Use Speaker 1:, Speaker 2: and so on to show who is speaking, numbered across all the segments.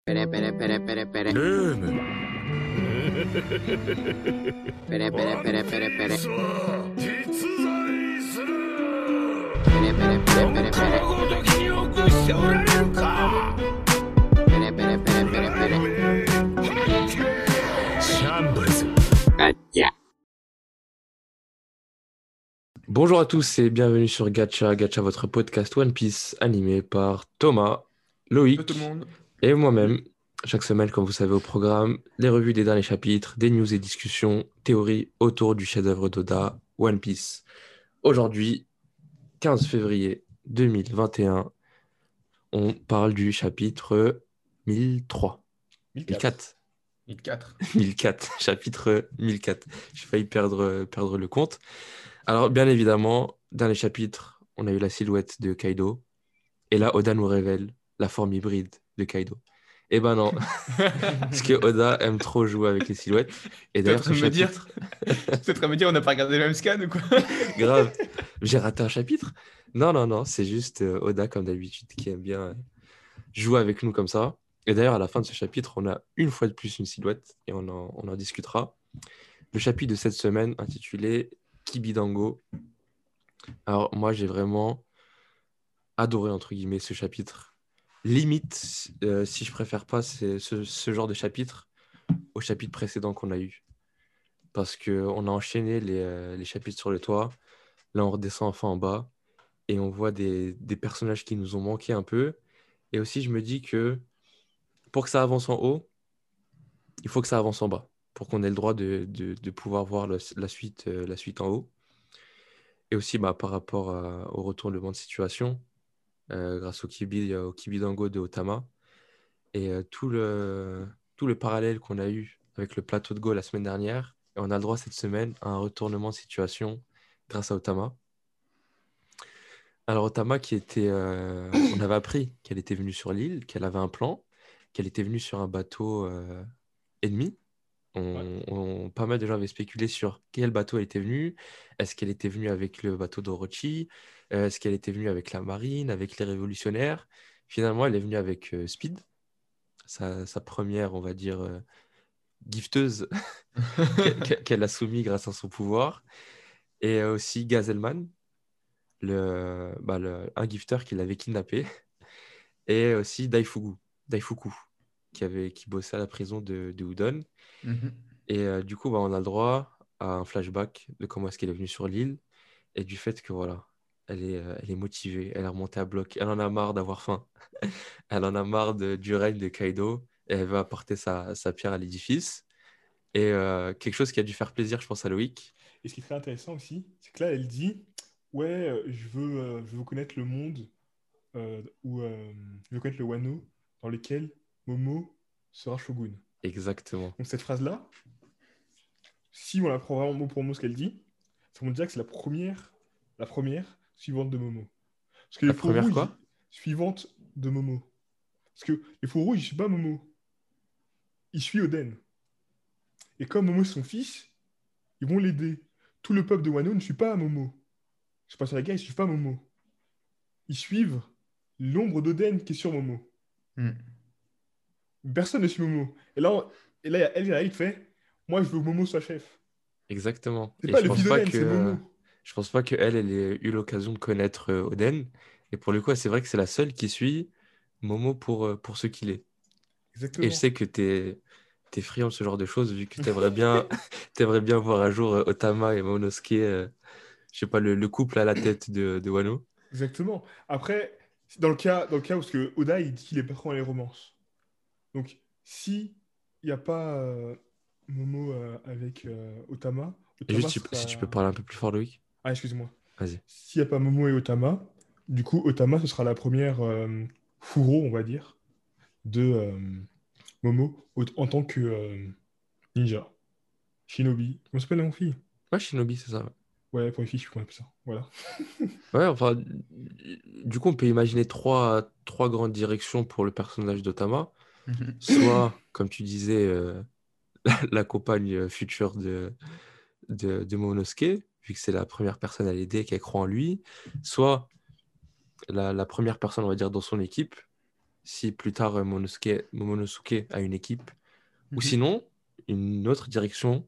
Speaker 1: ペレペレペレペレペレ。
Speaker 2: ルーム
Speaker 1: ペレペレペレペレペレ。
Speaker 2: は実在する
Speaker 1: ペレペレペレペレペレ。
Speaker 2: ごときに臆しておられるか
Speaker 1: ペレペレペレペレペレ。
Speaker 2: シャンブルズ
Speaker 1: Gacha.
Speaker 3: Bonjour à tous et bienvenue sur Gacha, Gacha, votre podcast One Piece animé par Thomas, Loïc
Speaker 4: Salut tout le monde.
Speaker 3: et moi-même. Chaque semaine, comme vous savez, au programme, les revues des derniers chapitres, des news et discussions, théories autour du chef-d'œuvre d'Oda, One Piece. Aujourd'hui, 15 février 2021, on parle du chapitre 1003. 1004.
Speaker 4: 1004.
Speaker 3: 1004, chapitre 1004. J'ai failli perdre le compte. Alors, bien évidemment, dans les chapitres, on a eu la silhouette de Kaido. Et là, Oda nous révèle la forme hybride de Kaido. Eh ben non, parce que Oda aime trop jouer avec les silhouettes. Et
Speaker 4: T'es en
Speaker 3: d'ailleurs,
Speaker 4: train
Speaker 3: ce
Speaker 4: de me dire,
Speaker 3: chapitre,
Speaker 4: t'es en train de me dire, on n'a pas regardé le même scan ou quoi?
Speaker 3: grave, j'ai raté un chapitre. Non, c'est juste Oda, comme d'habitude, qui aime bien jouer avec nous comme ça. Et d'ailleurs, à la fin de ce chapitre, on a une fois de plus une silhouette et on en discutera. Le chapitre de cette semaine intitulé Kibidango. Alors, moi, j'ai vraiment adoré, entre guillemets, ce chapitre. Limite, si je préfère pas ce genre de chapitre au chapitre précédent qu'on a eu. Parce qu'on a enchaîné les chapitres sur le toit. Là, on redescend enfin en bas. Et on voit des personnages qui nous ont manqué un peu. Et aussi, je me dis que pour que ça avance en haut, il faut que ça avance en bas. Pour qu'on ait le droit de pouvoir voir la suite en haut. Et aussi, par rapport au retournement de situation, grâce au Kibidango de Otama. Et tout le parallèle qu'on a eu avec le plateau de Go la semaine dernière, et on a le droit cette semaine à un retournement de situation grâce à Otama. Alors Otama on avait appris qu'elle était venue sur l'île, qu'elle avait un plan, qu'elle était venue sur un bateau ennemi. Pas mal de gens avaient spéculé sur quel bateau elle était venue. Est-ce qu'elle était venue avec le bateau d'Orochi? Est-ce qu'elle était venue avec la marine, avec les révolutionnaires? Finalement, elle est venue avec Speed, sa première, on va dire, gifteuse qu'elle a soumis grâce à son pouvoir. Et aussi Gazelman, un gifter qui l'avait kidnappé. Et aussi Daifuku, qui bossait à la prison de Udon. Et du coup, on a le droit à un flashback de comment est-ce qu'elle est venue sur l'île et du fait que voilà, elle est motivée, elle est remontée à bloc, elle en a marre d'avoir faim, elle en a marre du règne de Kaido et elle veut apporter sa pierre à l'édifice. Et quelque chose qui a dû faire plaisir, je pense, à Loïc.
Speaker 5: Et ce qui est très intéressant aussi, c'est que là, elle dit, ouais, je veux connaître le monde, je veux connaître le Wano, dans lequel Momo sera shogun.
Speaker 3: Exactement.
Speaker 5: Donc cette phrase-là, si on la prend vraiment mot pour mot ce qu'elle dit, ça veut dire que c'est la première suivante de Momo. Parce que
Speaker 3: La
Speaker 5: les faux
Speaker 3: première
Speaker 5: rouges,
Speaker 3: quoi?
Speaker 5: suivante de Momo. Parce que les faux rouges, ils ne suivent pas Momo. Ils suivent Oden. Et comme Momo est son fils, ils vont l'aider. Tout le peuple de Wano ne suit pas Momo. Je sais pas sur les gars, ils suivent pas Momo. Ils suivent l'ombre d'Oden qui est sur Momo. Personne ne suit Momo. Et là, il y a elle qui fait, moi, je veux que Momo soit chef.
Speaker 3: Exactement.
Speaker 5: C'est
Speaker 3: Et
Speaker 5: pas
Speaker 3: je
Speaker 5: le fils
Speaker 3: pense pas
Speaker 5: d'Oden, c'est Momo.
Speaker 3: je pense pas qu'elle ait eu l'occasion de connaître Oden. Et pour le coup, c'est vrai que c'est la seule qui suit Momo pour ce qu'il est. Et je
Speaker 5: Exactement.
Speaker 3: sais que t'es friand de ce genre de choses, vu que t'aimerais bien, t'aimerais bien voir un jour Otama et Momonosuke, je sais pas, le couple à la tête de Wano.
Speaker 5: Exactement. Après, dans le cas où ce que Oda, il dit qu'il est pas trop dans les romances. Donc, si il n'y a pas Momo avec Otama,
Speaker 3: Et juste,
Speaker 5: Otama
Speaker 3: si tu peux
Speaker 5: sera...
Speaker 3: parler un peu plus fort, Loïc.
Speaker 5: Ah, excuse-moi.
Speaker 3: Vas-y.
Speaker 5: S'il n'y a pas Momo et Otama, du coup, Otama, ce sera la première fourreau, on va dire, de Momo en tant que ninja. Shinobi. Comment s'appelle mon fille?
Speaker 3: Ouais, Shinobi, c'est ça.
Speaker 5: Ouais, pour les filles, je suis plus ça. Voilà.
Speaker 3: Ouais, enfin, du coup, on peut imaginer trois grandes directions pour le personnage d'Otama. Soit, comme tu disais, la compagne future de Momonosuke, vu que c'est la première personne à l'aider, qu'elle croit en lui. Soit la première personne, on va dire, dans son équipe, si plus tard Momonosuke a une équipe, ou
Speaker 4: Mhm.
Speaker 3: sinon une autre direction,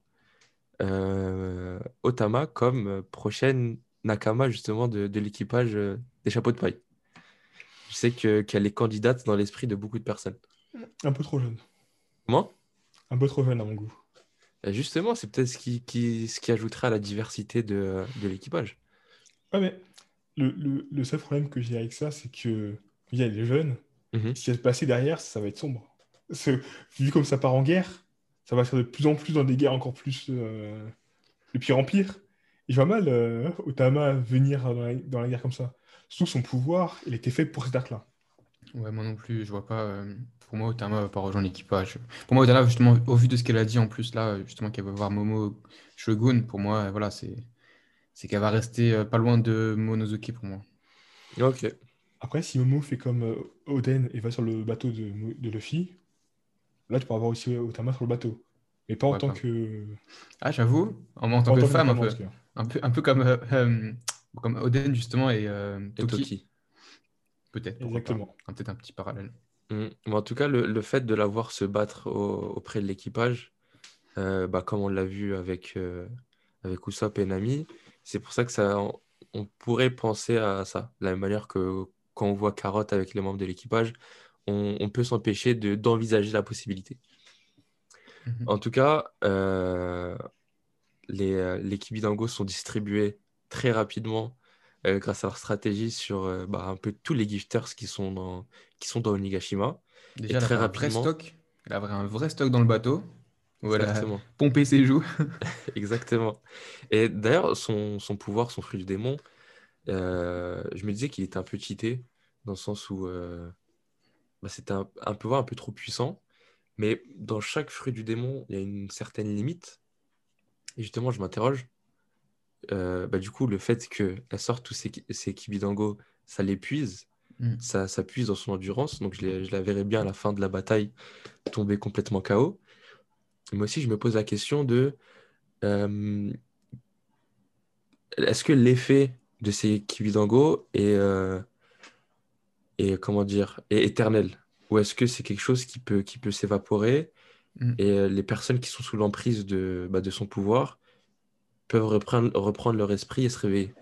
Speaker 3: Otama comme prochaine Nakama justement de l'équipage des chapeaux de paille. Je sais qu'elle est candidate dans l'esprit de beaucoup de personnes.
Speaker 5: Un peu trop jeune.
Speaker 3: Comment?
Speaker 5: Un peu trop jeune à mon goût.
Speaker 3: Justement, c'est peut-être ce qui ajouterait à la diversité de l'équipage.
Speaker 5: Ouais, mais le seul problème que j'ai avec ça, c'est que il y a les jeunes.
Speaker 3: Mhm.
Speaker 5: Ce qui va se passer derrière, ça va être sombre. Vu comme ça part en guerre, ça va faire de plus en plus dans des guerres encore plus de pire en pire. Et je vois mal Otama venir dans la guerre comme ça. Surtout son pouvoir, il était fait pour cet arc-là.
Speaker 4: Ouais, moi non plus, je vois pas. Pour moi, Otama va pas rejoindre l'équipage. Pour moi, Otama, justement, au vu de ce qu'elle a dit en plus là, justement, qu'elle va voir Momo Shogun, pour moi, voilà, c'est qu'elle va rester pas loin de Monosuke pour moi.
Speaker 3: Ok.
Speaker 5: Après, si Momo fait comme Oden et va sur le bateau de Luffy, là, tu pourras avoir aussi Otama sur le bateau. Mais pas en
Speaker 4: Ouais,
Speaker 5: tant
Speaker 4: pas.
Speaker 5: que,
Speaker 4: Ah, j'avoue, en
Speaker 5: pas
Speaker 4: tant
Speaker 5: en
Speaker 4: que
Speaker 5: tant que
Speaker 4: femme,
Speaker 5: Nakama, en tout cas.
Speaker 4: un peu comme Oden justement et
Speaker 3: Et
Speaker 4: Toki,
Speaker 3: Toki.
Speaker 4: peut-être, pourquoi pas.
Speaker 5: Exactement.
Speaker 4: Peut-être un petit parallèle.
Speaker 3: Mais en tout cas, le fait de la voir se battre auprès de l'équipage, bah, comme on l'a vu avec Usopp et Nami, c'est pour ça que on pourrait penser à ça. De la même manière que quand on voit Carotte avec les membres de l'équipage, on peut s'empêcher d'envisager la possibilité.
Speaker 4: Mhm.
Speaker 3: En tout cas, les Kibidango sont distribués très rapidement grâce à leur stratégie sur bah, un peu tous les gifters qui sont dans Onigashima. Et
Speaker 4: Déjà, elle
Speaker 3: très
Speaker 4: avait un vrai
Speaker 3: rapidement,
Speaker 4: stock. Elle avait un vrai stock dans le bateau où elle a
Speaker 3: exactement.
Speaker 4: pompé ses joues.
Speaker 3: Exactement. Et d'ailleurs, son pouvoir, son fruit du démon, je me disais qu'il était un peu cheaté, dans le sens où bah, c'était un pouvoir un peu trop puissant. Mais dans chaque fruit du démon, il y a une certaine limite. Et justement, je m'interroge. Bah, du coup, le fait qu'elle sorte tous ces Kibidango, ça l'épuise.
Speaker 4: Mm.
Speaker 3: Ça puise dans son endurance. Donc, je la verrais bien à la fin de la bataille tomber complètement KO. Mais aussi, je me pose la question de euh, est-ce que l'effet de ces Kibidango est, comment dire, est éternel? Ou est-ce que c'est quelque chose qui peut s'évaporer
Speaker 4: Mm.
Speaker 3: et les personnes qui sont sous l'emprise bah, de son pouvoir peuvent reprendre leur esprit et se réveiller?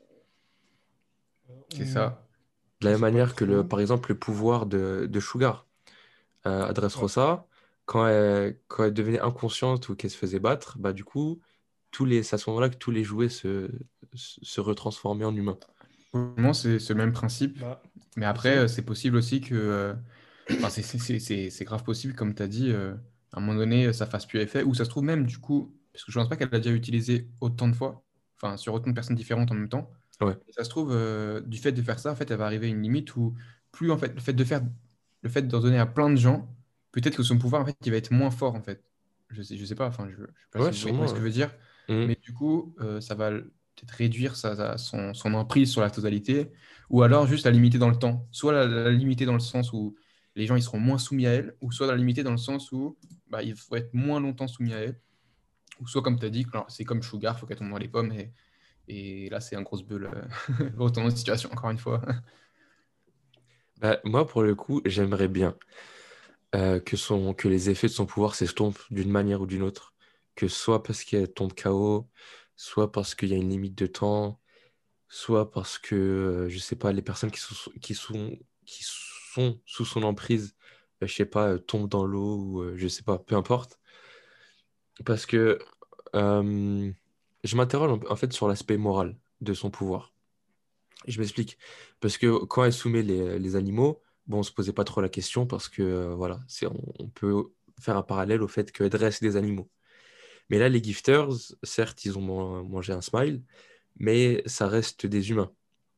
Speaker 4: C'est ça.
Speaker 3: De la
Speaker 5: On
Speaker 3: même
Speaker 5: sait pas
Speaker 3: manière que,
Speaker 5: trop.
Speaker 3: par exemple, le pouvoir de Sugar à
Speaker 5: Ouais.
Speaker 3: Dressrosa, quand elle devenait inconsciente ou qu'elle se faisait battre, bah, du coup, c'est à ce moment-là que tous les jouets se retransformaient en humains.
Speaker 4: Pour moi, c'est le même principe.
Speaker 5: Bah,
Speaker 4: Mais
Speaker 5: je
Speaker 4: après,
Speaker 5: sais.
Speaker 4: c'est possible aussi que. Enfin, c'est grave possible, comme tu as dit, à un moment donné, ça fasse plus effet. Ou ça se trouve même, du coup, parce que je pense pas qu'elle l'a déjà utilisé autant de fois, enfin, sur autant de personnes différentes en même temps.
Speaker 3: Ouais,
Speaker 4: Et ça se trouve, du fait de faire ça, en fait, elle va arriver à une limite où, plus, en fait, le fait d'en donner à plein de gens, peut-être que son pouvoir, en fait, il va être moins fort, en fait. Je sais pas, enfin, je sais pas
Speaker 3: ouais,
Speaker 4: si vous voyez
Speaker 3: sûrement.
Speaker 4: ce que
Speaker 3: Ouais.
Speaker 4: je veux dire.
Speaker 3: Mhm.
Speaker 4: Mais du coup, ça va peut-être réduire son emprise sur la totalité, ou alors juste la limiter dans le temps. Soit la limiter dans le sens où les gens ils seront moins soumis à elle, ou soit la limiter dans le sens où bah, il faut être moins longtemps soumis à elle, ou soit comme tu as dit, alors, c'est comme Sugar, il faut qu'elle tombe dans les pommes, et là c'est un grosse bulle, retournement de situation encore une fois.
Speaker 3: Bah, moi, pour le coup, j'aimerais bien que les effets de son pouvoir s'estompent d'une manière ou d'une autre. Que soit parce qu'elle tombe KO, soit parce qu'il y a une limite de temps, soit parce que, je sais pas, les personnes qui sont sous son emprise, je sais pas, tombent dans l'eau ou je sais pas, peu importe. Parce que euh, je m'interroge en fait sur l'aspect moral de son pouvoir. Je m'explique. Parce que quand elle soumet les animaux, bon, on se posait pas trop la question parce que, voilà, on peut faire un parallèle au fait qu'elle dresse des animaux. Mais là, les gifters, certes, ils ont mangé un smile, mais ça reste des humains.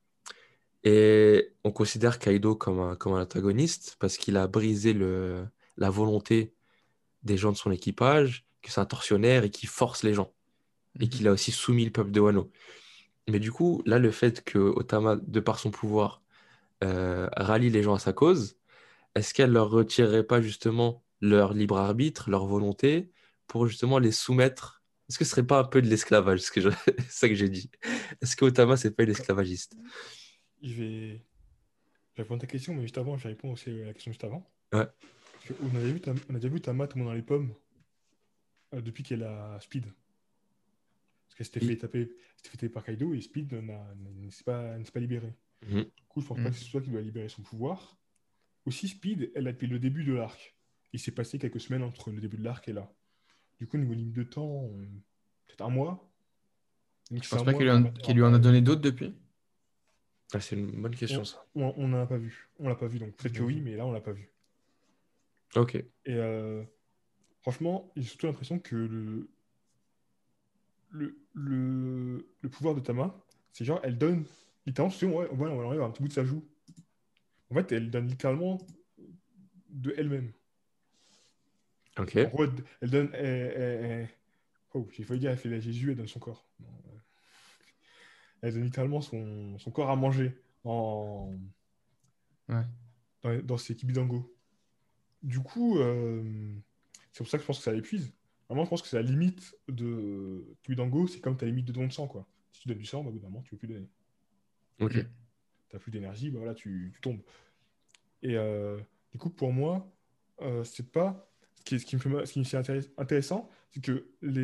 Speaker 3: Et on considère Kaido comme un antagoniste parce qu'il a brisé la volonté des gens de son équipage, que c'est un tortionnaire et qui force les gens. Et
Speaker 4: Mhm.
Speaker 3: qu'il a aussi soumis le peuple de Wano. Mais du coup, là, le fait que Otama, de par son pouvoir, rallie les gens à sa cause, est-ce qu'elle leur retirerait pas justement leur libre arbitre, leur volonté, pour justement les soumettre? Est-ce que ce serait pas un peu de l'esclavage, c'est ça que j'ai dit? Est-ce que Otama, c'est pas une esclavagiste?
Speaker 5: Je vais Je réponds à ta question, mais juste avant, je réponds aussi à la question juste avant.
Speaker 3: Ouais.
Speaker 5: Parce que on a déjà vu Tama tomber dans les pommes depuis qu'elle a Speed. Parce qu'elle s'était fait taper, s'était fait taper par Kaido et Speed ne s'est pas libéré.
Speaker 3: Mhm.
Speaker 5: Du coup, je pense pas que ce soit qui doit libérer son pouvoir. Aussi, Speed, elle a depuis le début de l'arc. Il s'est passé quelques semaines entre le début de l'arc et là. Du coup, niveau limite de temps, peut-être un mois. Donc,
Speaker 4: Je
Speaker 5: c'est
Speaker 4: pense
Speaker 5: un
Speaker 4: pas
Speaker 5: mois pour
Speaker 4: qu'il lui en a donné d'autres depuis.
Speaker 3: Ah, c'est une bonne question, ça.
Speaker 5: On n'en a pas vu. On l'a pas vu, donc peut-être que oui, mais là, on l'a pas vu.
Speaker 3: Ok.
Speaker 5: Et franchement, j'ai surtout l'impression que le pouvoir de Tama, c'est genre, elle donne, littéralement, tu sais, on enlève un petit bout de sa joue. En fait, elle donne littéralement de elle-même.
Speaker 3: Ok.
Speaker 5: En gros, elle donne. Oh, j'ai failli dire, elle fait la Jésus, elle donne son corps. Non, elle donne littéralement son corps à manger
Speaker 4: Ouais.
Speaker 5: dans ses kibidango. Du coup, c'est pour ça que je pense que ça l'épuise. Vraiment, je pense que c'est la limite de kibidango, c'est comme ta limite de don de sang, quoi. Si tu donnes du sang, bah, au bout d'un moment, tu ne peux plus donner.
Speaker 3: Ok.
Speaker 4: Mm.
Speaker 5: Tu n'as plus d'énergie, bah voilà, tu tombes. Et du coup, pour moi, c'est pas. Ce qui me fait intéressant, c'est que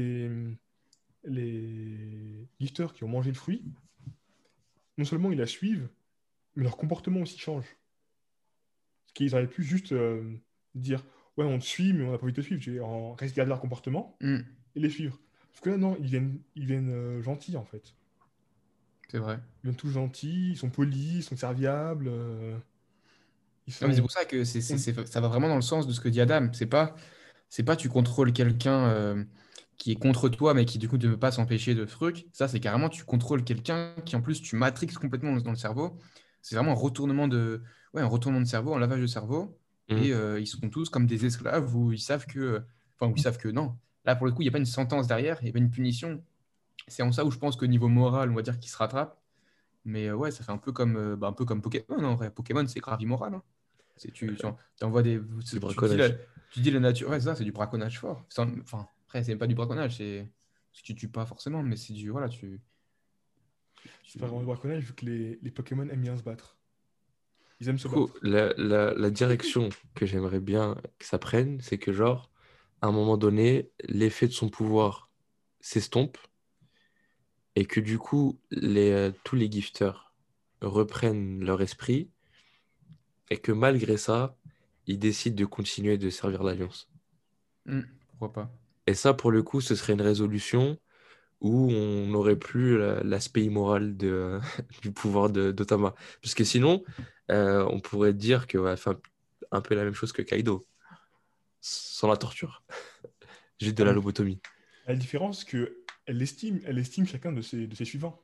Speaker 5: les lifters qui ont mangé le fruit, non seulement ils la suivent, mais leur comportement aussi change. Parce qu'ils auraient pu juste dire ouais, on te suit, mais on n'a pas envie de te suivre. Reste garder leur comportement
Speaker 4: Mm.
Speaker 5: et les suivre. Parce que là, non, ils viennent gentils en fait.
Speaker 4: C'est vrai.
Speaker 5: Ils viennent tous gentils, ils sont polis, ils sont serviables. Ils
Speaker 4: Non, mais c'est
Speaker 5: sont.
Speaker 4: pour ça que
Speaker 5: on-
Speaker 4: ça va vraiment dans le sens de ce que dit Adam. C'est pas tu contrôles quelqu'un qui est contre toi, mais qui du coup ne peut pas s'empêcher de trucs. Ça, c'est carrément tu contrôles quelqu'un qui en plus tu matrixes complètement dans le cerveau. C'est vraiment ouais, un retournement de cerveau, un lavage de cerveau.
Speaker 3: Mhm.
Speaker 4: Et ils sont tous comme des esclaves où ils savent enfin, où ils savent que non. Là, pour le coup, il n'y a pas une sentence derrière, il n'y a pas une punition. C'est en ça où je pense qu'au niveau moral, on va dire qu'il se rattrape. Mais ouais, ça fait un peu comme Pokémon, en vrai. Pokémon, c'est grave immoral, hein. Tu envoies
Speaker 3: Du
Speaker 4: dis
Speaker 3: braconnage.
Speaker 4: tu dis la nature. Ouais, c'est ça, c'est du braconnage fort. Enfin, après, c'est même pas du braconnage, parce que tu tues pas forcément, mais c'est du. Voilà,
Speaker 5: C'est pas vraiment du braconnage vu que les Pokémon aiment bien se battre. Ils aiment
Speaker 3: Du
Speaker 5: se
Speaker 3: coup,
Speaker 5: battre.
Speaker 3: la direction que j'aimerais bien que ça prenne, c'est que, genre, à un moment donné, l'effet de son pouvoir s'estompe et que, du coup, tous les gifters reprennent leur esprit et que, malgré ça, ils décident de continuer de servir l'Alliance.
Speaker 4: Pourquoi pas?
Speaker 3: Et ça, pour le coup, ce serait une résolution où on n'aurait plus l'aspect immoral du pouvoir d'Otama. Parce que sinon, on pourrait dire que ouais, fait un peu la même chose que Kaido, sans la torture, juste de
Speaker 5: Ah,
Speaker 3: la
Speaker 5: mais
Speaker 3: lobotomie.
Speaker 5: la différence, c'est que elle estime chacun de ses suivants.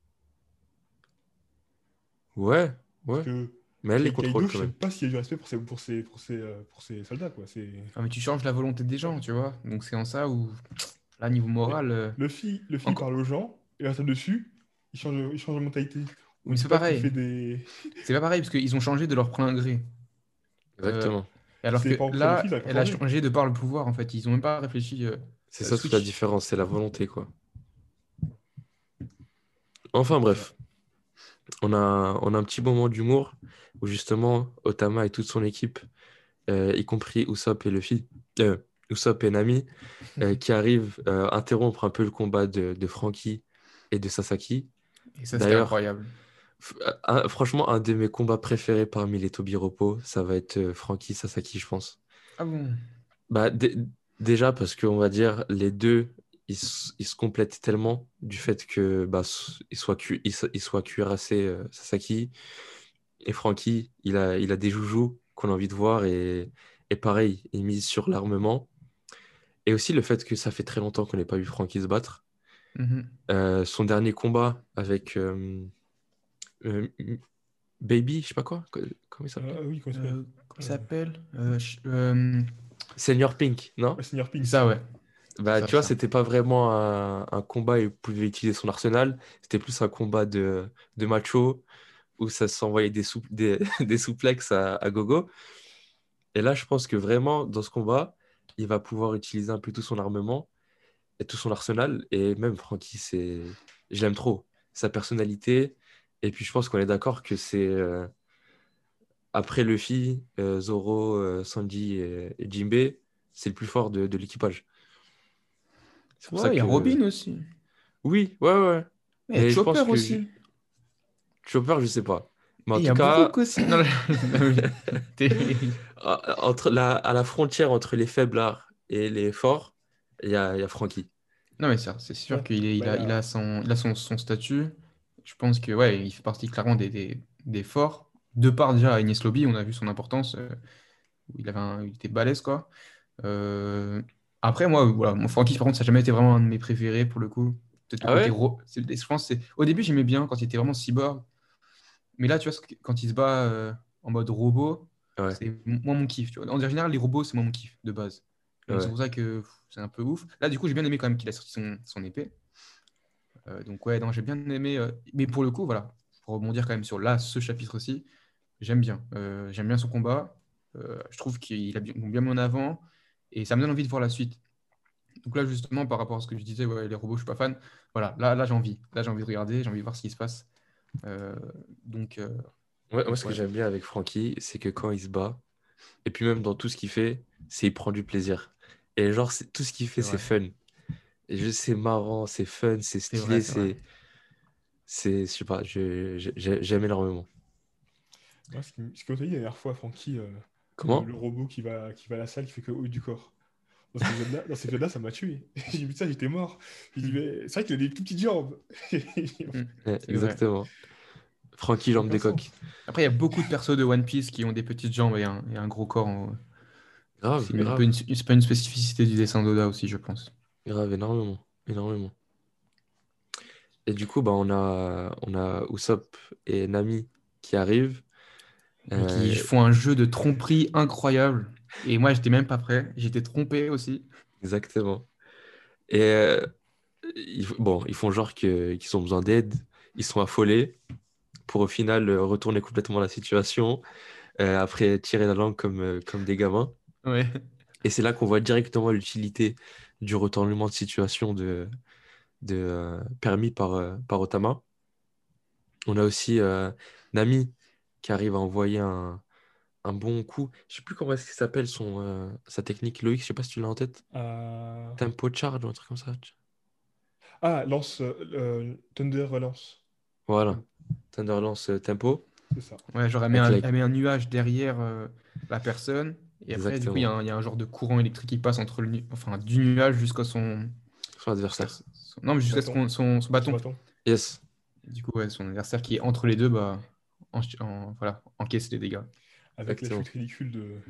Speaker 3: Ouais,
Speaker 5: Parce
Speaker 3: ouais,
Speaker 5: que
Speaker 3: mais elle les contrôle
Speaker 5: Kaido,
Speaker 3: quand
Speaker 5: je sais
Speaker 3: même.
Speaker 5: pas s'il y a du respect pour ses soldats, quoi.
Speaker 4: Ah, mais tu changes la volonté des gens, tu vois. Donc c'est en ça où, là, niveau
Speaker 5: Mais
Speaker 4: moral,
Speaker 5: Luffy
Speaker 4: encore.
Speaker 5: parle aux gens, et là, dessus, il change de mentalité. On
Speaker 4: Mais
Speaker 5: dit
Speaker 4: c'est
Speaker 5: pas qu'il
Speaker 4: pareil.
Speaker 5: fait des.
Speaker 4: C'est pas pareil, parce qu'ils ont changé de leur plein gré. Euh,
Speaker 3: Exactement.
Speaker 4: alors
Speaker 5: C'est
Speaker 4: que
Speaker 5: par contre Luffy, il
Speaker 4: là,
Speaker 5: a pas
Speaker 4: elle a
Speaker 5: changé.
Speaker 4: changé de par le pouvoir, en fait. Ils ont même pas réfléchi.
Speaker 3: C'est ça toute la
Speaker 4: Switch.
Speaker 3: différence, c'est la volonté, quoi. Enfin bref, on a un petit moment d'humour où justement Otama et toute son équipe, y compris Usopp et Luffy, Usopp et Nami, qui arrivent interrompre un peu le combat de Franky et de Sasaki.
Speaker 4: Et ça, c'était
Speaker 3: D'ailleurs,
Speaker 4: incroyable.
Speaker 3: franchement, un de mes combats préférés parmi les Tobiropo, ça va être Franky Sasaki, je pense.
Speaker 4: Ah bon?
Speaker 3: Bah, déjà parce qu'on va dire les deux, ils se complètent tellement du fait que bah, il soit cuirassé Sasaki et Franky, il a des joujoux qu'on a envie de voir et pareil, il mise sur l'armement. Et aussi le fait que ça fait très longtemps qu'on n'ait pas vu Franky se battre.
Speaker 4: Mhm.
Speaker 3: Son dernier combat avec euh, Baby, je sais pas quoi, comment il s'appelait?
Speaker 5: Oui, comment il s'appelle?
Speaker 4: Comment il s'appelle?
Speaker 3: Senior Pink, non?
Speaker 5: Ouais, Senior
Speaker 4: C'est
Speaker 5: Pink.
Speaker 4: ça, ouais. C'est
Speaker 3: Bah,
Speaker 4: ça,
Speaker 3: tu vois,
Speaker 4: c'est ça.
Speaker 3: c'était pas vraiment un combat où il pouvait utiliser son arsenal, c'était plus un combat de macho où ça s'envoyait des souplexes à gogo. Et là, je pense que vraiment, dans ce combat, il va pouvoir utiliser un peu tout son armement et tout son arsenal. Et même Franky, je l'aime trop. Sa personnalité. Et puis, je pense qu'on est d'accord que après Luffy, Zoro, Sanji et Jinbei, c'est le plus fort de l'équipage. C'est pour ça
Speaker 4: Ouais, il y a
Speaker 3: que.
Speaker 4: Robin aussi.
Speaker 3: Oui, ouais, ouais.
Speaker 4: Il y a
Speaker 3: Mais je
Speaker 4: Chopper
Speaker 3: pense que
Speaker 4: aussi.
Speaker 3: Chopper, je sais pas. Mais
Speaker 4: Et
Speaker 3: en
Speaker 4: il y
Speaker 3: tout
Speaker 4: a
Speaker 3: cas,
Speaker 4: Brook aussi. Non, non, oui. T'es-
Speaker 3: à la frontière entre les faiblards et les forts, il y a Franky.
Speaker 4: non, mais c'est sûr
Speaker 5: Ouais.
Speaker 4: qu'il est-
Speaker 5: Bah,
Speaker 4: il a son statut. Je pense que ouais, il fait partie clairement des forts. De par déjà Agnès Lobby, on a vu son importance. Où il était balèze, quoi. Euh, Après, moi, voilà, mon Frankie, par contre, ça n'a jamais été vraiment un de mes préférés pour le coup. Peut-être le
Speaker 3: Ah
Speaker 4: côté.
Speaker 3: ouais?
Speaker 4: Je pense que au début, j'aimais bien quand il était vraiment cyborg. Mais là, tu vois, quand il se bat en mode robot,
Speaker 3: Ouais,
Speaker 4: c'est moins mon kiff. Tu vois. En général, les robots, c'est moins mon kiff de base. Donc, c'est
Speaker 3: ouais.
Speaker 4: pour ça que c'est un peu ouf. Là, du coup, j'ai bien aimé quand même qu'il a sorti son épée. Donc, ouais, non, j'ai bien aimé. Mais pour le coup, voilà, pour rebondir quand même sur là, ce chapitre aussi, j'aime bien. J'aime bien son combat. Je trouve qu'il a bien mis en avant. Et ça me donne envie de voir la suite. Donc là, justement, par rapport à ce que je disais, ouais, les robots, je suis pas fan. Voilà, là j'ai envie. Là, j'ai envie de regarder, j'ai envie de voir ce qui se passe. Euh, donc, euh,
Speaker 3: Moi,
Speaker 4: donc,
Speaker 3: ce que
Speaker 4: ouais.
Speaker 3: j'aime bien avec Franky, c'est que quand il se bat, et puis même dans tout ce qu'il fait, c'est il prend du plaisir. Et genre, tout ce qu'il fait,
Speaker 4: C'est
Speaker 3: c'est
Speaker 4: vrai.
Speaker 3: fun. Et juste, c'est marrant, c'est fun, c'est
Speaker 4: C'est vrai,
Speaker 3: stylé,
Speaker 4: c'est vrai.
Speaker 3: je sais pas, j'aime énormément.
Speaker 5: moi, ce qu'on t'a dit la dernière fois, Francky,
Speaker 3: Comment?
Speaker 5: le robot qui va à la salle, qui fait que haut du corps. Dans cet épisode-là, ça m'a tué. J'ai vu ça, j'étais mort. J'ai dit,
Speaker 4: Mm.
Speaker 5: mais c'est vrai qu'il a des tout petites jambes.
Speaker 4: Mm.
Speaker 3: Ouais,
Speaker 4: C'est vrai.
Speaker 3: exactement. Franky,
Speaker 5: Ça n'a
Speaker 3: jambe
Speaker 5: aucun
Speaker 3: des coques.
Speaker 5: sens.
Speaker 4: Après, il y a beaucoup de persos de One Piece qui ont des petites jambes et un gros corps.
Speaker 3: Grave,
Speaker 4: C'est un peu
Speaker 3: grave,
Speaker 4: c'est pas une spécificité du dessin d'Oda aussi, je pense.
Speaker 3: grave, énormément, énormément. Et du coup, bah, on a Usopp et Nami qui arrivent.
Speaker 4: Et qui
Speaker 3: Euh,
Speaker 4: font un jeu de tromperie incroyable. Et moi, j'étais même pas prêt. J'étais trompé aussi.
Speaker 3: exactement. Et bon, ils font genre qu'ils ont besoin d'aide, ils sont affolés pour au final retourner complètement la situation, après tirer la langue comme des gamins.
Speaker 4: Ouais.
Speaker 3: Et c'est là qu'on voit directement l'utilité du retournement de situation permis par Otama. On a aussi Nami qui arrive à envoyer un bon coup. Je sais plus comment est-ce qu'il s'appelle sa technique. Loïc, je sais pas si tu l'as en tête.
Speaker 5: Euh,
Speaker 3: Tempo charge ou un truc comme ça.
Speaker 5: Ah, lance, Thunder relance.
Speaker 3: Voilà. Thunder lance tempo.
Speaker 5: C'est ça.
Speaker 4: Ouais, genre,
Speaker 3: Avec la...
Speaker 4: elle met un nuage derrière la personne. Et après, du coup,
Speaker 3: Exactement.
Speaker 4: il y a un genre de courant électrique qui passe enfin, du nuage jusqu'à
Speaker 3: Son adversaire.
Speaker 4: non, mais jusqu'à
Speaker 5: Bâton.
Speaker 4: son
Speaker 5: Son
Speaker 4: bâton.
Speaker 5: bâton.
Speaker 3: Yes.
Speaker 4: Et du coup, ouais, son adversaire qui est entre les deux, bah, voilà, encaisse les dégâts.
Speaker 5: Avec la chute
Speaker 3: Exactement.
Speaker 5: ridicule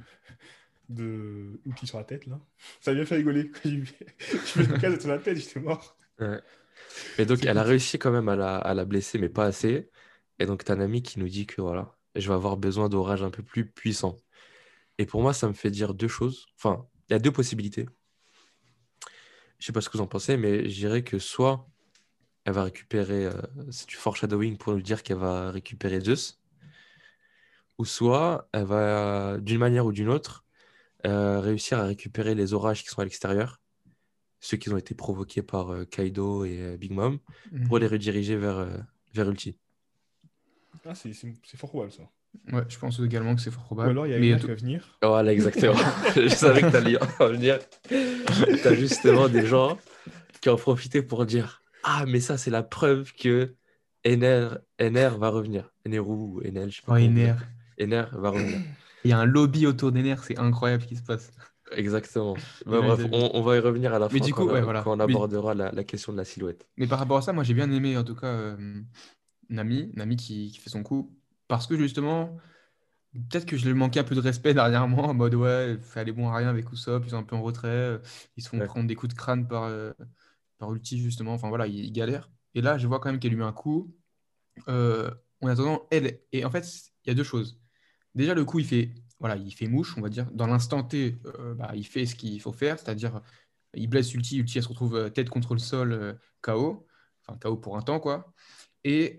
Speaker 5: de Ouki sur la tête, là. Ça m'a bien fait rigoler. Quand j'ai vu la case sur la tête, j'étais mort.
Speaker 3: Ouais. Mais donc,
Speaker 5: C'est
Speaker 3: elle a
Speaker 5: épique.
Speaker 3: réussi quand même à la blesser, mais pas assez. Et donc, t'as un ami qui nous dit que voilà, je vais avoir besoin d'orages un peu plus puissants. Et pour moi, ça me fait dire deux choses. Enfin, il y a deux possibilités. Je sais pas ce que vous en pensez, mais je dirais que soit elle va récupérer, c'est du foreshadowing pour nous dire qu'elle va récupérer Zeus, ou soit elle va, d'une manière ou d'une autre, réussir à récupérer les orages qui sont à l'extérieur, ceux qui ont été provoqués par Kaido et Big Mom, pour les
Speaker 4: Mhm.
Speaker 3: rediriger vers Ulti.
Speaker 5: Ah, c'est fort probable, ça.
Speaker 4: Ouais, je pense également que c'est fort
Speaker 5: Ou
Speaker 4: probable.
Speaker 5: alors, il y a
Speaker 4: Mais
Speaker 5: Ena qui va venir.
Speaker 3: Voilà, exactement. Je savais que t'allais en venir. T'as justement des gens qui ont profité pour dire ah, mais ça, c'est la preuve que NR va revenir. NR ou NL, je sais pas
Speaker 4: oh,
Speaker 3: comment vous
Speaker 4: Ener.
Speaker 3: l'appelez. NR va revenir.
Speaker 4: Il y a un lobby autour d'Ener, c'est incroyable ce qui se passe.
Speaker 3: Exactement.
Speaker 4: Et
Speaker 3: Bah,
Speaker 4: là,
Speaker 3: bref, on va y revenir à la
Speaker 4: mais
Speaker 3: fin
Speaker 4: du coup, ouais, voilà.
Speaker 3: quand on abordera la question de la silhouette.
Speaker 4: Mais par rapport à ça, moi j'ai bien aimé en tout cas Nami qui fait son coup. Parce que justement, peut-être que je lui manquais un peu de respect dernièrement, en mode ouais, fait aller bon à rien avec Usopp, ils sont un peu en retrait, ils se font
Speaker 3: Ouais.
Speaker 4: prendre des coups de crâne par Ulti justement, enfin voilà, ils galèrent. Et là, je vois quand même qu'elle lui met un coup. Euh, En attendant, elle, et en fait, il y a deux choses. Déjà, le coup, voilà, il fait mouche, on va dire. Dans l'instant T, bah, il fait ce qu'il faut faire, c'est-à-dire, il blesse Ulti, Ulti, elle se retrouve tête contre le sol, KO. Enfin, KO pour un temps, quoi. Et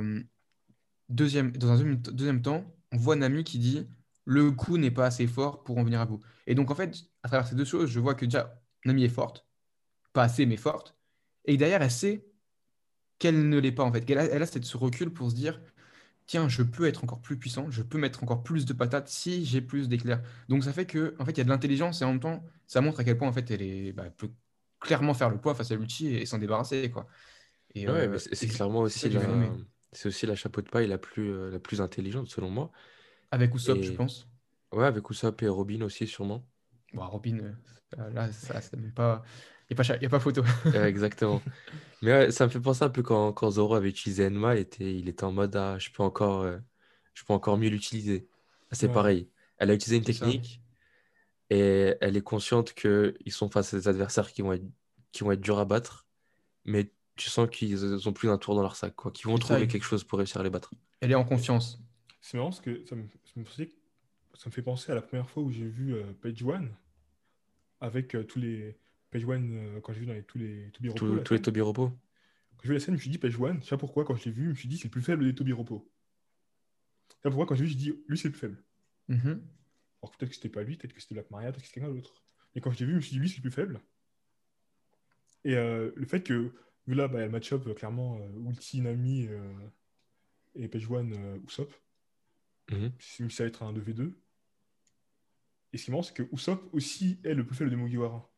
Speaker 4: dans un deuxième temps, on voit Nami qui dit, le coup n'est pas assez fort pour en venir à bout. Et donc, en fait, à travers ces deux choses, je vois que déjà, Nami est forte, pas assez, mais forte. Et derrière, elle sait qu'elle ne l'est pas, en fait. Elle a ce recul pour se dire, tiens, je peux être encore plus puissant, je peux mettre encore plus de patates si j'ai plus d'éclairs. Donc ça fait que, en fait, il y a de l'intelligence et en même temps, ça montre à quel point, en fait, elle peut clairement faire le poids face à l'ulti et s'en débarrasser, quoi. Et,
Speaker 3: Ouais, mais c'est clairement
Speaker 4: c'est ça
Speaker 3: aussi
Speaker 4: que j'ai bien aimé.
Speaker 3: c'est aussi la chapeau de paille la plus intelligente, selon moi.
Speaker 4: Avec Usopp, je
Speaker 3: Et
Speaker 4: pense.
Speaker 3: ouais, avec Usopp et Robin aussi, sûrement.
Speaker 4: Bon, Robin, là, ça, c'est même pas. Il n'y a pas photo.
Speaker 3: Exactement. Mais ouais, ça me fait penser un peu quand Zoro avait utilisé Enma, il était en mode ah, je peux encore mieux l'utiliser. C'est
Speaker 5: Ouais,
Speaker 3: pareil. Elle a utilisé une
Speaker 4: C'est ça.
Speaker 3: technique et elle est consciente qu'ils sont face à des adversaires qui vont être durs à battre, mais tu sens qu'ils ont plus d'un tour dans leur sac, quoi, qu'ils vont
Speaker 4: C'est ça.
Speaker 3: trouver quelque chose pour réussir à les battre.
Speaker 4: Elle est en confiance.
Speaker 5: c'est marrant parce que ça me fait penser à la première fois où j'ai vu Page One avec tous les Page One quand j'ai vu dans tous les Tobiropo la
Speaker 3: Tous les
Speaker 5: scène.
Speaker 3: Tobi Robo.
Speaker 5: Quand j'ai vu la scène, je me suis dit Page One. Je sais pas pourquoi quand je l'ai vu, je me suis dit c'est le plus faible des Tobiropo. Je sais pas pourquoi quand j'ai vu, je dis lui c'est le plus faible.
Speaker 4: Mhm.
Speaker 5: Alors peut-être que c'était pas lui, peut-être que c'était Black Maria, peut-être que c'était quelqu'un d'autre. Mais quand je l'ai vu, je me suis dit lui c'est le plus faible. Et le fait que vu là, bah, il y a le match-up clairement Ulti Nami et Page One Usopp,
Speaker 3: Mhm.
Speaker 5: si ça va être un 2v2. Et ce qui est marrant, c'est que Usopp aussi est le plus faible des Mugiwara.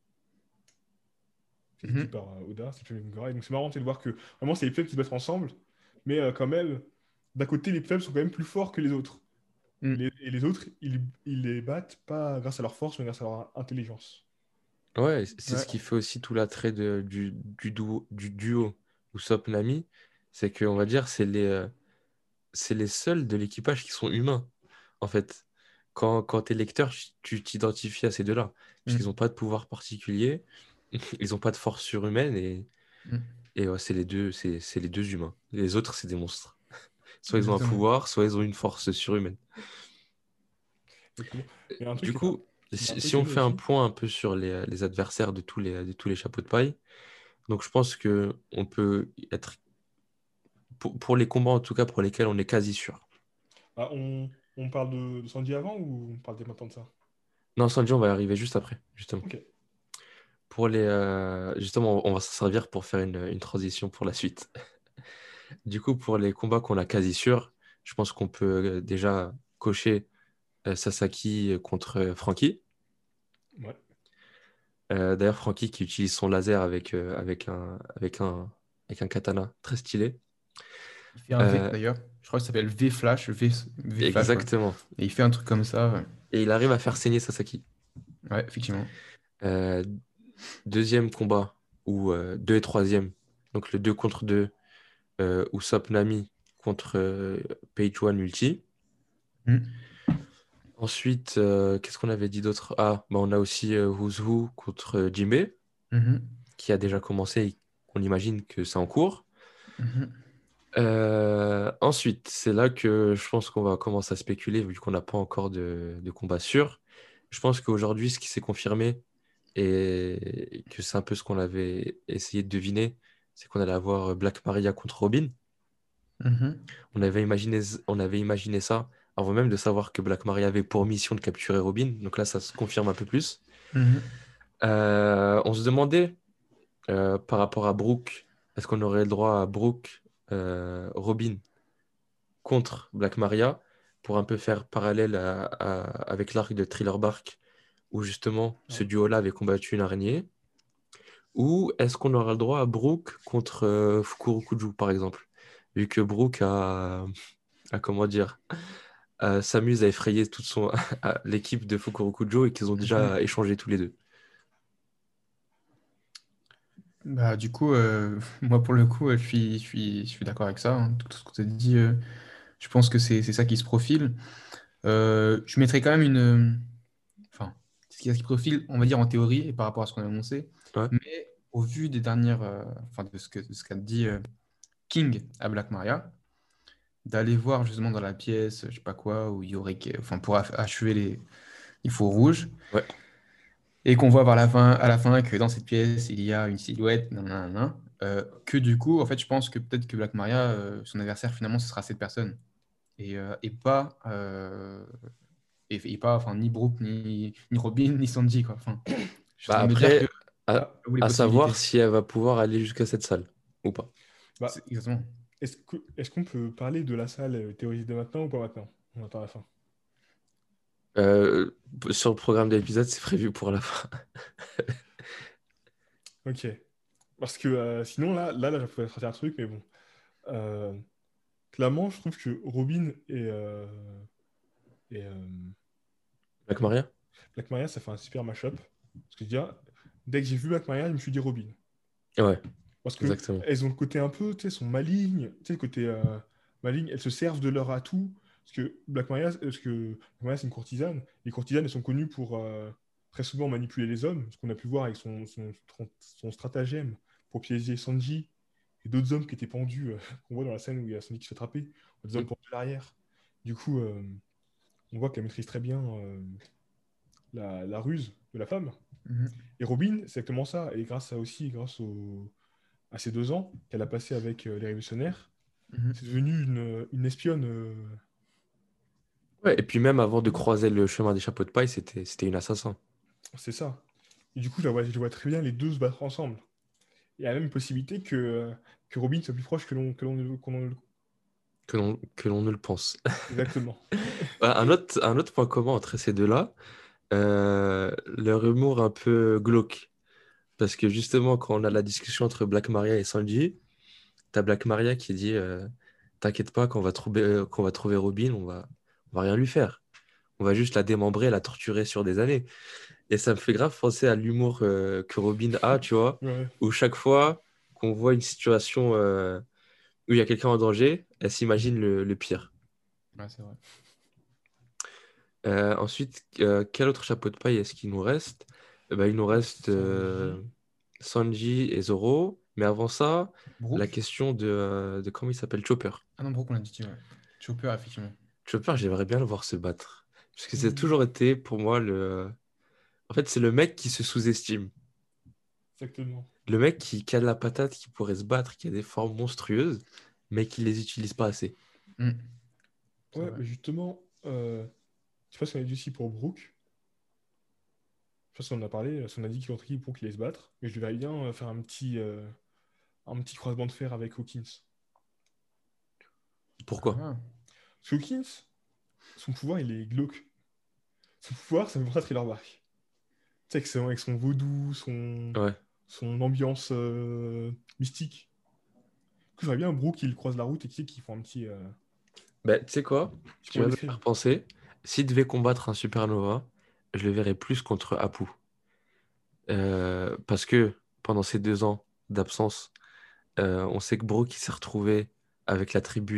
Speaker 5: C'est dit
Speaker 4: Mhm.
Speaker 5: par Oda, c'est le plus faible des Mugiwara. Et donc c'est marrant de voir que vraiment c'est les faibles qui se battent ensemble, mais quand même, d'un côté, les faibles sont quand même plus forts que les autres.
Speaker 4: Mm.
Speaker 5: Et les autres, ils les battent pas grâce à leur force, mais grâce à leur intelligence.
Speaker 3: Ouais, c'est ce
Speaker 4: Ouais.
Speaker 3: qui fait aussi tout l'attrait du duo Usopp-Nami, c'est que, on va dire, c'est les seuls de l'équipage qui sont humains, en fait. Quand tu es lecteur, tu t'identifies à ces deux-là, puisqu'ils
Speaker 4: Mm.
Speaker 3: n'ont pas de pouvoir particulier, ils n'ont pas de force surhumaine,
Speaker 4: Mm.
Speaker 3: et ouais, c'est les deux humains. Les autres, c'est des monstres. Soit ils ont un
Speaker 4: Exactement.
Speaker 3: pouvoir, soit ils ont une force surhumaine.
Speaker 5: Exactement. Mais un truc
Speaker 3: Du coup,
Speaker 5: qui m'a un peu
Speaker 3: si on
Speaker 5: étonné
Speaker 3: fait un
Speaker 5: aussi.
Speaker 3: point un peu sur les adversaires de tous les chapeaux de paille, donc je pense que on peut être, pour les combats en tout cas pour lesquels on est quasi sûr.
Speaker 5: Ah, on parle de Sanji avant ou on parle dès maintenant de ça?
Speaker 3: Non, Sanji, on va y arriver juste après, justement.
Speaker 5: Ok.
Speaker 3: Justement, on va s'en servir pour faire une transition pour la suite. Du coup, pour les combats qu'on a quasi sûrs, je pense qu'on peut déjà cocher Sasaki contre Franky.
Speaker 5: Ouais.
Speaker 3: D'ailleurs, Franky qui utilise son laser avec un katana très stylé.
Speaker 4: Il fait un V
Speaker 3: Euh,
Speaker 4: d'ailleurs. Je crois que ça s'appelle V-Flash. V-Flash, ouais.
Speaker 3: exactement.
Speaker 4: Et il fait un truc comme ça. Ouais,
Speaker 3: Et il arrive à faire saigner Sasaki.
Speaker 4: ouais, effectivement.
Speaker 3: Euh, Deuxième combat, ou deux et troisième, donc le 2 contre 2, Usopp Nami contre Page One Multi.
Speaker 4: Mm.
Speaker 3: Ensuite, qu'est-ce qu'on avait dit d'autre? Ah, bah on a aussi Who's Who contre Jinbe,
Speaker 4: Mhm.
Speaker 3: qui a déjà commencé et on imagine que c'est en cours.
Speaker 4: Mhm.
Speaker 3: Ensuite, c'est là que je pense qu'on va commencer à spéculer, vu qu'on n'a pas encore de combat sûr. Je pense qu'aujourd'hui, ce qui s'est confirmé, et que c'est un peu ce qu'on avait essayé de deviner, c'est qu'on allait avoir Black Maria contre Robin.
Speaker 4: Mhm.
Speaker 3: On avait imaginé ça avant même de savoir que Black Maria avait pour mission de capturer Robin. Donc là, ça se confirme un peu plus.
Speaker 4: Mhm.
Speaker 3: On se demandait, par rapport à Brooke, est-ce qu'on aurait le droit à Brooke, Robin contre Black Maria pour un peu faire parallèle avec l'arc de Thriller Bark où justement ce
Speaker 5: Ouais.
Speaker 3: duo-là avait combattu une araignée. Ou est-ce qu'on aura le droit à Brooke contre Fukurokuju, par exemple? Vu que Brooke comment dire, s'amuse à effrayer l'équipe de Fukurokuju et qu'ils ont déjà
Speaker 4: Mhm.
Speaker 3: échangé tous les deux.
Speaker 4: Bah, du coup, moi pour le coup, je suis d'accord avec ça, hein. Tout ce que tu as dit, je pense que c'est ça qui se profile. Je mettrais quand même enfin, ce qui se profile, on va dire en théorie et par rapport à ce qu'on a annoncé,
Speaker 3: Ouais.
Speaker 4: mais au vu des dernières, enfin de ce qu'a dit King à Black Maria, d'aller voir justement dans la pièce, je sais pas quoi, où il y aurait, enfin pour achever les faux rouges.
Speaker 3: Ouais.
Speaker 4: Et qu'on voit à la fin que dans cette pièce, il y a une silhouette, nanana, que du coup, en fait, je pense que peut-être que Black Maria, son adversaire, finalement, ce sera cette personne. Et pas, et pas enfin, ni Brooke, ni Robin, ni Sanji, quoi. Enfin, je suis en
Speaker 3: Bah
Speaker 4: train de me dire que
Speaker 3: après,
Speaker 5: Bah,
Speaker 4: où les
Speaker 3: à savoir
Speaker 4: possibilités.
Speaker 3: si elle va pouvoir aller jusqu'à cette salle ou pas.
Speaker 5: bah,
Speaker 4: C'est- Exactement.
Speaker 5: Est-ce qu'on peut parler de la salle théorisée de maintenant ou pas maintenant? On attend la fin.
Speaker 3: Euh, Sur le programme de l'épisode, c'est prévu pour la fin.
Speaker 5: Ok. Parce que sinon, là, je pourrais sortir un truc, mais bon. Euh, Clairement, je trouve que Robin et
Speaker 3: Black Maria?
Speaker 5: Black Maria, ça fait un super mashup. Parce que déjà, dès que j'ai vu Black Maria, je me suis dit Robin.
Speaker 3: Ouais,
Speaker 5: Parce que
Speaker 3: exactement.
Speaker 5: elles ont le côté un peu, tu sais, sont malignes, tu sais, le côté maligne, elles se servent de leur atout. Parce que Black Maria, c'est une courtisane. Les courtisanes, elles sont connues pour très souvent manipuler les hommes, ce qu'on a pu voir avec son stratagème pour piéger Sanji et d'autres hommes qui étaient pendus, qu'on voit dans la scène où il y a Sanji qui se fait attraper, des hommes
Speaker 3: Mm.
Speaker 5: pendus à l'arrière. Du coup, on voit qu'elle maîtrise très bien la ruse de la femme.
Speaker 4: Mhm.
Speaker 5: Et Robin, c'est exactement ça. Et grâce à ces 2 ans qu'elle a passé avec les révolutionnaires,
Speaker 4: Mhm.
Speaker 5: c'est devenu une espionne.
Speaker 3: Ouais, et puis même avant de croiser le chemin des chapeaux de paille, c'était une assassin.
Speaker 5: C'est ça. Et du coup, je vois très bien les deux se battre ensemble. Il y a même une possibilité que Robin soit plus proche
Speaker 3: Que l'on ne le pense.
Speaker 5: Exactement.
Speaker 3: Ouais, un autre point commun entre ces deux-là, leur humour un peu glauque. Parce que justement, quand on a la discussion entre Black Maria et Sanji, t'as Black Maria qui dit t'inquiète pas, qu'on va trouver Robin, on va rien lui faire. On va juste la démembrer, la torturer sur des années. Et ça me fait grave penser à l'humour que Robin a, tu vois,
Speaker 5: Ouais.
Speaker 3: où chaque fois qu'on voit une situation où il y a quelqu'un en danger, elle s'imagine le pire.
Speaker 4: Ouais, c'est vrai.
Speaker 3: Ensuite, quel autre chapeau de paille est-ce qu'il nous reste? Ben, il nous reste
Speaker 5: Sanji.
Speaker 3: Sanji et Zoro. Mais avant ça, la
Speaker 4: Brooke?
Speaker 3: question de comment il s'appelle, Chopper.
Speaker 4: Ah non, Brooke, on l'a dit, ouais. Chopper, effectivement.
Speaker 3: Chopper, j'aimerais bien le voir se battre. Parce que c'est
Speaker 5: Hmm.
Speaker 3: toujours été pour moi le. En fait, c'est le mec qui se sous-estime.
Speaker 5: Exactement.
Speaker 3: Le mec qui a de la patate, qui pourrait se battre, qui a des formes monstrueuses, mais qui les utilise pas assez.
Speaker 4: Mhm. C'est
Speaker 5: Ouais,
Speaker 4: vrai.
Speaker 5: mais justement, je sais pas si on a dit aussi pour Brooke. Je sais pas si on en a parlé, si on a dit contre qui Brooke il allait se battre. Mais je devrais bien faire un petit croisement de fer avec Hawkins.
Speaker 3: Pourquoi?
Speaker 4: Ah.
Speaker 5: Parce que Hawkins, son pouvoir, il est glauque. Son pouvoir, ça me fait Thriller Bark. Tu sais, avec son vaudou,
Speaker 3: Ouais.
Speaker 5: son ambiance mystique. Du coup, j'aimerais bien Brooke qui croise la route et qui font un
Speaker 3: Ben, tu sais quoi?
Speaker 5: petit
Speaker 3: Tu
Speaker 5: point
Speaker 3: viens de me
Speaker 5: d'escrime.
Speaker 3: faire penser. S'il devait combattre un supernova, je le verrais plus contre Apu. Parce que pendant ces 2 ans d'absence, on sait que Brooke il s'est retrouvé avec la tribu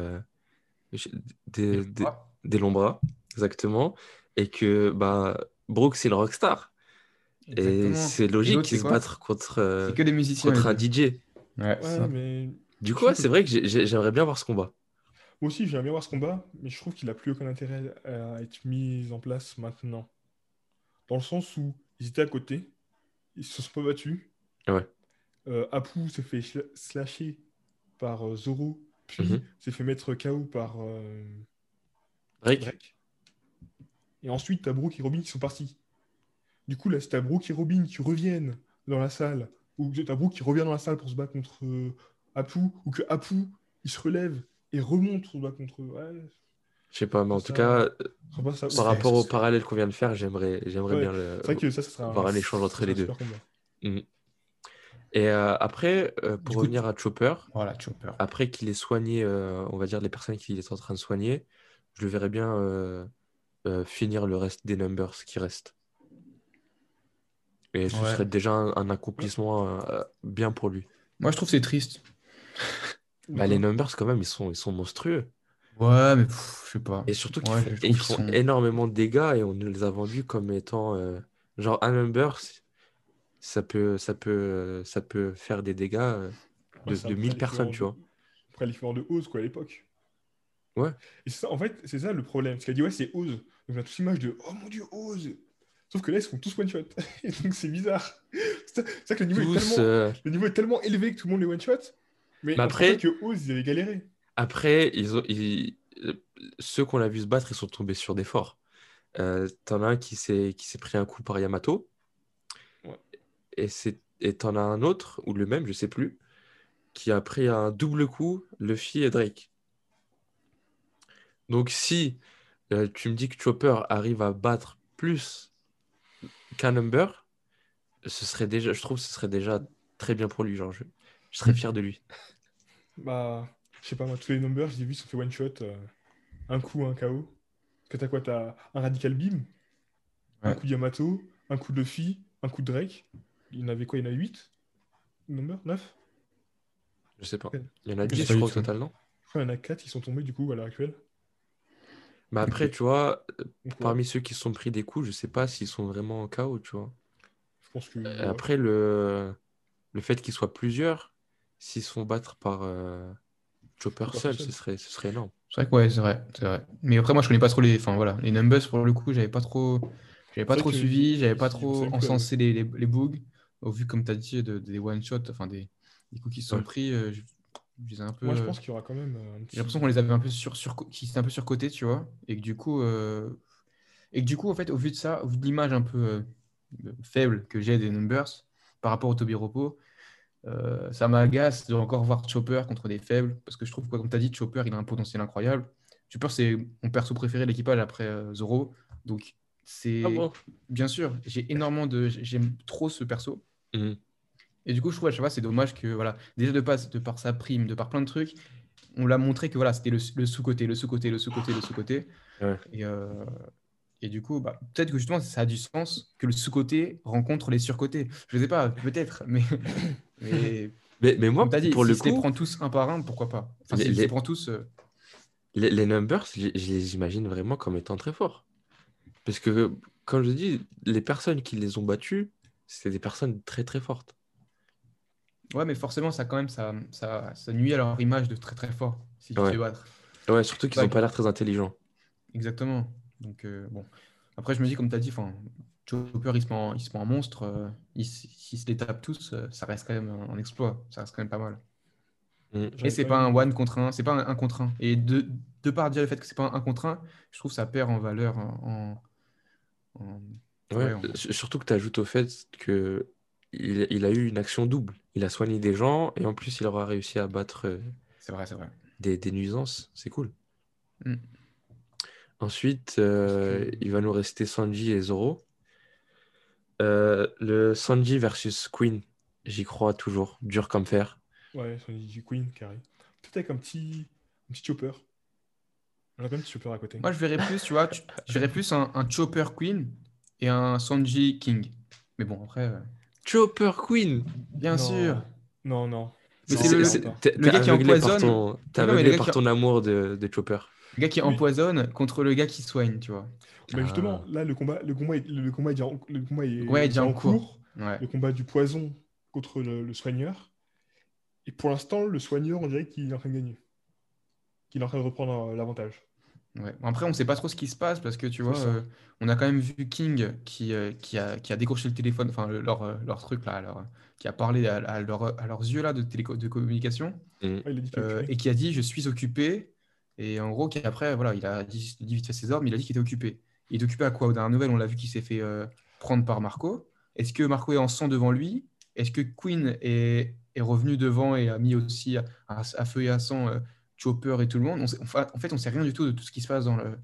Speaker 4: Et
Speaker 3: des,
Speaker 4: le
Speaker 3: des,
Speaker 4: bras.
Speaker 3: des Lombras, exactement, et que bah, Brooke c'est une rockstar. Et
Speaker 4: Exactement.
Speaker 3: c'est
Speaker 4: Et
Speaker 3: logique
Speaker 4: l'autre,
Speaker 3: qu'il
Speaker 4: c'est
Speaker 3: se
Speaker 4: quoi?
Speaker 3: batte contre,
Speaker 4: C'est que des musiciens, les
Speaker 3: contre un
Speaker 4: deux.
Speaker 3: DJ.
Speaker 4: Ouais, c'est
Speaker 5: Ouais,
Speaker 4: ça.
Speaker 5: mais
Speaker 3: Du
Speaker 5: je
Speaker 3: coup, ouais,
Speaker 5: trouve que
Speaker 3: c'est vrai que j'aimerais bien voir ce combat.
Speaker 5: moi aussi, j'aimerais bien voir ce combat, mais je trouve qu'il a plus aucun intérêt à être mis en place maintenant. Dans le sens où ils étaient à côté, ils se sont pas battus.
Speaker 3: Ouais.
Speaker 5: Apu s'est fait slasher par Zoro, puis
Speaker 3: Mhm.
Speaker 5: s'est fait mettre KO par
Speaker 3: Drake?
Speaker 5: Drake. Et ensuite, t'as Brooke et Robin qui sont partis. Du coup, là, c'est t'as Brooke et Robin qui reviennent dans la salle, ou que t'as Brooke qui revient dans la salle pour se battre contre Apu, ou que Apu, il se relève et remonte pour se battre contre eux. Ouais,
Speaker 3: Je sais pas, mais
Speaker 5: je
Speaker 3: en
Speaker 5: trouve
Speaker 3: tout
Speaker 5: ça,
Speaker 3: cas,
Speaker 5: je trouve pas ça
Speaker 3: par
Speaker 5: ouf.
Speaker 3: rapport
Speaker 4: Ce
Speaker 3: au
Speaker 4: serait...
Speaker 3: parallèle qu'on vient de faire, j'aimerais
Speaker 5: Ouais,
Speaker 3: bien
Speaker 5: c'est vrai que ça
Speaker 3: voir un échange
Speaker 5: ça
Speaker 3: entre
Speaker 5: serait
Speaker 3: les
Speaker 5: un
Speaker 3: deux.
Speaker 5: super combat.
Speaker 3: Mhm. Et après, pour
Speaker 4: Du coup,
Speaker 3: revenir à Chopper,
Speaker 4: voilà, Chopper.
Speaker 3: après qu'il ait soigné, on va dire, les personnes qu'il est en train de soigner, je le verrais bien finir le reste des numbers qui restent. Et ce
Speaker 4: Ouais.
Speaker 3: serait déjà un accomplissement bien pour lui.
Speaker 4: Moi, je trouve que c'est triste.
Speaker 5: De
Speaker 3: Bah, les
Speaker 5: quoi?
Speaker 3: numbers, quand même, ils sont monstrueux.
Speaker 4: Ouais, mais je sais pas.
Speaker 3: Et surtout qu'ils
Speaker 4: Ouais,
Speaker 3: font,
Speaker 4: je
Speaker 3: et ils
Speaker 4: trouve qu'ils
Speaker 3: font
Speaker 4: sont...
Speaker 3: énormément de dégâts et on nous les a vendus comme étant genre un number, ça peut faire des dégâts
Speaker 5: Ouais,
Speaker 3: de,
Speaker 5: c'est à
Speaker 3: de
Speaker 5: peu près
Speaker 3: 1000 personnes,
Speaker 5: l'équivalent
Speaker 3: tu
Speaker 5: de,
Speaker 3: vois.
Speaker 5: après l'équivalent de Oz, quoi, à l'époque.
Speaker 3: Ouais.
Speaker 5: Et c'est ça, en fait, c'est ça le problème. Parce qu'elle dit, ouais, c'est Oz. Donc on a tous l'image de, oh mon dieu, Oz. Sauf que là, ils se font tous one-shot. Et donc c'est bizarre. C'est ça que
Speaker 3: Tous.
Speaker 5: le niveau est tellement élevé que tout le monde les one-shot. Mais
Speaker 3: Mais
Speaker 5: on se rappelle
Speaker 3: après,
Speaker 5: que Oz, ils avaient galéré.
Speaker 3: après ceux qu'on a vu se battre, ils sont tombés sur des forts. T'en as un qui s'est pris un coup par Yamato,
Speaker 5: Ouais.
Speaker 3: et t'en as un autre, ou le même, je sais plus, qui a pris un double coup, Luffy et Drake. Donc si tu me dis que Chopper arrive à battre plus qu'un Number, je trouve que ce serait déjà très bien pour lui. Genre, je serais fier de lui.
Speaker 5: Bah, je sais pas, moi, tous les numbers, j'ai vu, ils sont fait one shot, un coup, un KO. Parce que t'as quoi? T'as un Radical Beam, un
Speaker 4: Ouais.
Speaker 5: coup de Yamato, un coup de Luffy, un coup de Drake. Il y en avait quoi? Il y en a 8 numbers? 9?
Speaker 3: Je sais pas.
Speaker 5: Je
Speaker 3: Il y en a
Speaker 4: Je sais
Speaker 3: 10,
Speaker 4: pas
Speaker 3: je
Speaker 4: du
Speaker 3: crois, au
Speaker 4: tout.
Speaker 3: total, non?
Speaker 5: crois qu'il y en a 4 qui sont tombés, du coup, à l'heure actuelle.
Speaker 3: Mais après,
Speaker 4: Ok.
Speaker 3: tu vois,
Speaker 5: Donc, ouais,
Speaker 3: parmi ceux qui se sont pris des coups, je sais pas s'ils sont vraiment en KO, tu vois.
Speaker 5: je pense que,
Speaker 3: Et
Speaker 5: ouais.
Speaker 3: après, le fait qu'ils soient plusieurs, s'ils se font battre par Chopper
Speaker 5: Chopper tout
Speaker 3: seul,
Speaker 5: seul.
Speaker 3: ce serait énorme.
Speaker 4: C'est vrai que ouais, c'est vrai, c'est vrai. Mais après, moi, je connais pas trop les. Enfin, voilà. Les Numbers, pour le coup, j'avais pas
Speaker 5: C'est vrai
Speaker 4: trop suivi, j'avais pas
Speaker 5: j'en sais
Speaker 4: trop
Speaker 5: même plus avec.
Speaker 4: encensé les bugs. Au vu, comme tu as dit, des one-shots, enfin, des coups qui se sont
Speaker 3: Ouais.
Speaker 4: pris, je les ai un peu.
Speaker 5: Moi, je pense qu'il y aura quand même un
Speaker 4: J'ai l'impression
Speaker 5: petit.
Speaker 4: qu'on les avait un peu qui étaient un peu surcotés, tu vois. Et que du coup, en fait, au vu de ça, au vu de l'image un peu faible que j'ai des Numbers par rapport au Toby Reppo, ça m'agace de encore voir Chopper contre des faibles, parce que je trouve, quoi, comme tu as dit, Chopper, il a un potentiel incroyable. Chopper, c'est mon perso préféré de l'équipage après Zoro. Donc,
Speaker 3: Ah
Speaker 4: c'est
Speaker 3: bon?
Speaker 4: bien sûr, j'aime trop ce perso.
Speaker 3: Mhm.
Speaker 4: Et du coup, je trouve à chaque fois, c'est dommage que, voilà, déjà de par sa prime, de par plein de trucs, on l'a montré que voilà, c'était le sous-côté, le sous-côté, le sous-côté, le sous-côté.
Speaker 3: Ouais.
Speaker 4: Et, euh, et du coup, bah, peut-être que justement, ça a du sens que le sous-côté rencontre les surcotés. Je ne sais pas, peut-être, mais
Speaker 3: Mais
Speaker 4: comme
Speaker 3: moi,
Speaker 4: tu as dit,
Speaker 3: pour le
Speaker 4: s'il se les
Speaker 3: coup,
Speaker 4: prend tous un par un, pourquoi pas? Enfin,
Speaker 3: les,
Speaker 4: s'il se les
Speaker 3: les,
Speaker 4: prend tous,
Speaker 3: les Numbers, je les imagine vraiment comme étant très forts. Parce que, comme je dis, les personnes qui les ont battus, c'est des personnes très très fortes.
Speaker 4: ouais, mais forcément, ça quand même, ça nuit à leur image de très très fort si tu te
Speaker 3: Ouais.
Speaker 4: fais battre.
Speaker 3: Ouais, surtout qu'ils
Speaker 4: Ouais,
Speaker 3: n'ont pas l'air très intelligents.
Speaker 4: exactement. Donc, bon. Après, je me dis, comme tu as dit, enfin, Chopper, il se prend un monstre, s'il se les tape tous, ça reste quand même un exploit. Ça reste quand même pas mal.
Speaker 3: Mhm.
Speaker 4: Et
Speaker 5: J'avais
Speaker 4: c'est
Speaker 5: quand
Speaker 4: pas un
Speaker 5: même.
Speaker 4: one contre un, c'est pas un contre un. Et de par dire le fait que c'est pas un contre un, je trouve que ça perd en valeur en-
Speaker 3: Ouais,
Speaker 4: ouais, en-
Speaker 3: surtout que tu ajoutes au fait que il a eu une action double. Il a soigné des gens et en plus il aura réussi à battre
Speaker 4: C'est vrai, c'est vrai.
Speaker 3: des nuisances. C'est cool.
Speaker 4: Mm.
Speaker 3: Ensuite,
Speaker 5: Parce que.
Speaker 3: il va nous rester Sanji et Zoro. Le Sanji versus Queen, j'y crois toujours. Dur comme fer.
Speaker 5: Ouais, son du Queen, carré. Peut-être avec un petit chopper. On a quand même un petit chopper à côté.
Speaker 4: Moi, je verrais plus, tu vois, je verrais plus un Chopper Queen et un Sanji King. Mais bon, après,
Speaker 3: Chopper Queen!
Speaker 4: bien sûr.
Speaker 5: Non, non, non,
Speaker 4: Mais
Speaker 5: non, clairement pas.
Speaker 3: T'es
Speaker 4: le gars qui
Speaker 3: aveuglé par
Speaker 4: empoisonne.
Speaker 3: t'es
Speaker 4: Oui, non, mais
Speaker 3: aveuglé par ton amour de Chopper.
Speaker 4: le gars qui
Speaker 5: Oui,
Speaker 4: empoisonne contre le gars qui soigne, tu vois.
Speaker 5: mais justement,
Speaker 3: Ah.
Speaker 5: là, le combat
Speaker 4: Le combat est
Speaker 5: est
Speaker 4: déjà
Speaker 5: déjà
Speaker 4: en
Speaker 5: en
Speaker 4: cours.
Speaker 5: cours.
Speaker 4: Ouais.
Speaker 5: Le combat du poison contre le soigneur. Et pour l'instant, le soigneur, on dirait qu'il est en train de gagner. Qu'il est en train de reprendre l'avantage.
Speaker 4: Ouais. Bon, après, on ne sait pas trop ce qui se passe parce que tu
Speaker 5: C'est
Speaker 4: vois,
Speaker 5: ça.
Speaker 4: on a quand même vu King qui a décroché le téléphone, enfin leur truc là, qui a parlé à leurs yeux là de communication
Speaker 3: Mm.
Speaker 5: Ah, il a dit qu'il est occupé.
Speaker 4: et qui a dit je suis occupé. Et en gros, après, voilà, il a dit vite fait ses ordres, mais il a dit qu'il était occupé. Il est occupé à quoi? Aux dernières nouvelles, on l'a vu qu'il s'est fait prendre par Marco. Est-ce que Marco est en sang devant lui? Est-ce que Queen est revenu devant et a mis aussi à feu et à sang Chopper et tout le monde? En fait, on sait rien du tout de tout ce qui se passe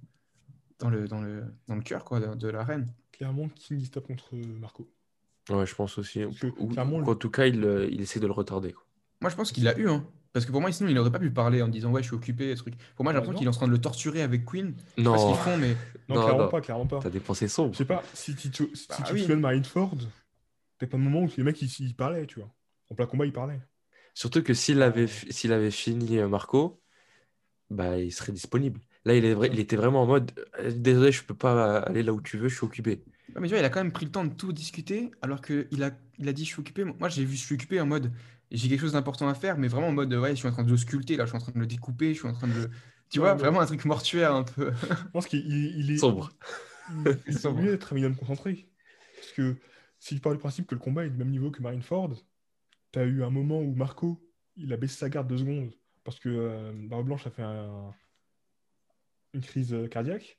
Speaker 4: dans le cœur quoi, de la reine.
Speaker 5: Clairement, King il se tape contre Marco.
Speaker 3: Ouais, je pense aussi.
Speaker 5: Parce que
Speaker 3: Ou
Speaker 5: clairement,
Speaker 3: qu'en tout cas, il essaie de le retarder, quoi.
Speaker 4: Moi, je pense qu'il l'a eu, hein. Parce que pour moi, sinon, il n'aurait pas pu parler en disant ouais, je suis occupé, ce truc. Pour moi, j'ai
Speaker 5: bah
Speaker 4: l'impression qu'il est
Speaker 5: non,
Speaker 4: en train de le torturer avec Queen. Je sais pas ce qu'ils
Speaker 3: Non,
Speaker 4: font, mais
Speaker 5: non,
Speaker 3: non,
Speaker 5: clairement
Speaker 3: non.
Speaker 5: pas, clairement pas.
Speaker 3: T'as des pensées
Speaker 5: Je sais
Speaker 3: sombres.
Speaker 5: pas, si
Speaker 4: bah
Speaker 5: tu te
Speaker 4: oui.
Speaker 5: souviens de Marineford, t'as pas de moment où les mecs ils parlaient, tu vois. En plein combat, ils parlaient.
Speaker 3: Surtout que
Speaker 5: Bah,
Speaker 3: s'il avait fini Marco, bah, il serait disponible. Là,
Speaker 5: c'est
Speaker 3: il
Speaker 5: ça.
Speaker 3: était vraiment en mode désolé, je peux pas aller là où tu veux, je suis occupé.
Speaker 4: Ouais, mais tu vois, il a quand même pris le temps de tout discuter, alors qu'il a dit je suis occupé. Moi, j'ai vu je suis occupé en mode j'ai quelque chose d'important à faire, mais vraiment en mode ouais, je suis en train de le sculpter, là, je suis en train de le découper, je suis en train de le. Tu
Speaker 5: Non,
Speaker 4: vois,
Speaker 5: mais
Speaker 4: vraiment un truc mortuaire un peu.
Speaker 5: je pense
Speaker 3: Sombre.
Speaker 4: C'est
Speaker 5: il est
Speaker 4: sombre.
Speaker 5: mieux d'être un minimum concentré. Parce que si tu pars du principe que le combat est du même niveau que Marineford, t'as eu un moment où Marco, il a baissé sa garde 2 secondes parce que Barbe Blanche a fait une crise cardiaque.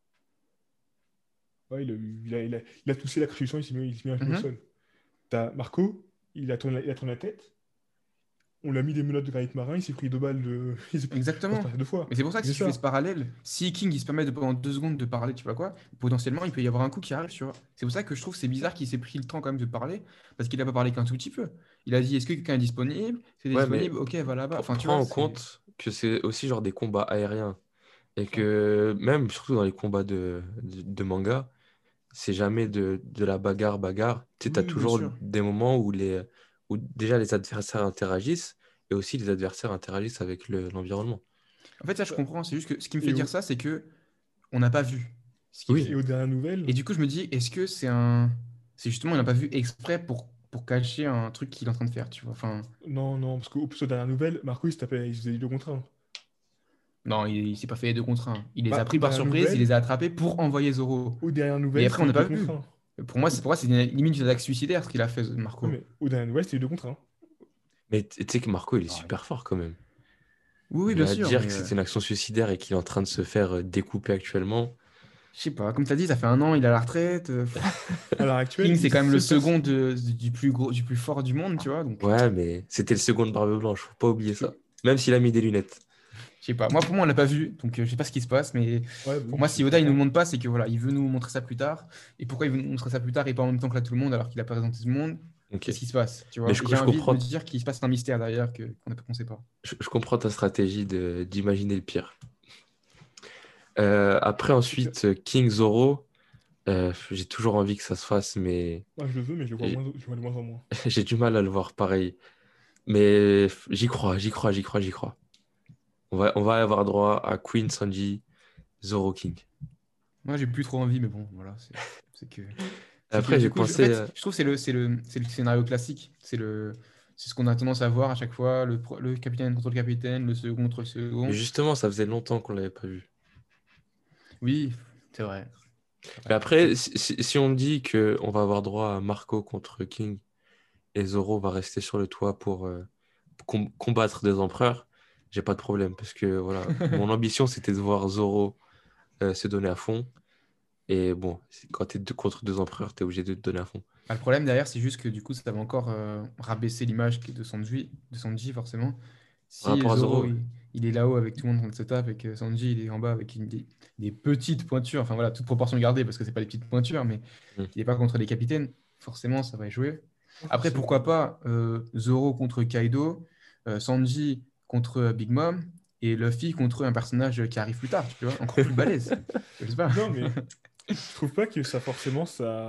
Speaker 5: Ouais, il a toussé la crucifixion, il s'est mis à genoux au
Speaker 4: Mhm.
Speaker 5: sol. T'as Marco, il a tourné la tête, on l'a mis des menottes de granit marin, il s'est pris 2 balles de. Il s'est
Speaker 4: Exactement.
Speaker 5: passé 2 fois.
Speaker 4: Mais c'est pour ça que
Speaker 5: C'est
Speaker 4: si tu fais
Speaker 5: ça.
Speaker 4: ce parallèle, si King il se permet pendant 2 secondes de parler, tu vois quoi, potentiellement il peut y avoir un coup qui arrive, tu vois. C'est pour ça que je trouve que c'est bizarre qu'il s'est pris le temps quand même de parler, parce qu'il n'a pas parlé qu'un tout petit peu. Il a dit est-ce que quelqu'un est disponible? C'est
Speaker 3: Ouais, mais
Speaker 4: disponible, ok, va là-bas. Enfin, tu
Speaker 3: prends
Speaker 4: vois,
Speaker 3: en
Speaker 4: c'est.
Speaker 3: compte que c'est aussi genre des combats aériens. Et
Speaker 5: Ça.
Speaker 3: que même, surtout dans les combats de manga, c'est jamais de la bagarre. Tu sais,
Speaker 4: Oui,
Speaker 3: t'as
Speaker 4: oui, bien
Speaker 3: toujours
Speaker 4: sûr.
Speaker 3: des moments où déjà les adversaires interagissent et aussi les adversaires interagissent avec l'environnement.
Speaker 4: En fait, ça je
Speaker 5: Ça.
Speaker 4: comprends, c'est juste que ce qui me fait
Speaker 5: Et,
Speaker 4: dire
Speaker 5: au-
Speaker 4: ça, c'est que on n'a pas vu ce qu'il
Speaker 3: Oui,
Speaker 5: et
Speaker 4: faisait.
Speaker 5: aux dernières nouvelles,
Speaker 4: Et du coup, je me dis, est-ce que c'est un. C'est justement, il n'a pas vu exprès pour cacher un truc qu'il est en train de faire, tu vois. Enfin,
Speaker 5: non, non, parce qu'au plus aux dernières nouvelles, Marco, il se faisait 2 contre 1.
Speaker 4: non, il s'est pas fait 2 contre 1. Il les a
Speaker 5: Bah,
Speaker 4: pris
Speaker 5: aux
Speaker 4: par
Speaker 5: dernières
Speaker 4: surprise, il
Speaker 5: nouvelles,
Speaker 4: les a attrapés pour envoyer Zoro.
Speaker 5: aux dernières
Speaker 4: Mais
Speaker 5: nouvelles,
Speaker 4: après, on
Speaker 5: c'était
Speaker 4: n'a
Speaker 5: du deux
Speaker 4: pas
Speaker 5: contre
Speaker 4: vu.
Speaker 5: un.
Speaker 4: Pour moi, c'est limite une attaque suicidaire ce qu'il a fait,
Speaker 5: Ouais,
Speaker 4: Marco.
Speaker 5: mais aux dernières nouvelles, c'était du 2 contre 1.
Speaker 3: mais tu sais que Marco, il est
Speaker 4: Ouais.
Speaker 3: super fort quand même.
Speaker 4: Oui, oui,
Speaker 3: De
Speaker 4: bien
Speaker 3: là à
Speaker 4: sûr,
Speaker 3: dire
Speaker 4: mais
Speaker 3: que c'était une action suicidaire et qu'il est en train de se faire découper actuellement.
Speaker 4: je sais pas. Comme tu as dit, ça fait un an, il est à la retraite.
Speaker 5: À l'heure actuelle,
Speaker 4: King,
Speaker 5: il
Speaker 4: c'est quand même le
Speaker 5: sait
Speaker 4: second du plus gros, du plus fort du monde, tu vois. Donc,
Speaker 3: Ouais, mais c'était le second de Barbe Blanche, faut pas oublier
Speaker 5: parce
Speaker 3: ça.
Speaker 5: que,
Speaker 3: Même s'il a mis des lunettes.
Speaker 4: je sais pas. Moi, pour moi, on l'a pas vu, donc je sais pas ce qui se passe, mais
Speaker 5: ouais, bah
Speaker 4: pour
Speaker 5: oui,
Speaker 4: moi,
Speaker 5: je
Speaker 4: si Oda il nous
Speaker 5: comprends.
Speaker 4: le montre pas, c'est que voilà, il veut nous montrer ça plus tard. Et pourquoi il veut nous montrer ça plus tard et pas en même temps que là tout le monde alors qu'il a présenté tout le monde?
Speaker 3: Ok.
Speaker 4: Qu'est-ce qui se passe, tu
Speaker 3: Mais
Speaker 4: vois? Et j'ai
Speaker 3: je
Speaker 4: envie de me
Speaker 3: comprends,
Speaker 4: dire qu'il se passe un mystère derrière qu'on sait pas.
Speaker 3: je comprends ta stratégie d'imaginer le pire. Après,
Speaker 5: C'est que,
Speaker 3: ensuite, King Zoro, j'ai toujours envie que ça se fasse, mais
Speaker 5: moi, je le veux, mais
Speaker 3: j'ai
Speaker 5: je le vois de moins en moins.
Speaker 3: j'ai du mal à le voir pareil. Mais j'y crois. On va avoir droit à Queen Sanji, Zoro King.
Speaker 4: Moi, j'ai plus trop envie, mais bon, voilà, c'est que. C'est que
Speaker 3: Après,
Speaker 4: du
Speaker 3: j'ai
Speaker 4: coup, en
Speaker 3: pensé,
Speaker 4: fait, je trouve que c'est le scénario classique. C'est ce qu'on a tendance à voir à chaque fois, le capitaine contre le capitaine, le second contre le
Speaker 3: mais
Speaker 4: second.
Speaker 3: justement, ça faisait longtemps qu'on l'avait pas vu.
Speaker 4: Oui, c'est vrai.
Speaker 3: Mais
Speaker 4: Ouais,
Speaker 3: après, si on me dit que on va avoir droit à Marco contre King et Zoro va rester sur le toit pour combattre des empereurs, j'ai pas de problème parce que voilà, mon ambition c'était de voir Zoro se donner à fond. Et bon, quand tu es contre deux empereurs, tu es obligé de te donner à fond.
Speaker 4: Le problème derrière, c'est juste que du coup, ça va encore rabaisser l'image de Sanji, forcément.
Speaker 3: Par
Speaker 4: Si
Speaker 3: rapport à
Speaker 4: Zoro,
Speaker 3: Zoro,
Speaker 4: il est là-haut avec tout le monde en train de se tape et que Sanji, il est en bas avec des petites pointures, enfin voilà, toute proportion gardée parce que c'est pas des petites pointures, mais
Speaker 3: hmm.
Speaker 4: qu'il n'est pas contre les capitaines, forcément, ça va jouer.
Speaker 5: Pas
Speaker 4: Après,
Speaker 5: forcément.
Speaker 4: pourquoi pas Zoro contre Kaido, Sanji contre Big Mom et Luffy contre un personnage qui arrive plus tard, tu vois, encore plus balèze. Je sais pas.
Speaker 5: Non, mais je trouve pas que ça forcément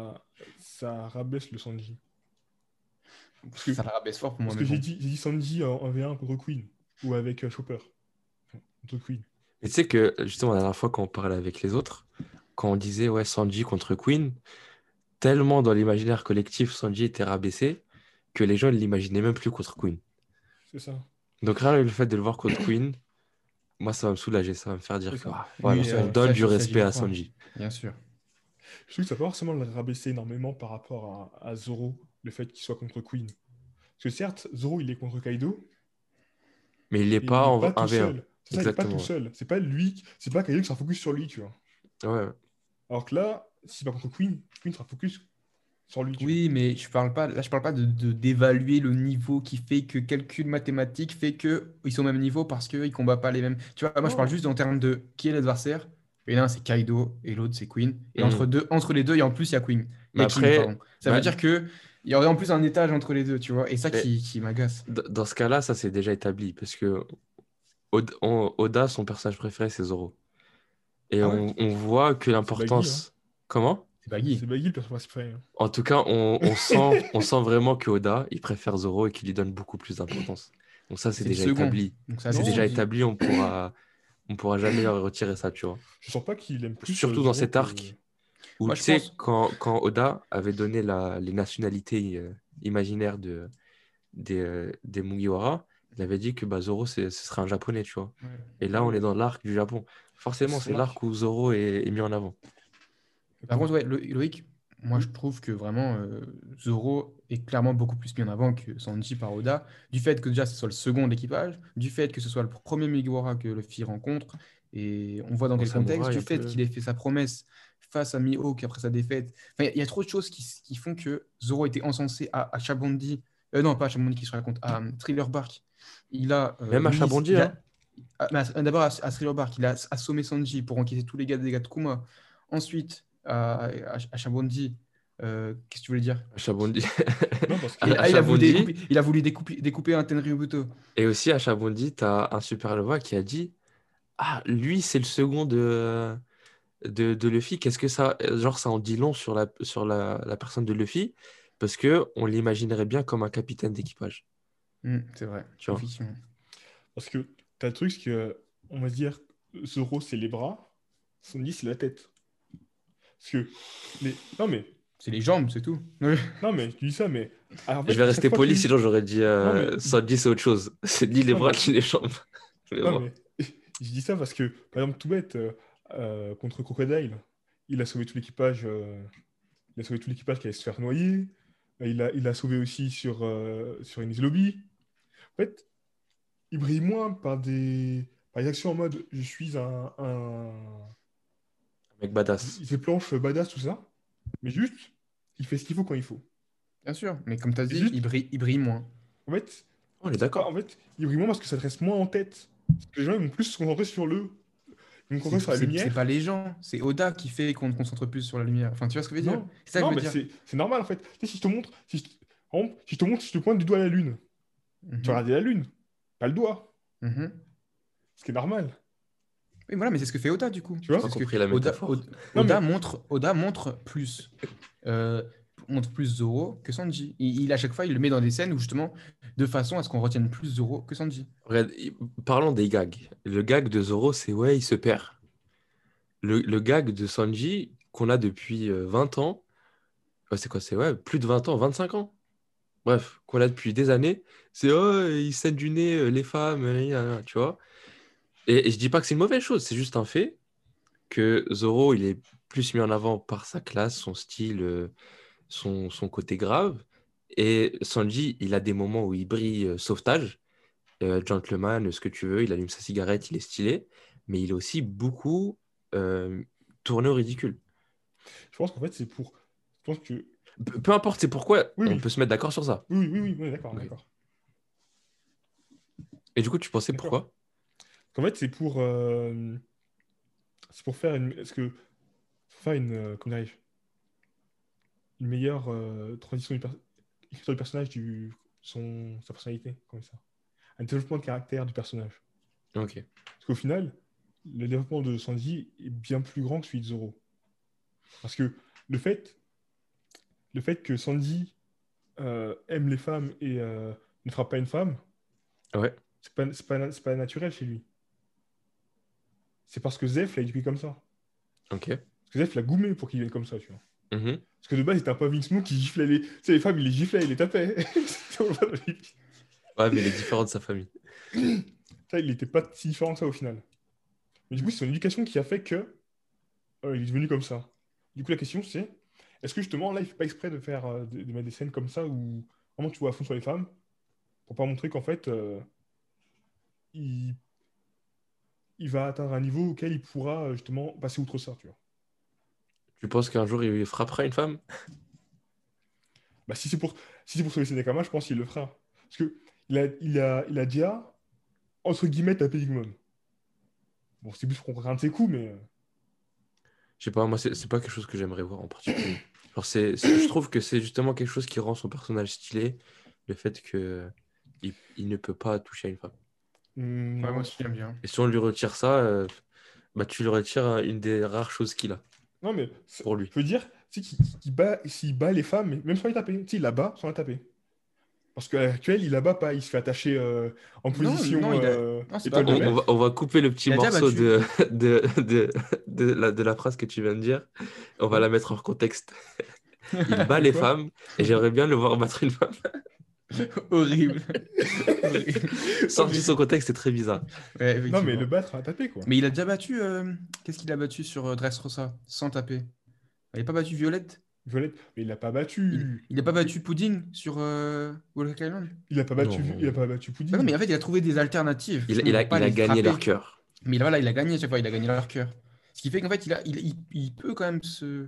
Speaker 5: ça rabaisse le Sanji. Parce que,
Speaker 4: Ça la rabaisse fort pour moi,
Speaker 5: parce
Speaker 4: mais
Speaker 5: que j'ai
Speaker 4: bon.
Speaker 5: dit, j'ai dit Sanji en 1v1 contre Queen ou avec Chopper. Enfin, contre Queen.
Speaker 3: Et tu sais que justement, la dernière fois quand on parlait avec les autres, quand on disait ouais, Sanji contre Queen, tellement dans l'imaginaire collectif, Sanji était rabaissé que les gens ne l'imaginaient même plus contre Queen.
Speaker 5: C'est ça.
Speaker 3: Donc rien que le fait de le voir contre Queen, moi ça va me soulager, ça va me faire dire
Speaker 5: C'est
Speaker 3: que
Speaker 5: ça.
Speaker 3: voilà,
Speaker 4: Oui,
Speaker 3: on donne
Speaker 4: ça,
Speaker 3: du
Speaker 4: ça, j'y
Speaker 3: respect à
Speaker 4: crois,
Speaker 3: Sanji.
Speaker 4: bien sûr.
Speaker 5: Je trouve que ça peut pas forcément le rabaisser énormément par rapport à Zoro, le fait qu'il soit contre Queen. Parce que certes, Zoro il est contre Kaido,
Speaker 3: Mais il n'est
Speaker 5: et
Speaker 3: pas
Speaker 5: il est
Speaker 3: en
Speaker 5: pas tout
Speaker 3: 1v1.
Speaker 5: seul. C'est ça, il est pas tout
Speaker 3: Exactement.
Speaker 5: seul. C'est pas lui, c'est pas Kaido qui sera focus sur lui, tu vois.
Speaker 3: Ouais.
Speaker 5: Alors que là, s'il va contre Queen, Queen sera focus sur lui, tu vois.
Speaker 4: Oui, mais je parle pas d'évaluer le niveau qui fait que calcul mathématique fait que ils sont au même niveau parce qu'ils combattent pas les mêmes. Tu vois, moi je parle
Speaker 5: Non,
Speaker 4: juste en termes de qui est l'adversaire. Et l'un c'est Kaido et l'autre c'est Queen. Et
Speaker 3: Mhm.
Speaker 4: entre les deux, il y a en plus il y a Queen. Il y
Speaker 3: Mais
Speaker 4: a King,
Speaker 3: après,
Speaker 4: pardon. Ça veut
Speaker 3: bah,
Speaker 4: dire que il y aurait en plus un étage entre les deux, tu vois. Et ça
Speaker 3: mais
Speaker 4: qui m'agace.
Speaker 3: dans ce cas-là, ça c'est déjà établi parce que Oda, son personnage préféré, c'est Zoro. Et
Speaker 4: Ah ouais?
Speaker 3: on voit que
Speaker 5: c'est Baggy, hein.
Speaker 3: l'importance. Comment?
Speaker 4: C'est Baggy.
Speaker 5: C'est Baggy le personnage préféré, hein.
Speaker 3: En tout cas, on sent vraiment que Oda, il préfère Zoro et qu'il lui donne beaucoup plus d'importance. Donc ça, c'est
Speaker 4: C'est le
Speaker 3: déjà
Speaker 4: second.
Speaker 3: établi.
Speaker 4: Donc c'est
Speaker 3: C'est
Speaker 4: assez
Speaker 5: Non,
Speaker 3: déjà
Speaker 4: dit.
Speaker 3: établi, on pourra jamais retirer ça, tu vois.
Speaker 5: je sens pas qu'il aime plus
Speaker 3: Surtout dans
Speaker 5: Zoro
Speaker 3: cet
Speaker 5: que.
Speaker 3: arc où,
Speaker 4: Moi
Speaker 3: tu
Speaker 4: je
Speaker 3: sais,
Speaker 4: pense.
Speaker 3: quand Oda avait donné les nationalités imaginaires des Mugiwara, il avait dit que bah, Zoro, ce serait un japonais, tu vois.
Speaker 4: Ouais.
Speaker 3: Et là, on est dans l'arc du Japon. Forcément,
Speaker 5: C'est
Speaker 3: c'est
Speaker 5: son arc.
Speaker 3: l'arc où Zoro est mis en avant.
Speaker 4: Par contre, ouais, Loïc, moi je
Speaker 5: Oui.
Speaker 4: trouve que vraiment Zoro est clairement beaucoup plus mis en avant que Sanji par Oda, du fait que déjà ce soit le second de l'équipage, du fait que ce soit le premier Mugiwara que Luffy rencontre, et on voit dans
Speaker 3: En
Speaker 4: quel contexte,
Speaker 3: samouraï,
Speaker 4: du
Speaker 3: un
Speaker 4: fait
Speaker 3: peu.
Speaker 4: qu'il ait fait sa promesse face à Mihawk après sa défaite. Enfin, il y a trop de choses qui font que Zoro était encensé à Shabondi Non, pas à Chamonix, je raconte. À Thriller Bark. Il a.
Speaker 3: Même à
Speaker 4: mis-
Speaker 3: Chabondi,
Speaker 4: il a-
Speaker 3: hein.
Speaker 4: D'abord à Thriller Bark, il a assommé Sanji pour enquêter tous les gars des gars de Kuma. Ensuite, à Chabondi, qu'est-ce que tu voulais dire?
Speaker 3: À Chabondi.
Speaker 5: Non, parce que.
Speaker 3: À Chabondi.
Speaker 4: Il a voulu découper un Tenryubuto.
Speaker 3: Et aussi à Chabondi, tu as un supernova qui a dit ah, lui, c'est le second de Luffy. Qu'est-ce que ça. Genre, ça en dit long sur la personne de Luffy, parce que on l'imaginerait bien comme un capitaine d'équipage.
Speaker 4: C'est vrai,
Speaker 3: Tu vois.
Speaker 4: effectivement.
Speaker 5: Parce que t'as le truc, c'est que, on va se dire, Zoro, c'est les bras, Sandy, c'est la tête. Parce que. Non, mais.
Speaker 4: C'est les jambes, c'est tout.
Speaker 5: Non, mais tu dis ça, mais. Alors, en fait,
Speaker 3: Je vais
Speaker 5: à
Speaker 3: rester
Speaker 5: chaque fois
Speaker 3: poli,
Speaker 5: qu'il-
Speaker 3: sinon j'aurais dit
Speaker 5: Non, mais-
Speaker 3: Sanji, c'est autre chose. C'est ni les
Speaker 5: Non,
Speaker 3: bras
Speaker 5: mais-
Speaker 3: ni les jambes. Mais
Speaker 5: Non,
Speaker 3: bon.
Speaker 5: mais je dis ça parce que, par exemple, tout bête, contre Crocodile, il a sauvé tout l'équipage. Il a sauvé tout l'équipage qui allait se faire noyer. Il a sauvé aussi sur Enies Lobby. En fait, il brille moins par des actions en mode je suis un...
Speaker 3: Mec badass.
Speaker 5: Il fait planche badass, tout ça. Mais juste, il fait ce qu'il faut quand il faut.
Speaker 4: Bien sûr, mais comme tu as dit,
Speaker 5: Juste-
Speaker 4: il brille moins.
Speaker 5: En fait,
Speaker 3: On est d'accord.
Speaker 5: en fait, il brille moins parce que ça te reste moins en tête. Parce que les gens ils vont plus se concentrer sur le... Ils vont se concentrer sur la lumière.
Speaker 4: C'est pas les gens, c'est Oda qui fait qu'on se concentre plus sur la lumière. Enfin, tu vois ce que je veux dire?
Speaker 5: Non,
Speaker 4: C'est ça que
Speaker 5: non,
Speaker 4: je veux
Speaker 5: mais
Speaker 4: dire.
Speaker 5: c'est normal en fait. Tu sais, si je te montre, par exemple, si je te montre, si je te pointe du doigt à la lune,
Speaker 4: Mhm.
Speaker 5: tu vas regarder la lune, pas le doigt.
Speaker 4: Mhm.
Speaker 5: Ce qui est normal.
Speaker 4: Oui, voilà, mais c'est ce que fait Oda du coup.
Speaker 5: Tu vois?
Speaker 4: C'est
Speaker 3: J'ai
Speaker 4: ce
Speaker 3: compris
Speaker 4: que
Speaker 3: la
Speaker 4: Oda,
Speaker 3: métaphore.
Speaker 4: Oda montre plus. Montre plus Zoro que Sanji. À chaque fois, il le met dans des scènes où justement, de façon à ce qu'on retienne plus Zoro que Sanji.
Speaker 3: Regarde, parlons des gags. Le gag de Zoro, c'est ouais, il se perd. Le gag de Sanji, qu'on a depuis 20 ans, ouais, c'est quoi? C'est ouais, plus de 20 ans, 25 ans. Bref, qu'on a depuis des années, c'est oh, il saigne du nez les femmes, tu vois. Et je dis pas que c'est une mauvaise chose, c'est juste un fait que Zoro, il est plus mis en avant par sa classe, son style, son côté grave. Et Sanji, il a des moments où il brille sauvetage, gentleman, ce que tu veux, il allume sa cigarette, il est stylé, mais il est aussi beaucoup tourné au ridicule.
Speaker 5: Je pense qu'en fait, c'est pour. Je pense que.
Speaker 3: Peu importe, c'est pourquoi
Speaker 5: Oui,
Speaker 3: on
Speaker 5: oui.
Speaker 3: peut se mettre d'accord sur ça.
Speaker 5: Oui, d'accord,
Speaker 3: Oui.
Speaker 5: d'accord.
Speaker 3: Et du coup, tu pensais
Speaker 5: D'accord.
Speaker 3: pourquoi?
Speaker 5: Qu'en fait, c'est pour faire une. Est-ce que. Pour faire une. Comment dirais-je? Une meilleure transition écriture du personnage, sa personnalité, comme ça. Un développement de caractère du personnage.
Speaker 3: Ok.
Speaker 5: Parce qu'au final, le développement de Sanji est bien plus grand que celui de Zoro. Parce que le fait que Sanji aime les femmes et ne frappe pas une femme,
Speaker 3: Ouais.
Speaker 5: c'est pas naturel chez lui. C'est parce que Zef l'a éduqué comme ça.
Speaker 3: Ok.
Speaker 5: Parce que Zef l'a goumé pour qu'il vienne comme ça, tu vois.
Speaker 3: Mhm.
Speaker 5: Parce que de base, c'était un peu Vince Smoke qui giflait les... Tu sais, les femmes, il les giflait, il les tapait.
Speaker 3: Ouais, mais il est différent de sa famille.
Speaker 5: Ça, il n'était pas si différent que ça au final. Mais du coup, c'est son éducation qui a fait que il est devenu comme ça. Du coup, la question, c'est est-ce que justement, là, il fait pas exprès de faire de mettre des scènes comme ça où vraiment tu vois à fond sur les femmes pour pas montrer qu'en fait, il va atteindre un niveau auquel il pourra justement passer outre ça, tu vois.
Speaker 3: Tu penses qu'un jour il frappera une femme?
Speaker 5: Bah, si c'est pour sauver ses Nekama, je pense qu'il le fera. Parce que il a déjà, entre guillemets, tapé Big Mom. Bon, c'est plus pour un de ses coups, mais...
Speaker 3: Je sais pas, moi, c'est pas quelque chose que j'aimerais voir en particulier. Genre, je trouve que c'est justement quelque chose qui rend son personnage stylé, le fait que il ne peut pas toucher à une femme.
Speaker 4: Ouais,
Speaker 5: non.
Speaker 4: moi aussi, j'aime bien.
Speaker 3: Et si on lui retire ça, bah, tu lui retires une des rares choses qu'il a
Speaker 5: Non, mais
Speaker 3: pour lui.
Speaker 5: je veux dire, tu sais, s'il bat les femmes, mais même sans les taper, tu sais, il la bat sans la taper. Parce qu'à l'actuel, il la bat pas, il se fait attacher en position
Speaker 4: non, non, c'est
Speaker 5: étoile
Speaker 4: pas
Speaker 5: de
Speaker 4: vrai.
Speaker 5: mer.
Speaker 3: On va couper le petit
Speaker 4: Il a déjà
Speaker 3: morceau
Speaker 4: battu.
Speaker 3: de la phrase que tu viens de dire. On va la mettre hors contexte. Il bat les
Speaker 5: Quoi
Speaker 3: femmes et j'aimerais bien le voir battre une femme.
Speaker 4: Horrible. Horrible.
Speaker 3: Sorti de son contexte, c'est très bizarre.
Speaker 4: Ouais,
Speaker 5: Non, mais
Speaker 4: effectivement.
Speaker 5: le battre à taper, quoi.
Speaker 4: Mais il a déjà battu. Qu'est-ce qu'il a battu sur Dressrosa sans taper? Il n'a pas battu Violette?
Speaker 5: Violette, mais il l'a pas battu.
Speaker 4: Il n'a pas battu Pudding sur Walker Island?
Speaker 5: Il a pas battu,
Speaker 3: Non.
Speaker 5: il a pas battu Pudding.
Speaker 4: Bah non, mais en fait, il a trouvé des alternatives.
Speaker 3: Il
Speaker 4: Justement,
Speaker 3: a
Speaker 4: pas les
Speaker 3: gagné
Speaker 4: frapper.
Speaker 3: leur cœur.
Speaker 4: Mais voilà, il a gagné à chaque fois, il a gagné leur cœur. Ce qui fait qu'en fait, il peut quand même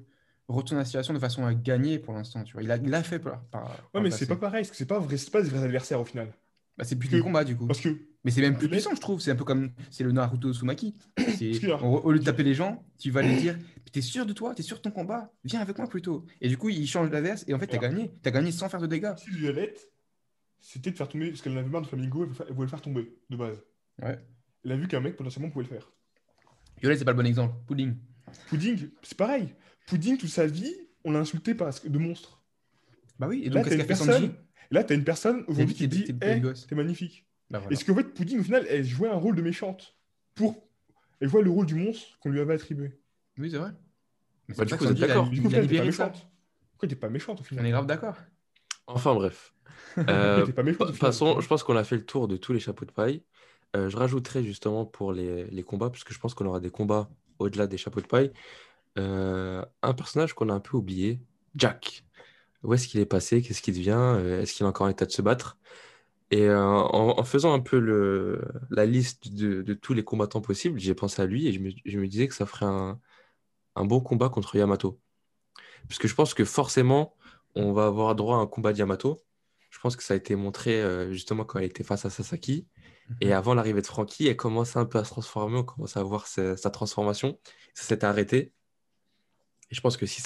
Speaker 4: retourner la situation de façon à gagner pour l'instant, tu vois. Il a fait par
Speaker 5: Ouais,
Speaker 4: le
Speaker 5: mais c'est pas
Speaker 4: passé.
Speaker 5: pareil, parce que c'est pas des vrais adversaires au final.
Speaker 4: Bah, c'est plus
Speaker 5: Parce
Speaker 4: des
Speaker 5: que,
Speaker 4: combats, du coup.
Speaker 5: parce que,
Speaker 4: Mais c'est même plus
Speaker 5: là,
Speaker 4: puissant, je trouve. C'est un peu comme c'est le Naruto Uzumaki.
Speaker 5: parce que, alors,
Speaker 4: Au lieu de
Speaker 5: je-
Speaker 4: taper les gens, tu vas lui dire, t'es sûr de toi, t'es sûr de ton combat, viens avec moi plutôt. Et du coup, il change d'adverse et en fait, t'as
Speaker 5: alors,
Speaker 4: gagné. T'as gagné sans faire de dégâts.
Speaker 5: si Violette, c'était de faire tomber, parce qu'elle en avait marre de Flamingo, elle voulait le faire tomber, de base.
Speaker 4: Ouais.
Speaker 5: Elle a vu qu'un mec potentiellement pouvait le faire.
Speaker 4: Violet, c'est pas le bon exemple. Pudding.
Speaker 5: Pudding, c'est pareil. Pudding, toute sa vie, on l'a insulté de monstre.
Speaker 4: Bah oui, et
Speaker 5: Là,
Speaker 4: donc
Speaker 5: t'as
Speaker 4: qu'est-ce
Speaker 5: une
Speaker 4: qu'a fait Sanji?
Speaker 5: personne, là, t'as une personne
Speaker 4: Il a
Speaker 5: aujourd'hui
Speaker 4: dit
Speaker 5: qui te
Speaker 4: t'es
Speaker 5: dit,
Speaker 4: belle gosse.
Speaker 5: t'es magnifique.
Speaker 4: Bah
Speaker 5: Et
Speaker 4: voilà.
Speaker 5: ce qu'en fait, Pudding, au final, elle jouait un rôle de méchante. Pour... Elle jouait le rôle du monstre qu'on lui avait attribué.
Speaker 4: Oui, c'est vrai. Mais c'est
Speaker 3: Bah,
Speaker 4: pour
Speaker 3: du
Speaker 4: ça que
Speaker 3: coup, vous êtes
Speaker 4: Sanji,
Speaker 3: d'accord?
Speaker 5: Du coup, au
Speaker 4: il a
Speaker 5: final, t'es pas
Speaker 4: libéré ça.
Speaker 5: méchante. Pourquoi t'es pas méchante au
Speaker 4: On
Speaker 5: final?
Speaker 4: est grave d'accord.
Speaker 3: Enfin bref.
Speaker 5: Pourquoi t'es pas méchante au final? Tu
Speaker 3: Passons,
Speaker 5: vois.
Speaker 3: je pense qu'on a fait le tour de tous les chapeaux de paille. Je rajouterai justement pour les combats, parce que je pense qu'on aura des combats au-delà des chapeaux de paille. Un personnage qu'on a un peu oublié, Jack. Où est-ce qu'il est passé? Qu'est-ce qu'il devient? Est-ce qu'il est encore en état de se battre? Et en faisant un peu la liste de tous les combattants possibles, j'ai pensé à lui et je me disais que ça ferait un bon combat contre Yamato. Parce que je pense que forcément, on va avoir droit à un combat de Yamato. Je pense que ça a été montré justement quand elle était face à Sasaki. Et avant l'arrivée de Frankie, elle commence un peu à se transformer, on commence à voir sa transformation. Ça s'était arrêté. Et je pense que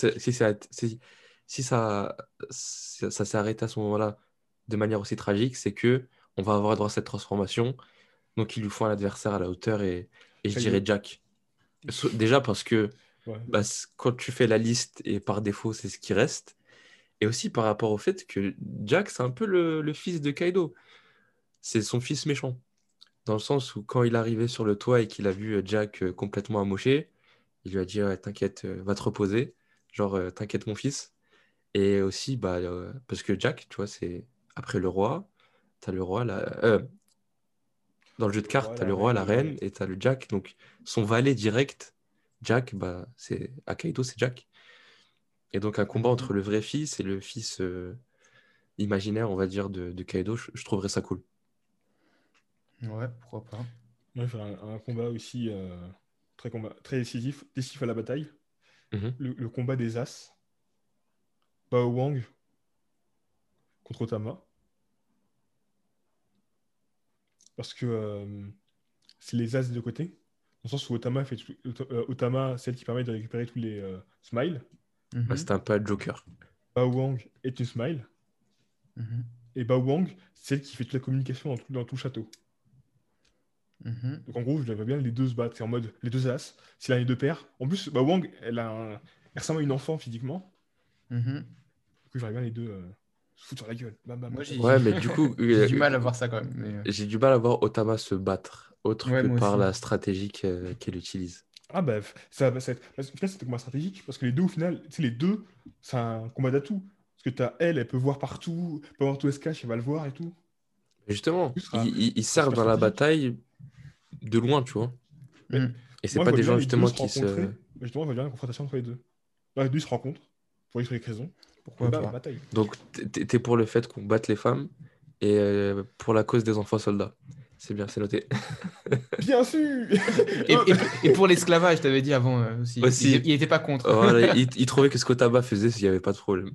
Speaker 3: si ça s'est arrêté à ce moment-là de manière aussi tragique, c'est que on va avoir droit à cette transformation. Donc il lui faut un adversaire à la hauteur et je dirais
Speaker 5: Kaido.
Speaker 3: Jack. Déjà parce que
Speaker 5: Ouais.
Speaker 3: bah, quand tu fais la liste et par défaut c'est ce qui reste, et aussi par rapport au fait que Jack c'est un peu le fils de Kaido. C'est son fils méchant. Dans le sens où quand il arrivait sur le toit et qu'il a vu Jack complètement amoché, il lui a dit ouais, t'inquiète, va te reposer. Genre, t'inquiète mon fils. Et aussi, bah, parce que Jack, tu vois, c'est après le roi, t'as le roi, dans le jeu de
Speaker 5: Le
Speaker 3: cartes,
Speaker 5: roi,
Speaker 3: t'as
Speaker 5: la
Speaker 3: le roi,
Speaker 5: reine
Speaker 3: la
Speaker 5: et le
Speaker 3: reine,
Speaker 5: valet.
Speaker 3: et t'as le Jack. Donc, son valet direct, Jack, bah, c'est Akaido, c'est Jack. Et donc, un combat
Speaker 4: Mhm.
Speaker 3: entre le vrai fils et le fils imaginaire, on va dire, de Kaido, je trouverais ça cool.
Speaker 4: Ouais, pourquoi pas.
Speaker 5: Moi, je fais un combat aussi très décisif à la bataille.
Speaker 3: Mhm.
Speaker 5: Le combat des As. Bao Wang contre Otama. Parce que c'est les As des deux côtés. Dans le sens où Otama, celle qui permet de récupérer tous les smiles.
Speaker 3: Bah,
Speaker 4: Mhm.
Speaker 3: c'était un peu un Joker.
Speaker 5: Bao Wang est une smile.
Speaker 4: Mhm.
Speaker 5: Et Bao Wang, c'est celle qui fait toute la communication dans tout le château.
Speaker 4: Mhm.
Speaker 5: Donc en gros, je la vois bien les deux se battre. C'est en mode les deux As. C'est l'un des deux pairs. En plus, Bao Wang, elle ressemble à une enfant physiquement.
Speaker 4: Mhm.
Speaker 5: Du coup, j'aurais bien les deux se foutre sur la gueule. Bam, bam,
Speaker 4: Moi,
Speaker 5: bataille.
Speaker 3: Ouais, mais du coup,
Speaker 4: j'ai du mal à voir ça quand même.
Speaker 3: j'ai du mal à voir Otama se battre, autre
Speaker 4: Ouais,
Speaker 3: que
Speaker 4: moi
Speaker 3: par
Speaker 4: aussi.
Speaker 3: la stratégie qu'elle utilise.
Speaker 5: Ah bah, ça va être... Au final, c'est un combat stratégique, parce que les deux, au final, tu sais, les deux, c'est un combat d'atout. Parce que t'as elle peut voir partout, elle peut voir tout elle se cache, elle va le voir et tout. Du
Speaker 3: Justement,
Speaker 5: coup,
Speaker 3: il
Speaker 5: ce sera
Speaker 3: sert
Speaker 5: super
Speaker 3: dans la
Speaker 5: stratégique.
Speaker 3: bataille de loin, tu vois.
Speaker 5: Mais
Speaker 4: Mhm.
Speaker 3: Et c'est
Speaker 5: moi, je
Speaker 3: pas
Speaker 5: vois
Speaker 3: des
Speaker 5: bien
Speaker 3: gens
Speaker 5: les deux
Speaker 3: justement
Speaker 5: se
Speaker 3: qui se.
Speaker 5: rencontrer. Justement, je vois bien la confrontation entre les deux. Là, les deux se rencontrent, pour X ou Y raison, et
Speaker 4: Pourquoi
Speaker 5: bam,
Speaker 4: pas.
Speaker 5: bataille.
Speaker 3: Donc, t'es pour le fait qu'on batte les femmes et pour la cause des enfants soldats. C'est bien, c'est noté.
Speaker 5: Bien sûr!
Speaker 4: Et pour l'esclavage, je t'avais dit avant aussi.
Speaker 3: Aussi,
Speaker 4: Il était pas contre.
Speaker 3: voilà, il trouvait que ce qu'Otama faisait, s'il n'y avait pas de problème.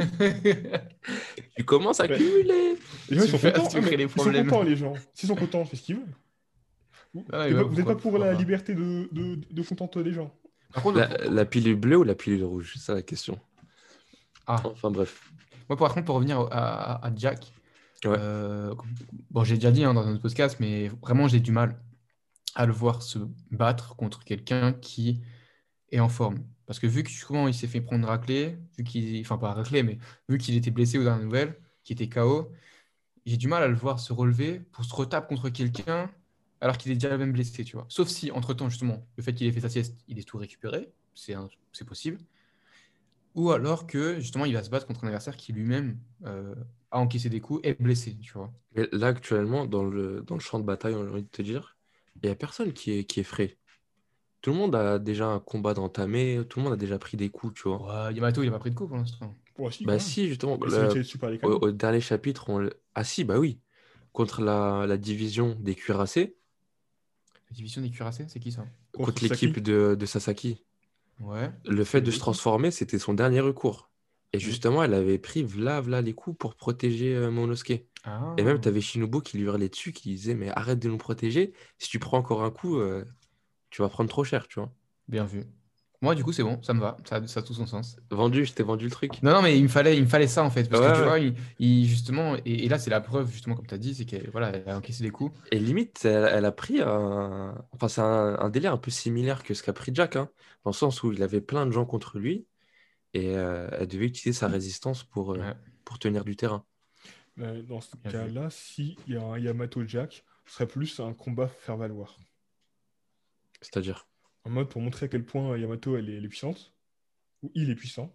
Speaker 3: Tu commences à
Speaker 5: Ouais.
Speaker 3: cumuler.
Speaker 5: Les gens, ils sont contents.
Speaker 4: Tu
Speaker 5: Ah,
Speaker 4: crées
Speaker 5: mais
Speaker 4: les
Speaker 5: ils sont
Speaker 4: problèmes.
Speaker 5: contents, les gens. S'ils sont contents, c'est ce qu'ils veulent.
Speaker 4: Ah, ouais,
Speaker 5: Vous n'êtes pas pour
Speaker 4: pourquoi
Speaker 5: la
Speaker 4: pas.
Speaker 5: liberté de contenter les gens.
Speaker 4: Par contre,
Speaker 3: La pilule bleue ou la pilule rouge? C'est ça la question.
Speaker 4: ah,
Speaker 3: Enfin bref.
Speaker 4: moi, par contre, pour revenir à Jack,
Speaker 3: Ouais.
Speaker 4: euh, bon, j'ai déjà dit dans un autre podcast, mais vraiment, j'ai du mal à le voir se battre contre quelqu'un qui est en forme. Parce que vu que comment il s'est fait prendre raclée, enfin pas raclée, mais vu qu'il était blessé aux dernières nouvelles, qu'il était KO, j'ai du mal à le voir se relever pour se retaper contre quelqu'un alors qu'il est déjà même blessé, tu vois. Sauf si, entre-temps, justement, le fait qu'il ait fait sa sieste, il est tout récupéré, c'est possible. Ou alors que, justement, il va se battre contre un adversaire qui lui-même a encaissé des coups et est blessé, tu vois.
Speaker 3: Mais là, actuellement, dans le champ de bataille, j'ai envie de te dire, il n'y a personne qui est frais. Tout le monde a déjà un combat d'entamé, tout le monde a déjà pris des coups, tu vois.
Speaker 4: Ouais, Yamato, il n'a pas pris de coup pour l'instant.
Speaker 5: Bon, si, quand
Speaker 3: Bah
Speaker 5: même.
Speaker 3: si, justement,
Speaker 5: Il s'est fait tirer dessus par les canons.
Speaker 3: au dernier chapitre, ah si, bah oui, contre la division des cuirassés,
Speaker 4: La division des cuirassés, c'est qui ça?
Speaker 5: Contre
Speaker 3: contre l'équipe
Speaker 5: Sasaki.
Speaker 3: de Sasaki.
Speaker 4: Ouais.
Speaker 3: Le fait de
Speaker 5: le
Speaker 3: se
Speaker 5: coup.
Speaker 3: transformer, c'était son dernier recours. Et
Speaker 5: Mm.
Speaker 3: justement, elle avait pris v'là les coups pour protéger Monosuke.
Speaker 4: Ah.
Speaker 3: Et même, tu avais Shinobu qui lui hurlait dessus, qui disait, mais arrête de nous protéger. Si tu prends encore un coup, tu vas prendre trop cher, tu vois.
Speaker 4: Bien vu. Moi, du coup, c'est bon, ça me va, ça a tout son sens.
Speaker 3: Vendu, je t'ai vendu le truc.
Speaker 4: Non, non, mais il me fallait ça en fait,
Speaker 3: Ouais,
Speaker 4: parce que tu
Speaker 3: ouais.
Speaker 4: vois, justement, et là, c'est la preuve, justement, comme tu as dit, c'est qu'elle voilà, elle a encaissé des coups.
Speaker 3: Et limite, elle a pris un... Enfin, c'est un délire un peu similaire que ce qu'a pris Jack, hein, dans le sens où il avait plein de gens contre lui, et elle devait utiliser sa résistance
Speaker 4: Ouais,
Speaker 3: pour tenir du terrain.
Speaker 5: Dans ce
Speaker 4: bien vu.
Speaker 5: cas-là, s'il y a un Yamato Jack, ce serait plus un combat faire valoir.
Speaker 3: C'est-à-dire.
Speaker 5: En mode pour montrer à quel point Yamato elle est puissante, ou il est puissant,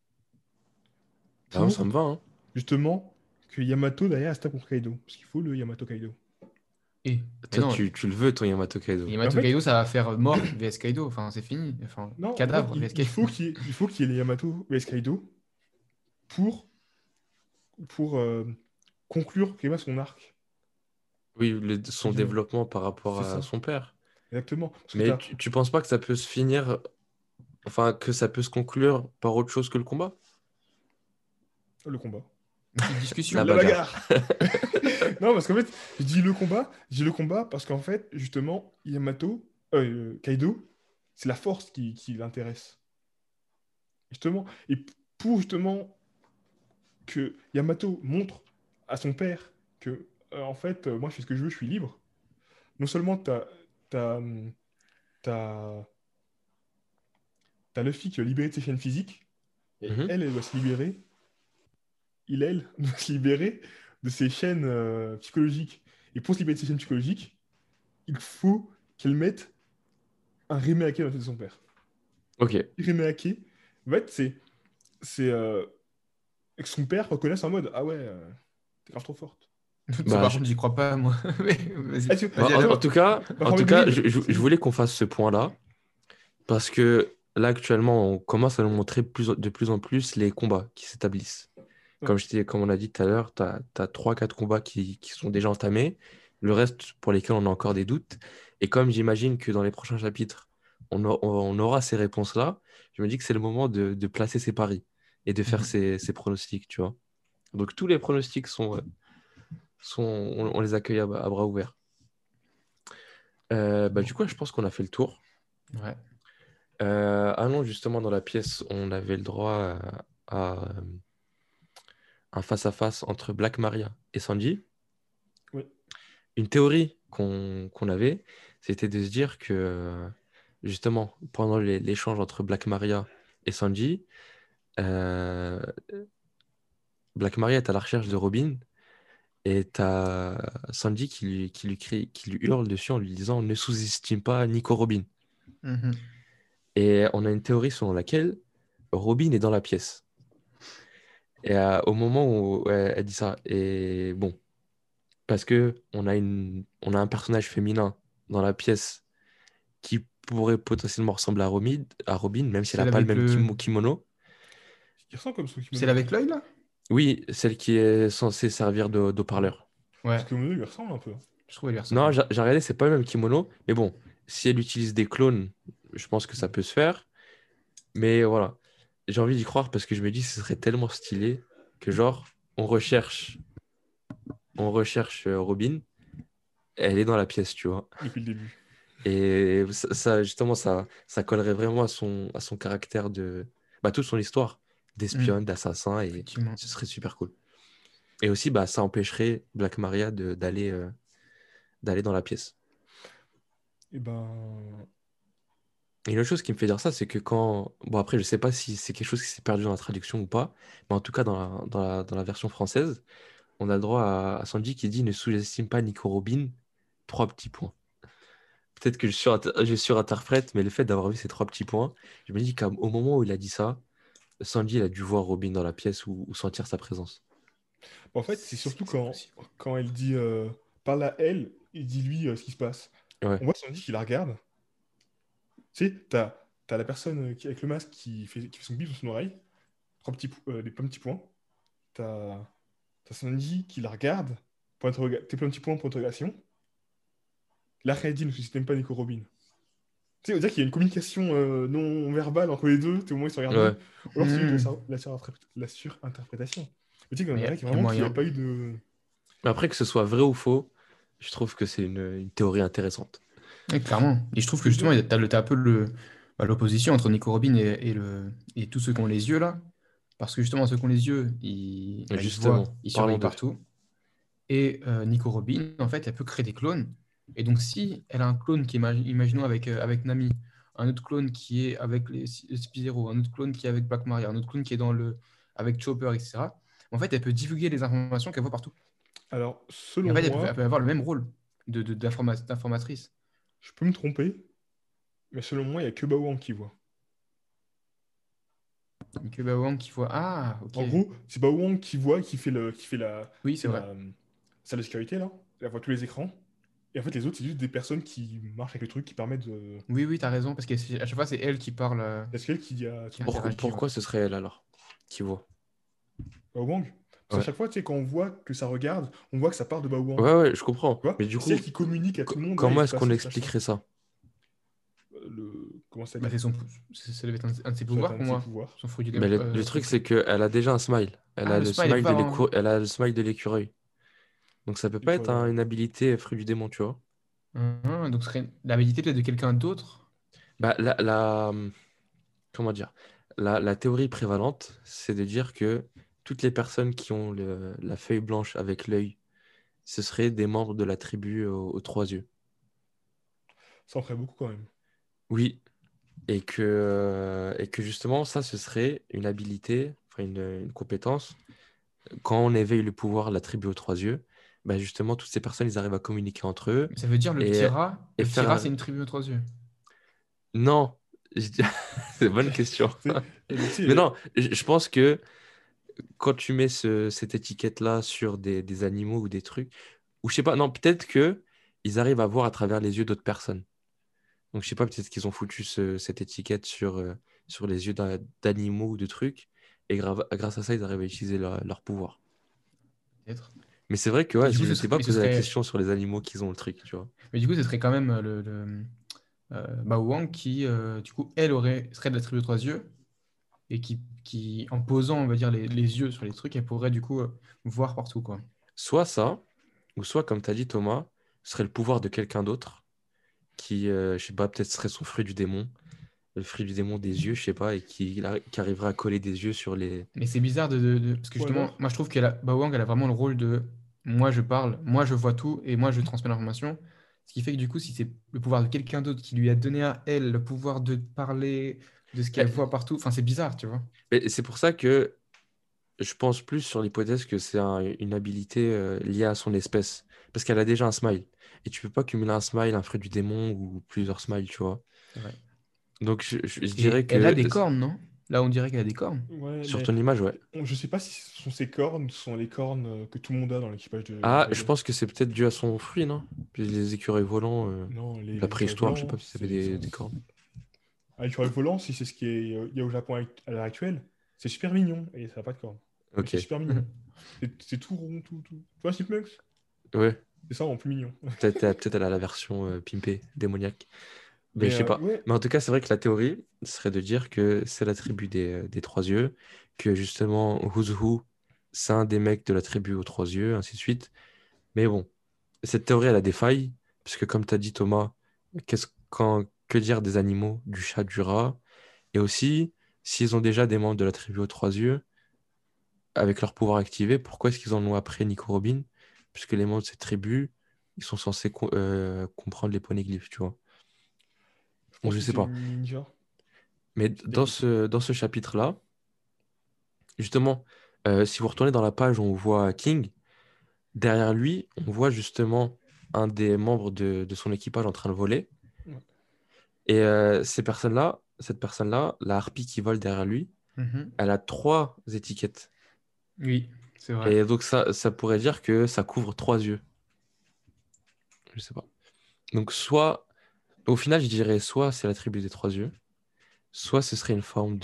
Speaker 3: Ah non, ça
Speaker 5: pour
Speaker 3: me va, hein.
Speaker 5: justement que Yamato derrière elle se tape contre Kaido. Parce qu'il faut le Yamato Kaido.
Speaker 4: Mais
Speaker 3: Toi,
Speaker 4: non,
Speaker 3: tu le veux, ton Yamato Kaido.
Speaker 5: Mais en
Speaker 4: Yamato
Speaker 5: fait,
Speaker 4: Kaido, ça va faire mort vs Kaido, enfin, c'est fini. Enfin,
Speaker 5: non, en fait,
Speaker 4: cadavre vs
Speaker 5: il
Speaker 4: Kaido.
Speaker 5: faut qu'il y ait les Yamato vs Kaido pour, pour conclure Kaiba son arc.
Speaker 3: Oui, son
Speaker 5: Je-
Speaker 3: développement par rapport
Speaker 5: C'est
Speaker 3: à
Speaker 5: ça,
Speaker 3: son père.
Speaker 5: exactement. Parce que
Speaker 3: Mais
Speaker 5: t'as
Speaker 3: tu penses pas que ça peut se finir, enfin, que ça peut se conclure par autre chose que le combat?
Speaker 5: le combat.
Speaker 4: Une petite discussion.
Speaker 3: La
Speaker 5: La
Speaker 3: bagarre.
Speaker 5: bagarre! Non, parce qu'en fait, je dis le combat parce qu'en fait, justement, Kaido, c'est la force qui l'intéresse. Justement. Et pour justement que Yamato montre à son père que, en fait, moi je fais ce que je veux, je suis libre. Non seulement t'as, hum, t'as, t'as Luffy qui a libéré de ses chaînes physiques, et
Speaker 3: Mhm.
Speaker 5: elle doit se libérer, elle, doit se libérer de ses chaînes psychologiques. Et pour se libérer de ses chaînes psychologiques, il faut qu'elle mette un Rimeake dans la tête de son père.
Speaker 3: Ok.
Speaker 5: Rimeake, en fait, c'est que son père reconnaisse en mode ah ouais, t'es grave trop forte.
Speaker 4: Ça,
Speaker 3: Bah,
Speaker 4: par contre, j'y crois pas, moi. Mais vas-y,
Speaker 5: Ah,
Speaker 3: bah,
Speaker 4: vas-y, allez.
Speaker 3: en
Speaker 5: Enfin,
Speaker 3: tout
Speaker 5: mais
Speaker 3: cas,
Speaker 5: oui,
Speaker 3: je voulais qu'on fasse ce point-là parce que là, actuellement, on commence à nous montrer de plus en plus les combats qui s'établissent.
Speaker 5: ouais.
Speaker 3: Comme on a dit tout à l'heure, tu as 3-4 combats qui sont déjà entamés, le reste pour lesquels on a encore des doutes. Et comme j'imagine que dans les prochains chapitres, on aura ces réponses-là, je me dis que c'est le moment de placer ses paris et de faire
Speaker 4: Mhm.
Speaker 3: ses pronostics, tu vois. Donc tous les pronostics on les accueille à bras ouverts. Bah, du coup, je pense qu'on a fait le tour.
Speaker 4: Ouais.
Speaker 3: Allons justement dans la pièce, on avait le droit à un face-à-face entre Black Maria et Sanji.
Speaker 5: Ouais.
Speaker 3: Une théorie qu'on avait, c'était de se dire que justement, pendant l'échange entre Black Maria et Sanji, euh, Black Maria est à la recherche de Robin et t'as Sanji qui lui hurle dessus en lui disant ne sous-estime pas Nico Robin.
Speaker 4: Mhm.
Speaker 3: Et on a une théorie selon laquelle Robin est dans la pièce. Et au moment où elle dit ça, et bon, parce que on a un personnage féminin dans la pièce qui pourrait potentiellement ressembler à Robin, même si elle n'a
Speaker 4: Celle
Speaker 3: pas le
Speaker 4: avec
Speaker 3: même
Speaker 4: le...
Speaker 3: kimono.
Speaker 5: Il ressemble comme son
Speaker 4: Celle
Speaker 5: kimono.
Speaker 4: avec l'œil, là?
Speaker 3: Oui, celle qui est censée servir
Speaker 5: Ouais.
Speaker 3: d'haut-parleur.
Speaker 4: Ouais,
Speaker 5: Son kimono lui ressemble un peu.
Speaker 4: je trouve qu'elle lui
Speaker 3: Non,
Speaker 4: ressemble.
Speaker 3: j'ai regardé, c'est pas le même kimono, mais bon, si elle utilise des clones, je pense que ça peut se faire. Mais voilà, j'ai envie d'y croire parce que je me dis que ce serait tellement stylé que genre, on recherche Robin, elle est dans la pièce, tu vois.
Speaker 5: Depuis le début.
Speaker 3: Et justement, ça collerait vraiment à son caractère bah, toute son histoire d'espionne, d'assassin, et
Speaker 4: Effectivement.
Speaker 3: ce serait super cool. Et aussi, bah, ça empêcherait Black Maria d'aller dans la pièce.
Speaker 5: Et ben.
Speaker 3: Et une autre chose qui me fait dire ça, c'est que quand... Bon, après, je sais pas si c'est quelque chose qui s'est perdu dans la traduction ou pas, mais en tout cas, dans la version française, on a le droit à Sanji qui dit ne sous-estime pas Nico Robin, 3 petits points. Peut-être que je surinterprète, mais le fait d'avoir vu ces 3 petits points, je me dis qu'au moment où il a dit ça, Sanji il a dû voir Robin dans la pièce ou sentir sa présence.
Speaker 5: En fait, c'est surtout
Speaker 4: C'est possible.
Speaker 5: quand elle dit parle à elle, il dit lui ce qui se passe.
Speaker 3: Ouais.
Speaker 5: On voit Sandy qui la regarde. Tu sais, t'as la personne avec le masque qui fait son bif sur son oreille, des plein de petits points. T'as Sandy qui la regarde, tes plein de petits points pour interrogation. Là, elle dit ne système pas Nico Robin. Tu sais, on dirait qu'il y a une communication non verbale entre les deux, au moins ils se regardent
Speaker 3: Ouais.
Speaker 5: bien. Ou alors c'est juste
Speaker 4: Hmm.
Speaker 5: la surinterprétation. Mais tu sais qu'il y en
Speaker 4: Mais
Speaker 5: a
Speaker 4: y a
Speaker 5: qui vraiment qui
Speaker 4: moyen.
Speaker 5: n'avaient pas eu de.
Speaker 3: Mais après, que ce soit vrai ou faux, je trouve que c'est une théorie intéressante.
Speaker 4: Ouais, clairement. Et je trouve que justement, t'as un peu l'opposition entre Nico Robin et tous ceux qui ont les yeux là. Parce que justement, ceux qui ont les yeux, ils se
Speaker 3: Justement,
Speaker 4: voient, ils
Speaker 3: parlons
Speaker 4: surveillent
Speaker 3: d'eux.
Speaker 4: partout. Et Nico Robin, en fait, elle peut créer des clones. Et donc, si elle a un clone qui est, imaginons, avec Nami, un autre clone qui est avec les Spizero, un autre clone qui est avec Black Maria, un autre clone qui est avec Chopper, etc. En fait, elle peut divulguer les informations qu'elle voit partout.
Speaker 5: Alors,
Speaker 4: Et en
Speaker 5: selon
Speaker 4: fait, elle
Speaker 5: moi,
Speaker 4: peut avoir le même rôle d'informatrice.
Speaker 5: je peux me tromper, mais selon moi, il n'y a que Bawang qui voit.
Speaker 4: Que Wang qui voit. Ah, ok.
Speaker 5: En gros, c'est Bawang qui voit, qui fait
Speaker 4: Oui,
Speaker 5: c'est
Speaker 4: c'est vrai.
Speaker 5: la salle de sécurité, là. Elle voit tous les écrans. Et en fait, les autres, c'est juste des personnes qui marchent avec le truc, qui permettent de.
Speaker 4: Oui, oui, t'as raison, parce qu'à chaque fois, c'est elle qui parle,
Speaker 5: C'est ce qu'elle qui dit à tout
Speaker 4: qui
Speaker 5: le monde.
Speaker 3: Pourquoi,
Speaker 4: interagit. Ouais.
Speaker 3: pourquoi ce serait elle alors qui voit?
Speaker 5: Bawang. Parce qu'à
Speaker 3: Ouais.
Speaker 5: chaque fois, tu sais, quand on voit que ça regarde, on voit que ça part de Bawang.
Speaker 3: Ouais, ouais, je comprends.
Speaker 5: Tu vois?
Speaker 3: Mais du
Speaker 5: Et c'est elle
Speaker 3: coup,
Speaker 5: qui communique à tout le monde. Ouais, il
Speaker 3: comment
Speaker 5: se
Speaker 3: est-ce
Speaker 5: passe
Speaker 3: qu'on
Speaker 5: ça, il se passe ça.
Speaker 3: expliquerait ça?
Speaker 5: Comment ça
Speaker 4: Bah,
Speaker 5: dit?
Speaker 4: ça devait être un de ses
Speaker 5: Ça doit être
Speaker 4: pouvoirs
Speaker 5: un
Speaker 4: pour
Speaker 5: de ses
Speaker 4: moi.
Speaker 5: pouvoirs.
Speaker 4: Son fruit du
Speaker 3: Mais
Speaker 4: démon.
Speaker 3: le truc, c'est qu'elle a déjà un smile. Elle
Speaker 4: Ah,
Speaker 3: a
Speaker 4: le
Speaker 3: le
Speaker 4: smile, elle peut
Speaker 3: smile
Speaker 4: pas avoir un.
Speaker 3: elle a le smile de l'écureuil. Donc ça peut
Speaker 5: Il
Speaker 3: pas être
Speaker 5: faudra.
Speaker 3: une habilité fruit du démon, tu vois.
Speaker 4: Donc, ce serait l'habilité peut-être de quelqu'un d'autre.
Speaker 3: Bah, comment dire? La théorie prévalente, c'est de dire que toutes les personnes qui ont la feuille blanche avec l'œil, ce seraient des membres de la tribu aux trois yeux.
Speaker 5: Ça en ferait beaucoup quand même.
Speaker 3: Oui, et que justement, ça, ce serait une habilité, enfin une compétence. Quand on éveille le pouvoir de la tribu aux trois yeux, bah justement, toutes ces personnes, ils arrivent à communiquer entre eux
Speaker 4: Mais ça veut dire le petit
Speaker 3: et,
Speaker 4: rat.
Speaker 3: et
Speaker 4: Le petit
Speaker 3: faire
Speaker 4: rat,
Speaker 3: un...
Speaker 4: c'est une tribu aux trois yeux.
Speaker 3: Non, c'est une bonne question.
Speaker 5: Tu sais, tu
Speaker 3: Mais
Speaker 5: sais,
Speaker 3: non, je pense que quand tu mets cette étiquette-là sur des animaux ou des trucs, ou je sais pas, non, peut-être que ils arrivent à voir à travers les yeux d'autres personnes. Donc je sais pas, peut-être qu'ils ont foutu cette étiquette sur les yeux d'animaux ou de trucs, et grâce à ça, ils arrivent à utiliser leur pouvoir.
Speaker 4: Peut-être.
Speaker 3: Mais c'est vrai que
Speaker 4: Et
Speaker 3: ouais,
Speaker 4: du coup,
Speaker 3: je m'étais pas
Speaker 4: ce
Speaker 3: posé la
Speaker 4: serait.
Speaker 3: question sur les animaux qu'ils ont le truc, tu vois.
Speaker 4: Mais du coup, ce serait quand même Bao Wang qui, du coup, elle serait de la tribu aux trois yeux et en posant, on va dire, les yeux sur les trucs, elle pourrait du coup voir partout, quoi.
Speaker 3: Soit ça, ou soit, comme tu as dit, Thomas, ce serait le pouvoir de quelqu'un d'autre qui, je sais pas, peut-être serait son fruit du démon, le fruit du démon des yeux, je sais pas, et qui arriverait à coller des yeux sur les.
Speaker 4: Mais c'est bizarre parce que
Speaker 5: ou
Speaker 4: justement,
Speaker 5: alors,
Speaker 4: moi je trouve Bao Wang, elle a vraiment le rôle de moi je parle, moi je vois tout et moi je transmets l'information. Ce qui fait que du coup, si c'est le pouvoir de quelqu'un d'autre qui lui a donné à elle le pouvoir de parler de ce qu'elle
Speaker 3: Eh,
Speaker 4: voit partout, enfin c'est bizarre, tu vois.
Speaker 3: mais c'est pour ça que je pense plus sur l'hypothèse que c'est une habilité liée à son espèce. Parce qu'elle a déjà un smile. Et tu peux pas cumuler un smile, un fruit du démon ou plusieurs smiles, tu vois.
Speaker 4: C'est vrai.
Speaker 3: Donc je dirais
Speaker 4: Et elle a
Speaker 3: que
Speaker 4: des cornes, non? Là, on dirait qu'elle a des cornes.
Speaker 5: ouais,
Speaker 3: sur
Speaker 5: mais
Speaker 3: ton image, ouais.
Speaker 5: je sais pas si ce sont ces cornes, ce sont les cornes que tout le monde a dans l'équipage de
Speaker 3: Ah, je
Speaker 5: Dragon.
Speaker 3: pense que c'est peut-être dû à son fruit, non? Puis les écureuils volants,
Speaker 5: Non,
Speaker 3: de la
Speaker 5: les écureuils
Speaker 3: préhistoire, je sais
Speaker 5: volants,
Speaker 3: pas si ça avait des cornes.
Speaker 5: Ah, l'écureuil volant, si c'est ce qui est il y a au Japon à l'heure actuelle, c'est super mignon et ça n'a pas de cornes. Mais
Speaker 3: Ok.
Speaker 5: c'est super mignon. C'est tout rond, tout. Tu vois, Chipmunks?
Speaker 3: Ouais.
Speaker 5: C'est ça en plus mignon.
Speaker 3: Peut-être elle a la version pimpée, démoniaque. Mais
Speaker 5: Mais
Speaker 3: je sais pas.
Speaker 5: ouais,
Speaker 3: Mais en tout cas, c'est vrai que la théorie serait de dire que c'est la tribu des trois yeux, que justement, Who's Who, c'est un des mecs de la tribu aux trois yeux, ainsi de suite. Mais bon, cette théorie, elle a des failles, puisque comme tu as dit, Thomas, que dire des animaux, du chat, du rat, et aussi, s'ils ont déjà des membres de la tribu aux trois yeux, avec leur pouvoir activé, pourquoi est-ce qu'ils en ont après Nico Robin? Puisque les membres de cette tribu, ils sont censés comprendre les poneglyphes, tu vois.
Speaker 5: je
Speaker 3: Donc
Speaker 5: pense
Speaker 3: je
Speaker 5: que
Speaker 3: sais
Speaker 5: c'est
Speaker 3: pas.
Speaker 5: une ninja.
Speaker 3: Mais
Speaker 5: C'est technique.
Speaker 3: dans ce chapitre-là, justement, si vous retournez dans la page où on voit King, derrière lui, on voit justement un des membres de son équipage en train de voler.
Speaker 5: Ouais.
Speaker 3: Et cette personne-là, la harpie qui vole derrière lui,
Speaker 4: Mhm.
Speaker 3: elle a trois étiquettes.
Speaker 4: Oui, c'est vrai.
Speaker 3: Et donc ça pourrait dire que ça couvre trois yeux. Je sais pas. Donc au final, je dirais soit c'est la tribu des trois yeux, soit ce serait une forme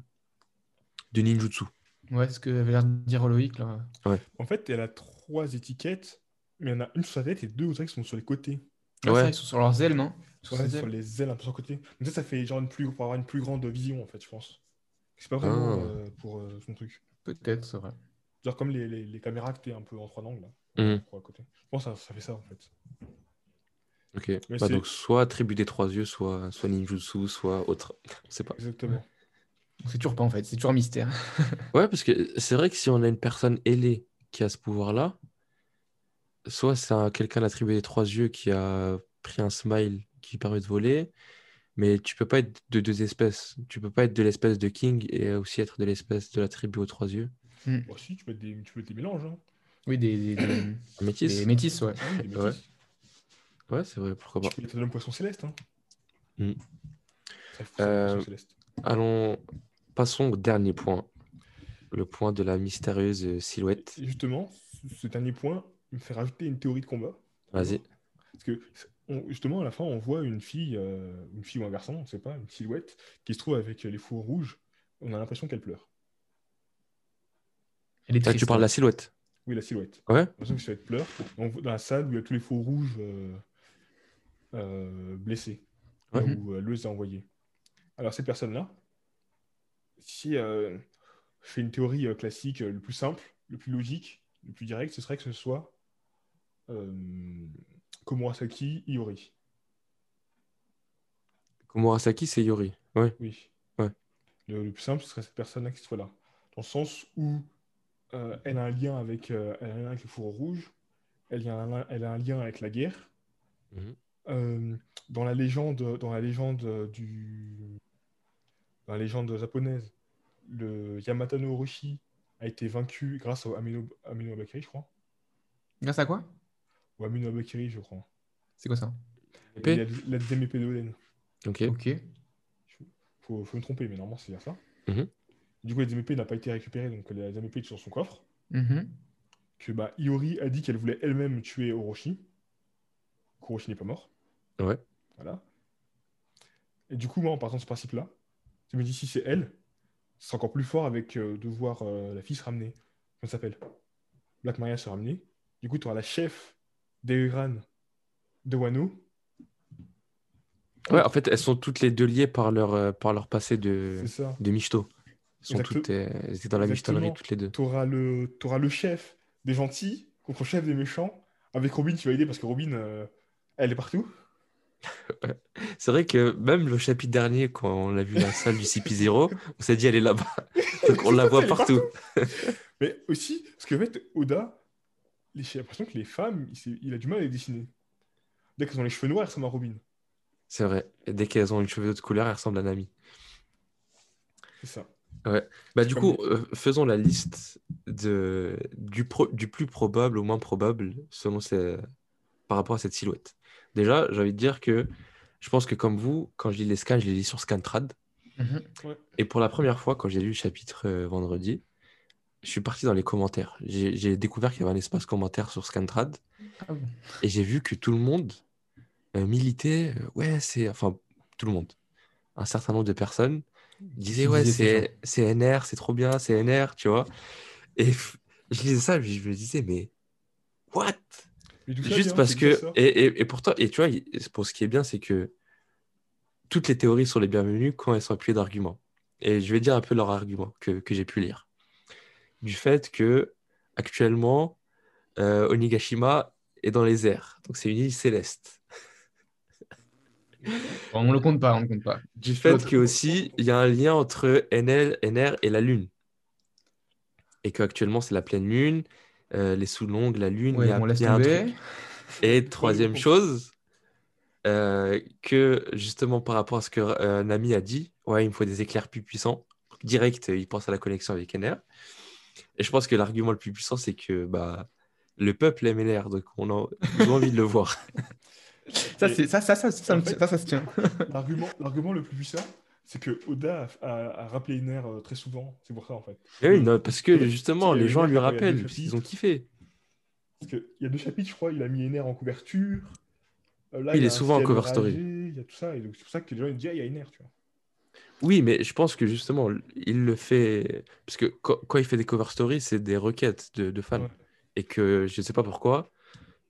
Speaker 3: de ninjutsu.
Speaker 4: Ouais, c'est ce que avait l'air de dire Loïc, là.
Speaker 3: Ouais.
Speaker 5: En fait, elle a trois étiquettes, mais il y en a une sur sa tête et deux autres qui sont sur les côtés.
Speaker 4: Ouais, c'est vrai
Speaker 3: Ouais,
Speaker 4: qu'ils sont sur leurs ailes, non? sur
Speaker 5: Ouais,
Speaker 4: ses
Speaker 5: sur
Speaker 4: ailes.
Speaker 5: les ailes un peu sur le côté. Mais ça fait genre pour avoir une plus grande vision, en fait, je pense. C'est pas vraiment
Speaker 3: Ah.
Speaker 5: pour son truc.
Speaker 4: Peut-être, c'est vrai.
Speaker 5: Genre comme les caméras que t'es un peu en trois angles, là,
Speaker 3: Mhm.
Speaker 5: pour à côté. Je pense que ça fait ça, en fait.
Speaker 3: Ok.
Speaker 5: Mais
Speaker 3: Bah
Speaker 5: c'est
Speaker 3: donc soit tribu des trois yeux, soit ninjutsu, soit autre. On sait pas.
Speaker 5: exactement.
Speaker 4: On sait toujours pas en fait, c'est toujours un mystère.
Speaker 3: Ouais, parce que c'est vrai que si on a une personne ailée qui a ce pouvoir-là, soit c'est quelqu'un de la tribu des trois yeux qui a pris un smile qui lui permet de voler, mais tu peux pas être de deux espèces. Tu peux pas être de l'espèce de King et aussi être de l'espèce de la tribu aux trois yeux.
Speaker 4: Hmm.
Speaker 5: Bon, si, tu peux être des mélanges, hein.
Speaker 4: Oui,
Speaker 3: Un
Speaker 4: des
Speaker 3: métis?
Speaker 4: métis, ouais.
Speaker 5: Ah oui, des
Speaker 3: Ouais,
Speaker 5: métis.
Speaker 3: ouais, c'est vrai, pourquoi
Speaker 5: Tu
Speaker 3: pas.
Speaker 5: peux être un poisson céleste, hein.
Speaker 3: Hmm.
Speaker 5: C'est le poisson
Speaker 3: Euh,
Speaker 5: céleste.
Speaker 3: Passons au dernier point, le point de la mystérieuse silhouette.
Speaker 5: Et justement, ce dernier point me fait rajouter une théorie de combat.
Speaker 3: Vas-y.
Speaker 5: Parce que justement, à la fin, on voit une fille ou un garçon, on ne sait pas, une silhouette, qui se trouve avec les fours rouges. On a l'impression qu'elle pleure.
Speaker 4: Elle est
Speaker 3: Ah, tu
Speaker 4: triste,
Speaker 3: parles de
Speaker 4: ouais.
Speaker 3: la silhouette?
Speaker 5: Oui, la silhouette.
Speaker 3: Ouais?
Speaker 5: On a l'impression que la silhouette pleure. On voit dans la salle où il y a tous les fours rouges blessés, là
Speaker 3: Ouais.
Speaker 5: où Lois a envoyé. Alors, cette personne-là, si je fais une théorie classique, le plus simple, le plus logique, le plus direct, ce serait que ce soit euh, Komurasaki Iori.
Speaker 3: Komurasaki, c'est Yori. Ouais,
Speaker 5: Oui.
Speaker 3: ouais.
Speaker 5: Le plus simple, ce serait cette personne-là qui soit là. Dans le sens où elle a un lien avec le four rouge, elle a un lien avec la guerre.
Speaker 3: Mhm.
Speaker 5: Euh, dans la légende japonaise, le Yamata no Orochi a été vaincu grâce au Amino Abakiri, je crois.
Speaker 4: Grâce à quoi?
Speaker 5: Ou Amino Abakiri, je crois.
Speaker 4: C'est quoi ça?
Speaker 5: Et
Speaker 3: Épée?
Speaker 5: la deuxième épée de Oden.
Speaker 3: Ok.
Speaker 4: Ok.
Speaker 5: Faut me tromper, mais normalement, c'est bien ça.
Speaker 3: Mhm.
Speaker 5: Du coup, la deuxième épée n'a pas été récupérée, donc la deuxième épée est sur son coffre.
Speaker 4: Mhm.
Speaker 5: Que bah, Iori a dit qu'elle voulait elle-même tuer Orochi. Orochi n'est pas mort.
Speaker 3: Ouais.
Speaker 5: Voilà. Et du coup, moi, en partant de ce principe-là, je me dis si c'est elle, c'est encore plus fort avec de voir la fille se ramener. Comment ça s'appelle? Black Maria se ramener. Du coup, tu auras la chef des Iran de Wano.
Speaker 3: Ouais, en
Speaker 5: Contre.
Speaker 3: fait, elles sont toutes les deux liées par leur passé
Speaker 5: C'est ça.
Speaker 3: de michto. Elles étaient dans la michtonnerie
Speaker 5: Exactement.
Speaker 3: toutes les deux.
Speaker 5: T'auras le chef des gentils contre le chef des méchants. Avec Robin, tu vas aider parce que Robin, elle est partout.
Speaker 3: Ouais. C'est vrai que même le chapitre dernier, quand on a vu la salle du CP0, on s'est dit elle est là-bas. Donc on
Speaker 5: C'est
Speaker 3: la
Speaker 5: ça,
Speaker 3: voit
Speaker 5: elle est partout.
Speaker 3: partout.
Speaker 5: Mais aussi, parce qu'en fait, Oda, j'ai l'impression que les femmes, il a du mal à les dessiner. Dès qu'elles ont les cheveux noirs, elles ressemblent à Robin.
Speaker 3: C'est vrai. Et dès qu'elles ont une cheveux de couleur, elles ressemblent à Nami.
Speaker 5: C'est ça.
Speaker 3: Ouais. Bah,
Speaker 5: C'est
Speaker 3: du
Speaker 5: comme
Speaker 3: coup,
Speaker 5: les...
Speaker 3: faisons la liste du plus probable au moins probable par rapport à cette silhouette. Déjà, j'ai envie de dire que je pense que comme vous, quand je lis les scans, je les lis sur Scantrad.
Speaker 4: Mhm.
Speaker 5: Ouais.
Speaker 3: Et pour la première fois, quand j'ai lu le chapitre vendredi, je suis parti dans les commentaires. J'ai découvert qu'il y avait un espace commentaire sur Scantrad
Speaker 4: Ah bon.
Speaker 3: et j'ai vu que tout le monde militait. Ouais, c'est. Enfin, tout le monde. Un certain nombre de personnes disaient,
Speaker 4: Qui
Speaker 3: ouais,
Speaker 4: disait ces gens?
Speaker 3: c'est NR, c'est trop bien, c'est NR, tu vois. Et je lisais ça, je me disais, mais what?
Speaker 5: Mais d'où ça
Speaker 3: Juste
Speaker 5: vient?
Speaker 3: parce
Speaker 5: C'est d'où ça
Speaker 3: que.
Speaker 5: sort?
Speaker 3: Et pourtant, et tu vois, pour ce qui est bien, c'est que toutes les théories sont les bienvenues quand elles sont appuyées d'arguments. Et je vais dire un peu leurs arguments que j'ai pu lire. Du fait que, actuellement, Onigashima est dans les airs. Donc, c'est une île céleste.
Speaker 4: Bon, on le compte pas, on le compte pas.
Speaker 3: Du fait
Speaker 4: L'autre.
Speaker 3: que aussi, il y a un lien entre NR et la Lune. Et qu'actuellement, c'est la pleine Lune, les sous-longues, la Lune,
Speaker 4: Ouais, bon, laisse
Speaker 3: il y a un
Speaker 4: tomber.
Speaker 3: truc. Et
Speaker 5: Troisième
Speaker 3: troisième
Speaker 5: point.
Speaker 3: chose, que justement par rapport à ce que Nami a dit, ouais, il me faut des éclairs plus puissants. Direct, il pense à la connexion avec NR. Et je pense que l'argument le plus puissant, c'est que bah, le peuple aime NR, donc ils ont envie de le voir.
Speaker 4: Ça,
Speaker 5: Et,
Speaker 4: c'est,
Speaker 5: et en fait,
Speaker 4: ça se tient.
Speaker 5: l'argument le plus puissant, c'est que Oda a rappelé Iner très souvent. C'est pour ça, en fait.
Speaker 3: Et oui, non, parce
Speaker 5: Parce qu'en
Speaker 3: que
Speaker 5: fait, tu sais,
Speaker 3: justement,
Speaker 5: il y
Speaker 3: les
Speaker 5: avait
Speaker 3: gens
Speaker 5: Iner
Speaker 3: lui
Speaker 5: quand il y a deux
Speaker 3: rappellent, parce qu'ils ont
Speaker 5: chapitres.
Speaker 3: kiffé.
Speaker 5: Parce qu'il y a deux chapitres, je crois, il a mis Iner en couverture. Là,
Speaker 3: Oui,
Speaker 5: il
Speaker 3: il
Speaker 5: y
Speaker 3: est
Speaker 5: a un
Speaker 3: souvent en
Speaker 5: ciel
Speaker 3: cover story.
Speaker 5: oragé, il y a tout ça. Et donc, c'est pour ça que les gens ils disent, ah, il y a Iner, tu vois.
Speaker 3: Oui, mais je pense que justement, il le fait. Parce que quand il fait des cover stories, c'est des requêtes de fans.
Speaker 5: Ouais.
Speaker 3: Et que je ne sais pas pourquoi,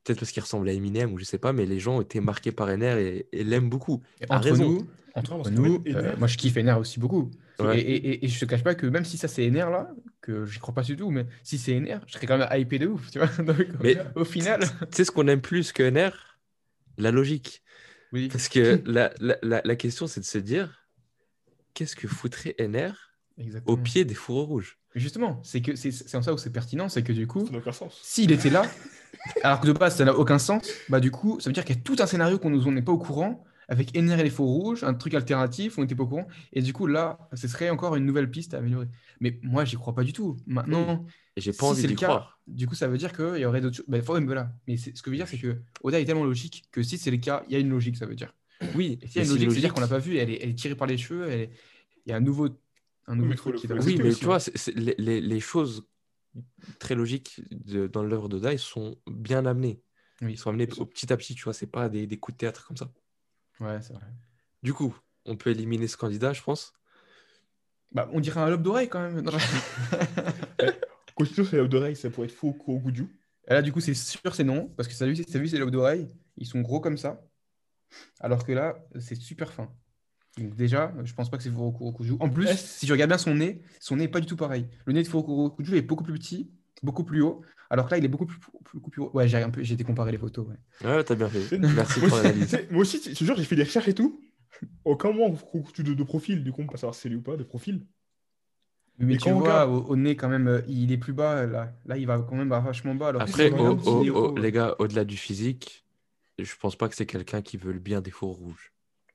Speaker 3: peut-être parce qu'il ressemble à Eminem ou je sais pas, mais les gens ont été marqués par NR et l'aiment beaucoup.
Speaker 4: Et
Speaker 3: A
Speaker 4: entre
Speaker 3: raison.
Speaker 4: nous,
Speaker 5: Non,
Speaker 4: entre
Speaker 5: parce qu'en
Speaker 4: nous,
Speaker 5: fait, NR,
Speaker 4: moi je kiffe NR aussi beaucoup.
Speaker 3: Ouais.
Speaker 4: Et je te cache pas que même si ça c'est NR là, que j'y crois pas du tout, mais si c'est NR, je serais quand même hypé de ouf, tu vois. Donc,
Speaker 3: Mais
Speaker 4: au final,
Speaker 3: tu sais ce qu'on aime plus que NR? La logique.
Speaker 4: oui,
Speaker 3: Parce que la question, c'est de se dire, qu'est-ce que foutrait NR au
Speaker 4: exactement.
Speaker 3: pied des fourreaux rouges?
Speaker 4: Mais justement, c'est en ça où c'est pertinent, c'est que du coup,
Speaker 5: ça n'a aucun sens.
Speaker 4: s'il était là, alors que de base ça n'a aucun sens, bah du coup, ça veut dire qu'il y a tout un scénario qu'on n'est pas au courant, avec NR et les faux rouges, un truc alternatif, on n'était pas au courant, et du coup là, ce serait encore une nouvelle piste à améliorer. Mais moi, j'y crois pas du tout. Maintenant,
Speaker 3: Et j'ai pas
Speaker 4: si
Speaker 3: envie
Speaker 4: c'est le
Speaker 3: d'y
Speaker 4: cas,
Speaker 3: croire.
Speaker 4: du coup, ça veut dire qu'il y aurait d'autres choses. Bah, ouais, mais voilà. Mais ce que je veux dire, c'est que Oda est tellement logique que si c'est le cas, il y a une logique, ça veut dire.
Speaker 3: Oui,
Speaker 4: Et s'il y a
Speaker 3: mais
Speaker 4: une
Speaker 3: c'est une
Speaker 4: logique, c'est-à-dire
Speaker 3: logique.
Speaker 4: qu'on l'a pas vue, elle est tirée par les cheveux, il y a un nouveau
Speaker 5: mais
Speaker 4: truc qui
Speaker 5: faut
Speaker 4: doit.
Speaker 3: Oui,
Speaker 5: l'accepter
Speaker 3: mais
Speaker 5: aussi,
Speaker 3: tu vois, les choses très logiques dans l'œuvre d'Oda, ils sont bien amenées. Ils
Speaker 4: Oui,
Speaker 3: sont amenés
Speaker 5: Bien sûr.
Speaker 3: au petit à petit, tu vois, c'est pas des coups de théâtre comme ça.
Speaker 4: ouais, c'est vrai.
Speaker 3: Du coup, on peut éliminer ce candidat, je pense.
Speaker 4: Bah, on dirait un lobe d'oreille quand même. Non,
Speaker 5: Constitution, c'est la d'oreille, ça pourrait être faux au goût du.
Speaker 4: Et là, du coup, c'est sûr, c'est non, parce que t'as vu ces lobes d'oreille, ils sont gros comme ça, alors que là, c'est super fin. Donc déjà, je pense pas que c'est Furoku Rokuju. En plus,
Speaker 5: Est-ce-
Speaker 4: si tu regardes bien son nez est pas du tout pareil. Le nez de Furoku Rokuju est beaucoup plus petit, beaucoup plus haut, alors que là, il est beaucoup plus haut. Ouais, j'ai été comparer les photos. Ouais.
Speaker 3: Ouais, t'as bien fait.
Speaker 5: c'est-
Speaker 3: Merci
Speaker 5: Moi
Speaker 3: pour
Speaker 5: aussi,
Speaker 3: l'analyse.
Speaker 5: moi aussi, ce jour, j'ai fait des recherches et tout. Aucun moment de profil, du coup, on peut pas savoir si c'est lui ou pas, de profil.
Speaker 4: Mais
Speaker 5: Et
Speaker 4: tu
Speaker 5: quand on
Speaker 4: vois,
Speaker 5: regarde,
Speaker 4: au nez, quand même, il est plus bas. Là, il va quand même vachement bas, alors que si
Speaker 3: Après,
Speaker 4: tu regardes, il est haut.
Speaker 3: les gars, au-delà du physique, je pense pas que c'est quelqu'un qui veut le bien des fourreaux rouges.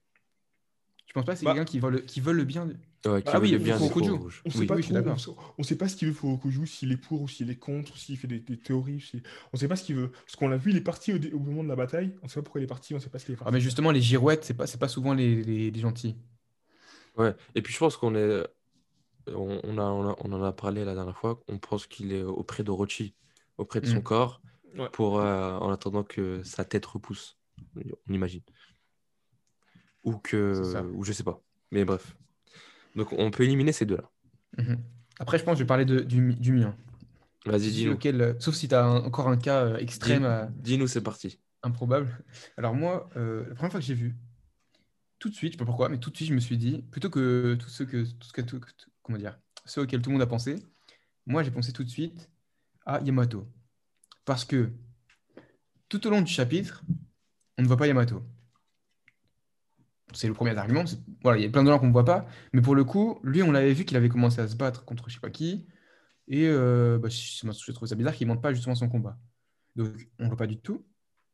Speaker 4: Je pense pas que c'est
Speaker 5: bah,
Speaker 4: quelqu'un qui veut le bien.
Speaker 3: Ouais, qui
Speaker 4: Ah
Speaker 3: veut
Speaker 4: oui,
Speaker 3: le bien des
Speaker 4: Furokuju.
Speaker 3: fourreaux rouges.
Speaker 5: on sait
Speaker 3: Oui.
Speaker 5: pas
Speaker 4: Oui, je suis
Speaker 5: trop,
Speaker 4: d'accord.
Speaker 5: on sait pas ce qu'il veut Furokuju, s'il est pour ou s'il est contre, ou s'il fait des théories. On sait pas ce qu'il veut. Parce qu'on l'a vu, il est parti au moment de la bataille. On sait pas pourquoi il est parti, on sait pas ce qu'il est
Speaker 4: Ah,
Speaker 5: parti
Speaker 4: mais
Speaker 5: faire.
Speaker 4: justement, les girouettes, c'est pas souvent les gentils.
Speaker 3: Ouais. Et puis je pense on en a parlé la dernière fois. On pense qu'il est auprès d'Orochi, auprès de son
Speaker 4: Hmm.
Speaker 3: corps,
Speaker 5: Ouais.
Speaker 3: en attendant que sa tête repousse. On imagine.
Speaker 4: C'est ça.
Speaker 3: Ou je sais pas. Mais bref. Donc on peut éliminer ces deux-là.
Speaker 4: Mhm. Après, je pense que je vais parler du mien.
Speaker 3: Vas-y,
Speaker 4: Celui
Speaker 3: dis-nous.
Speaker 4: auquel, sauf si tu as encore un cas extrême,
Speaker 3: Dis-nous, c'est parti.
Speaker 4: improbable. Alors moi, la première fois que j'ai vu, tout de suite, je sais pas pourquoi, mais tout de suite, je me suis dit, plutôt que comment dire, ceux auxquels tout le monde a pensé, moi, j'ai pensé tout de suite à Yamato. Parce que tout au long du chapitre, on ne voit pas Yamato. C'est le premier argument. Voilà, il y a plein de gens qu'on ne voit pas. Mais pour le coup, lui, on l'avait vu qu'il avait commencé à se battre contre je sais pas qui. Et bah, j'ai trouvé ça bizarre qu'il ne montre pas justement son combat. Donc, on ne voit pas du tout.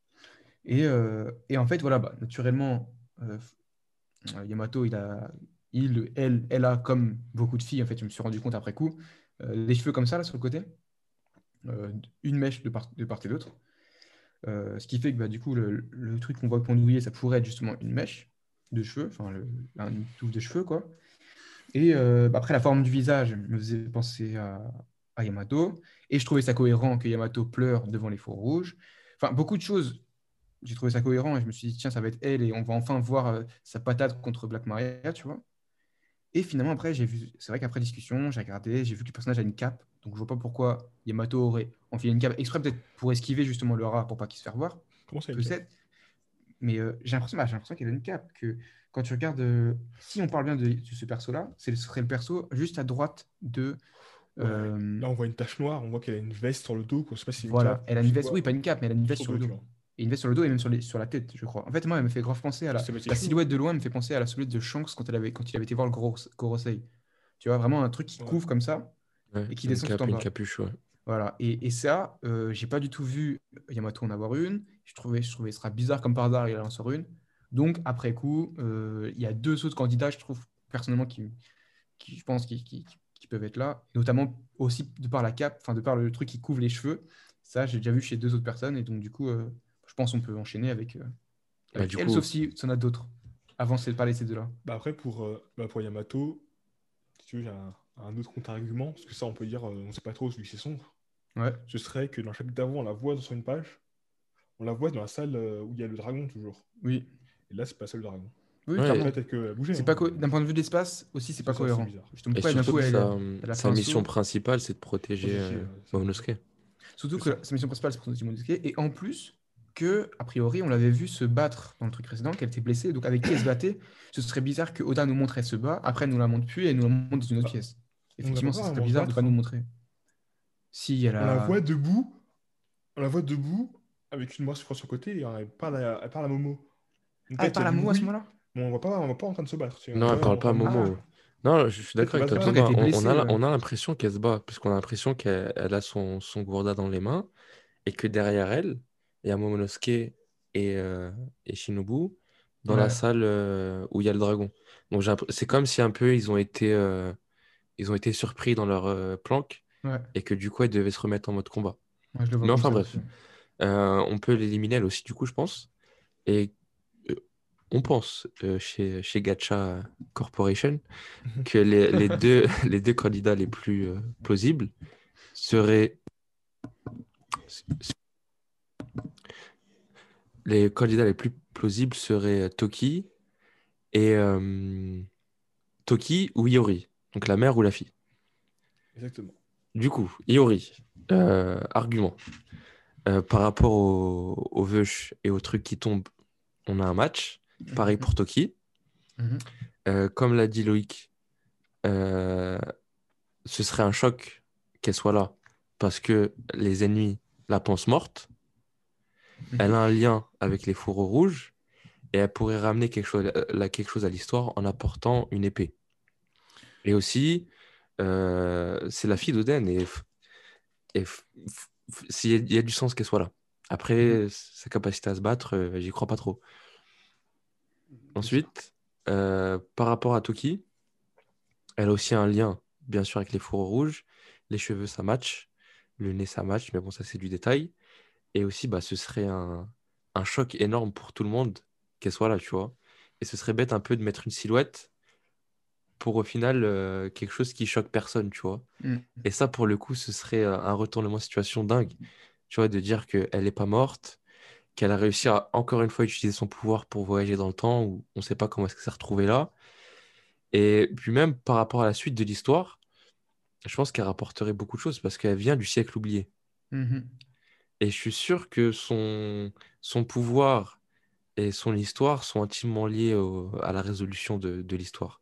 Speaker 4: Et en fait, voilà, bah, naturellement, Yamato, elle a, comme beaucoup de filles, en fait, je me suis rendu compte après coup, les cheveux comme ça, là, sur le côté, une mèche de part et d'autre. Ce qui fait que, bah, du coup, le truc qu'on voit pendouiller, ça pourrait être justement une mèche de cheveux, enfin, une touffe de cheveux, quoi. Et bah, après, la forme du visage me faisait penser à Yamato. Et je trouvais ça cohérent que Yamato pleure devant les faux rouges. Enfin, beaucoup de choses, j'ai trouvé ça cohérent et je me suis dit, tiens, ça va être elle et on va enfin voir sa patate contre Black Maria, tu vois. Et finalement, après, j'ai vu, c'est vrai qu'après discussion, j'ai regardé, j'ai vu que le personnage a une cape. Donc, je vois pas pourquoi Yamato aurait enfilé une cape exprès, peut-être pour esquiver justement le rat pour pas qu'il se fasse voir.
Speaker 5: Comment ça, une
Speaker 4: Peut-être. Mais j'ai l'impression qu'il a une cape. Que quand tu regardes, si on parle bien de ce perso-là, ce serait le perso juste à droite de.
Speaker 5: Ouais. Là, on voit une tache noire, on voit qu'elle a une veste sur le dos. On sait pas si c'est une
Speaker 4: Voilà,
Speaker 5: cape,
Speaker 4: elle a
Speaker 5: je
Speaker 4: une
Speaker 5: sais
Speaker 4: veste,
Speaker 5: pas.
Speaker 4: oui, pas une cape, mais elle a une veste
Speaker 5: Trop
Speaker 4: sur le dos.
Speaker 5: document.
Speaker 4: Et une veste sur le dos et même sur la tête, je crois. En fait, moi, elle me fait grave penser à
Speaker 5: Ça va être
Speaker 4: la
Speaker 5: écrit.
Speaker 4: silhouette de loin, elle me fait penser à la silhouette de Shanks quand il avait été voir le Gorosei. Tu vois, vraiment un truc qui
Speaker 5: Ouais.
Speaker 4: couvre comme ça
Speaker 3: Ouais,
Speaker 4: et qui
Speaker 3: une
Speaker 4: descend tout
Speaker 3: cape,
Speaker 4: en
Speaker 3: une
Speaker 4: bas.
Speaker 3: capuche, ouais.
Speaker 4: Voilà, et ça, j'ai pas du tout vu Yamato en avoir une. Je trouvais ce sera bizarre comme par hasard, il en sort une. Donc, après coup, il y a deux autres candidats, je trouve, personnellement, qui je pense, qui peuvent être là, notamment aussi de par la cape, enfin, de par le truc qui couvre les cheveux. Ça, j'ai déjà vu chez deux autres personnes, et donc, du coup, je pense qu'on peut enchaîner avec,
Speaker 3: Bah,
Speaker 4: avec
Speaker 3: du
Speaker 4: elle,
Speaker 3: coup,
Speaker 4: sauf si tu en as d'autres. Avant, c'est de parler de ces deux-là.
Speaker 5: Bah après, pour Yamato, si tu veux, j'ai un autre contre-argument, parce que ça, on peut dire, on sait pas trop celui qui c'est sombre.
Speaker 4: Ouais,
Speaker 5: Ce serait que dans le chapitre d'avant, on la voit sur une page, on la voit dans la salle où il y a le dragon toujours.
Speaker 4: oui,
Speaker 5: Et là, c'est pas ça le dragon.
Speaker 4: oui,
Speaker 3: Ouais,
Speaker 4: clairement.
Speaker 5: Peut-être qu'elle a bougé.
Speaker 4: C'est
Speaker 5: hein.
Speaker 4: pas d'un point de vue de l'espace aussi, c'est pas
Speaker 5: C'est ça, c'est
Speaker 4: cohérent.
Speaker 5: bizarre.
Speaker 4: Justement,
Speaker 3: et
Speaker 4: pourquoi d'un
Speaker 3: surtout
Speaker 4: coup,
Speaker 3: que
Speaker 4: elle a fait
Speaker 3: sa
Speaker 4: un
Speaker 3: mission
Speaker 4: saut.
Speaker 3: principale, c'est de protéger
Speaker 5: Protéger, ça.
Speaker 3: Momonosuke.
Speaker 4: Surtout
Speaker 5: C'est
Speaker 4: que
Speaker 5: ça.
Speaker 4: sa mission principale, c'est pour Momonosuke. Et en plus, que, a priori, on l'avait vu se battre dans le truc précédent, qu'elle était blessée. Donc, avec qui elle se battait? Ce serait bizarre que Oda nous montre elle se bat, après elle nous la montre plus et elle nous la montre dans une autre
Speaker 5: Bah,
Speaker 4: pièce.
Speaker 5: on la voit
Speaker 4: Effectivement,
Speaker 5: pas
Speaker 4: ce serait
Speaker 5: vraiment se
Speaker 4: bizarre de ne
Speaker 5: battre,
Speaker 4: pas nous
Speaker 5: hein.
Speaker 4: montrer. Si, elle
Speaker 5: On la
Speaker 4: a.
Speaker 5: voit debout, on la voit debout avec une masse sur son côté et elle parle à Momo. Donc
Speaker 4: Ah, elle
Speaker 5: peut-être il y a
Speaker 4: parle à
Speaker 5: du
Speaker 4: Momo à ce
Speaker 5: bruit,
Speaker 4: moment-là?
Speaker 5: mais on voit pas en train de se battre. Tu sais.
Speaker 3: Non, elle parle
Speaker 5: On
Speaker 3: pas à
Speaker 5: voit Momo.
Speaker 3: Momo.
Speaker 4: Ah,
Speaker 3: Non, je suis
Speaker 5: Peut-être
Speaker 3: d'accord
Speaker 5: qu'elle
Speaker 3: avec
Speaker 5: va se
Speaker 3: toi.
Speaker 4: j'ai
Speaker 3: De toute
Speaker 4: l'impression
Speaker 5: battre.
Speaker 4: qu'elle
Speaker 3: façon,
Speaker 4: était
Speaker 3: on
Speaker 4: blessée.
Speaker 3: on a l'impression qu'elle se bat, puisqu'on a l'impression qu'elle a son gourda dans les mains, et que derrière elle, il y a Momonosuke et Shinobu dans la
Speaker 4: Ouais,
Speaker 3: salle où il y a le dragon. Donc c'est comme si un peu ils ont été surpris dans leur planque,
Speaker 4: ouais.
Speaker 3: et que du coup, elle devait se remettre en mode combat.
Speaker 4: Moi, je le vois
Speaker 3: Mais
Speaker 4: comme
Speaker 3: enfin
Speaker 4: ça aussi.
Speaker 3: bref, on peut l'éliminer elle aussi, du coup, je pense. Et euh, on pense chez Gacha Corporation que les deux, les deux candidats les plus plausibles seraient les candidats les plus plausibles seraient et Toki ou Iori, donc la mère ou la fille.
Speaker 5: Exactement.
Speaker 3: Du coup, Iori, argument. Par rapport aux veuches et aux trucs qui tombent, on a un match. Pareil
Speaker 4: Mhm,
Speaker 3: pour Toki.
Speaker 4: mhm,
Speaker 3: Comme l'a dit Loïc, euh, ce serait un choc qu'elle soit là parce que les ennemis la pensent morte. Elle
Speaker 4: mhm.
Speaker 3: a un lien avec les fourreaux rouges et elle pourrait ramener quelque chose à l'histoire en apportant une épée. Et aussi, c'est la fille d'Oden il y a du sens qu'elle soit là.
Speaker 4: Mhm.
Speaker 3: Après, sa capacité à se battre, j'y crois pas trop.
Speaker 5: C'est ça.
Speaker 3: Ensuite, par rapport à Toki, elle a aussi un lien, bien sûr, avec les fourreaux rouges. Les cheveux, ça match. Le nez, ça match. Mais bon, ça, c'est du détail. Et aussi, bah, ce serait un choc énorme pour tout le monde qu'elle soit là, tu vois. Et ce serait bête un peu de mettre une silhouette pour au final quelque chose qui choque personne, tu vois.
Speaker 4: Mhm.
Speaker 3: Et ça, pour le coup, ce serait un retournement de situation dingue. Tu vois, de dire qu'elle n'est pas morte, qu'elle a réussi à encore une fois utiliser son pouvoir pour voyager dans le temps, où on ne sait pas comment est-ce que ça s'est retrouvé là. Et puis même par rapport à la suite de l'histoire, je pense qu'elle rapporterait beaucoup de choses parce qu'elle vient du siècle oublié.
Speaker 4: Mhm.
Speaker 3: Et je suis sûr que son pouvoir et son histoire sont intimement liés à la résolution de l'histoire.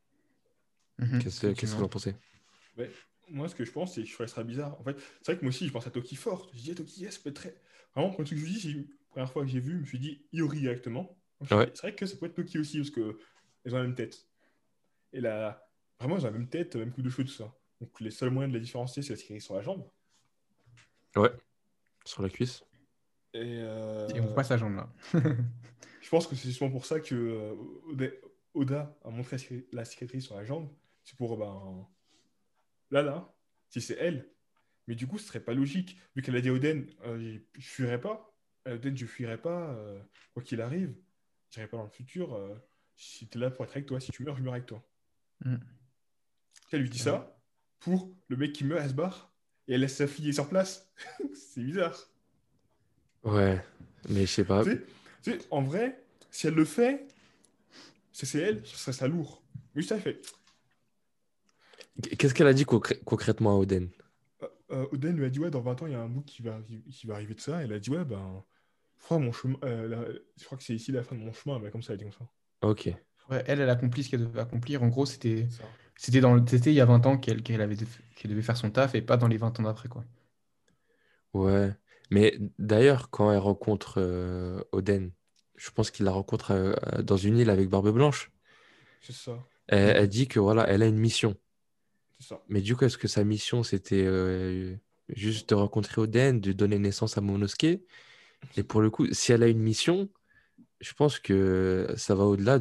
Speaker 4: Mhm.
Speaker 3: Qu'est-ce que vous
Speaker 4: Effectivement.
Speaker 3: en pensez?
Speaker 5: Ouais. Moi, ce que je pense, c'est que je ferais ça bizarre. En fait, c'est vrai que moi aussi, je pense à Toki fort. Je dis, Toki, yes, peut être très. Vraiment, quand je vous dis, la première fois que j'ai vu, je me suis dit Iori directement. Moi, je me suis dit,
Speaker 3: Ouais,
Speaker 5: c'est vrai que ça peut être Toki aussi, parce que elles ont la même tête. Et là, vraiment, elles ont la même tête, même coupe de cheveux, tout ça. Donc, les seuls moyens de la différencier, c'est la cicatrice sur la jambe.
Speaker 3: ouais, sur la cuisse.
Speaker 5: Et
Speaker 4: Et on voit sa jambe là.
Speaker 5: je pense que c'est justement pour ça que Oda a montré la cicatrice sur la jambe. C'est pour, ben, là, si c'est elle. Mais du coup, ce serait pas logique. Vu qu'elle a dit à Oden, je fuirai pas. Oden, je fuirai pas, quoi qu'il arrive. J'irai pas dans le futur. Si t'es là pour être avec toi, si tu meurs, je meurs avec toi.
Speaker 4: Mhm.
Speaker 5: Elle lui dit
Speaker 4: C'est vrai.
Speaker 5: ça pour le mec qui meurt, elle se barre. Et elle laisse sa fille sur place. C'est bizarre.
Speaker 3: Ouais, mais je sais pas.
Speaker 5: En vrai, si elle le fait, c'est elle, ce serait ça lourd. Mais juste elle fait.
Speaker 3: Qu'est-ce qu'elle a dit concrètement à Oden?
Speaker 5: Oden lui a dit, ouais, dans 20 ans, il y a un bout qui va arriver de ça. Elle a dit, ouais, ben, je crois, mon chemin, je crois que c'est ici la fin de mon chemin. Mais comme ça, elle a dit comme ça.
Speaker 3: Ok.
Speaker 4: Ouais, elle accomplit ce qu'elle devait accomplir. En gros, c'était
Speaker 5: C'est ça.
Speaker 4: c'était il y a 20 ans qu'elle devait faire son taf et pas dans les 20 ans d'après, quoi.
Speaker 3: Ouais. Mais d'ailleurs, quand elle rencontre Oden, je pense qu'il la rencontre dans une île avec Barbe Blanche.
Speaker 5: C'est ça.
Speaker 3: Elle dit que voilà, elle a une mission.
Speaker 5: C'est ça.
Speaker 3: Mais du coup, est-ce que sa mission, c'était juste de rencontrer Oden, de donner naissance à Momonosuke? Et pour le coup, si elle a une mission, je pense que ça va au-delà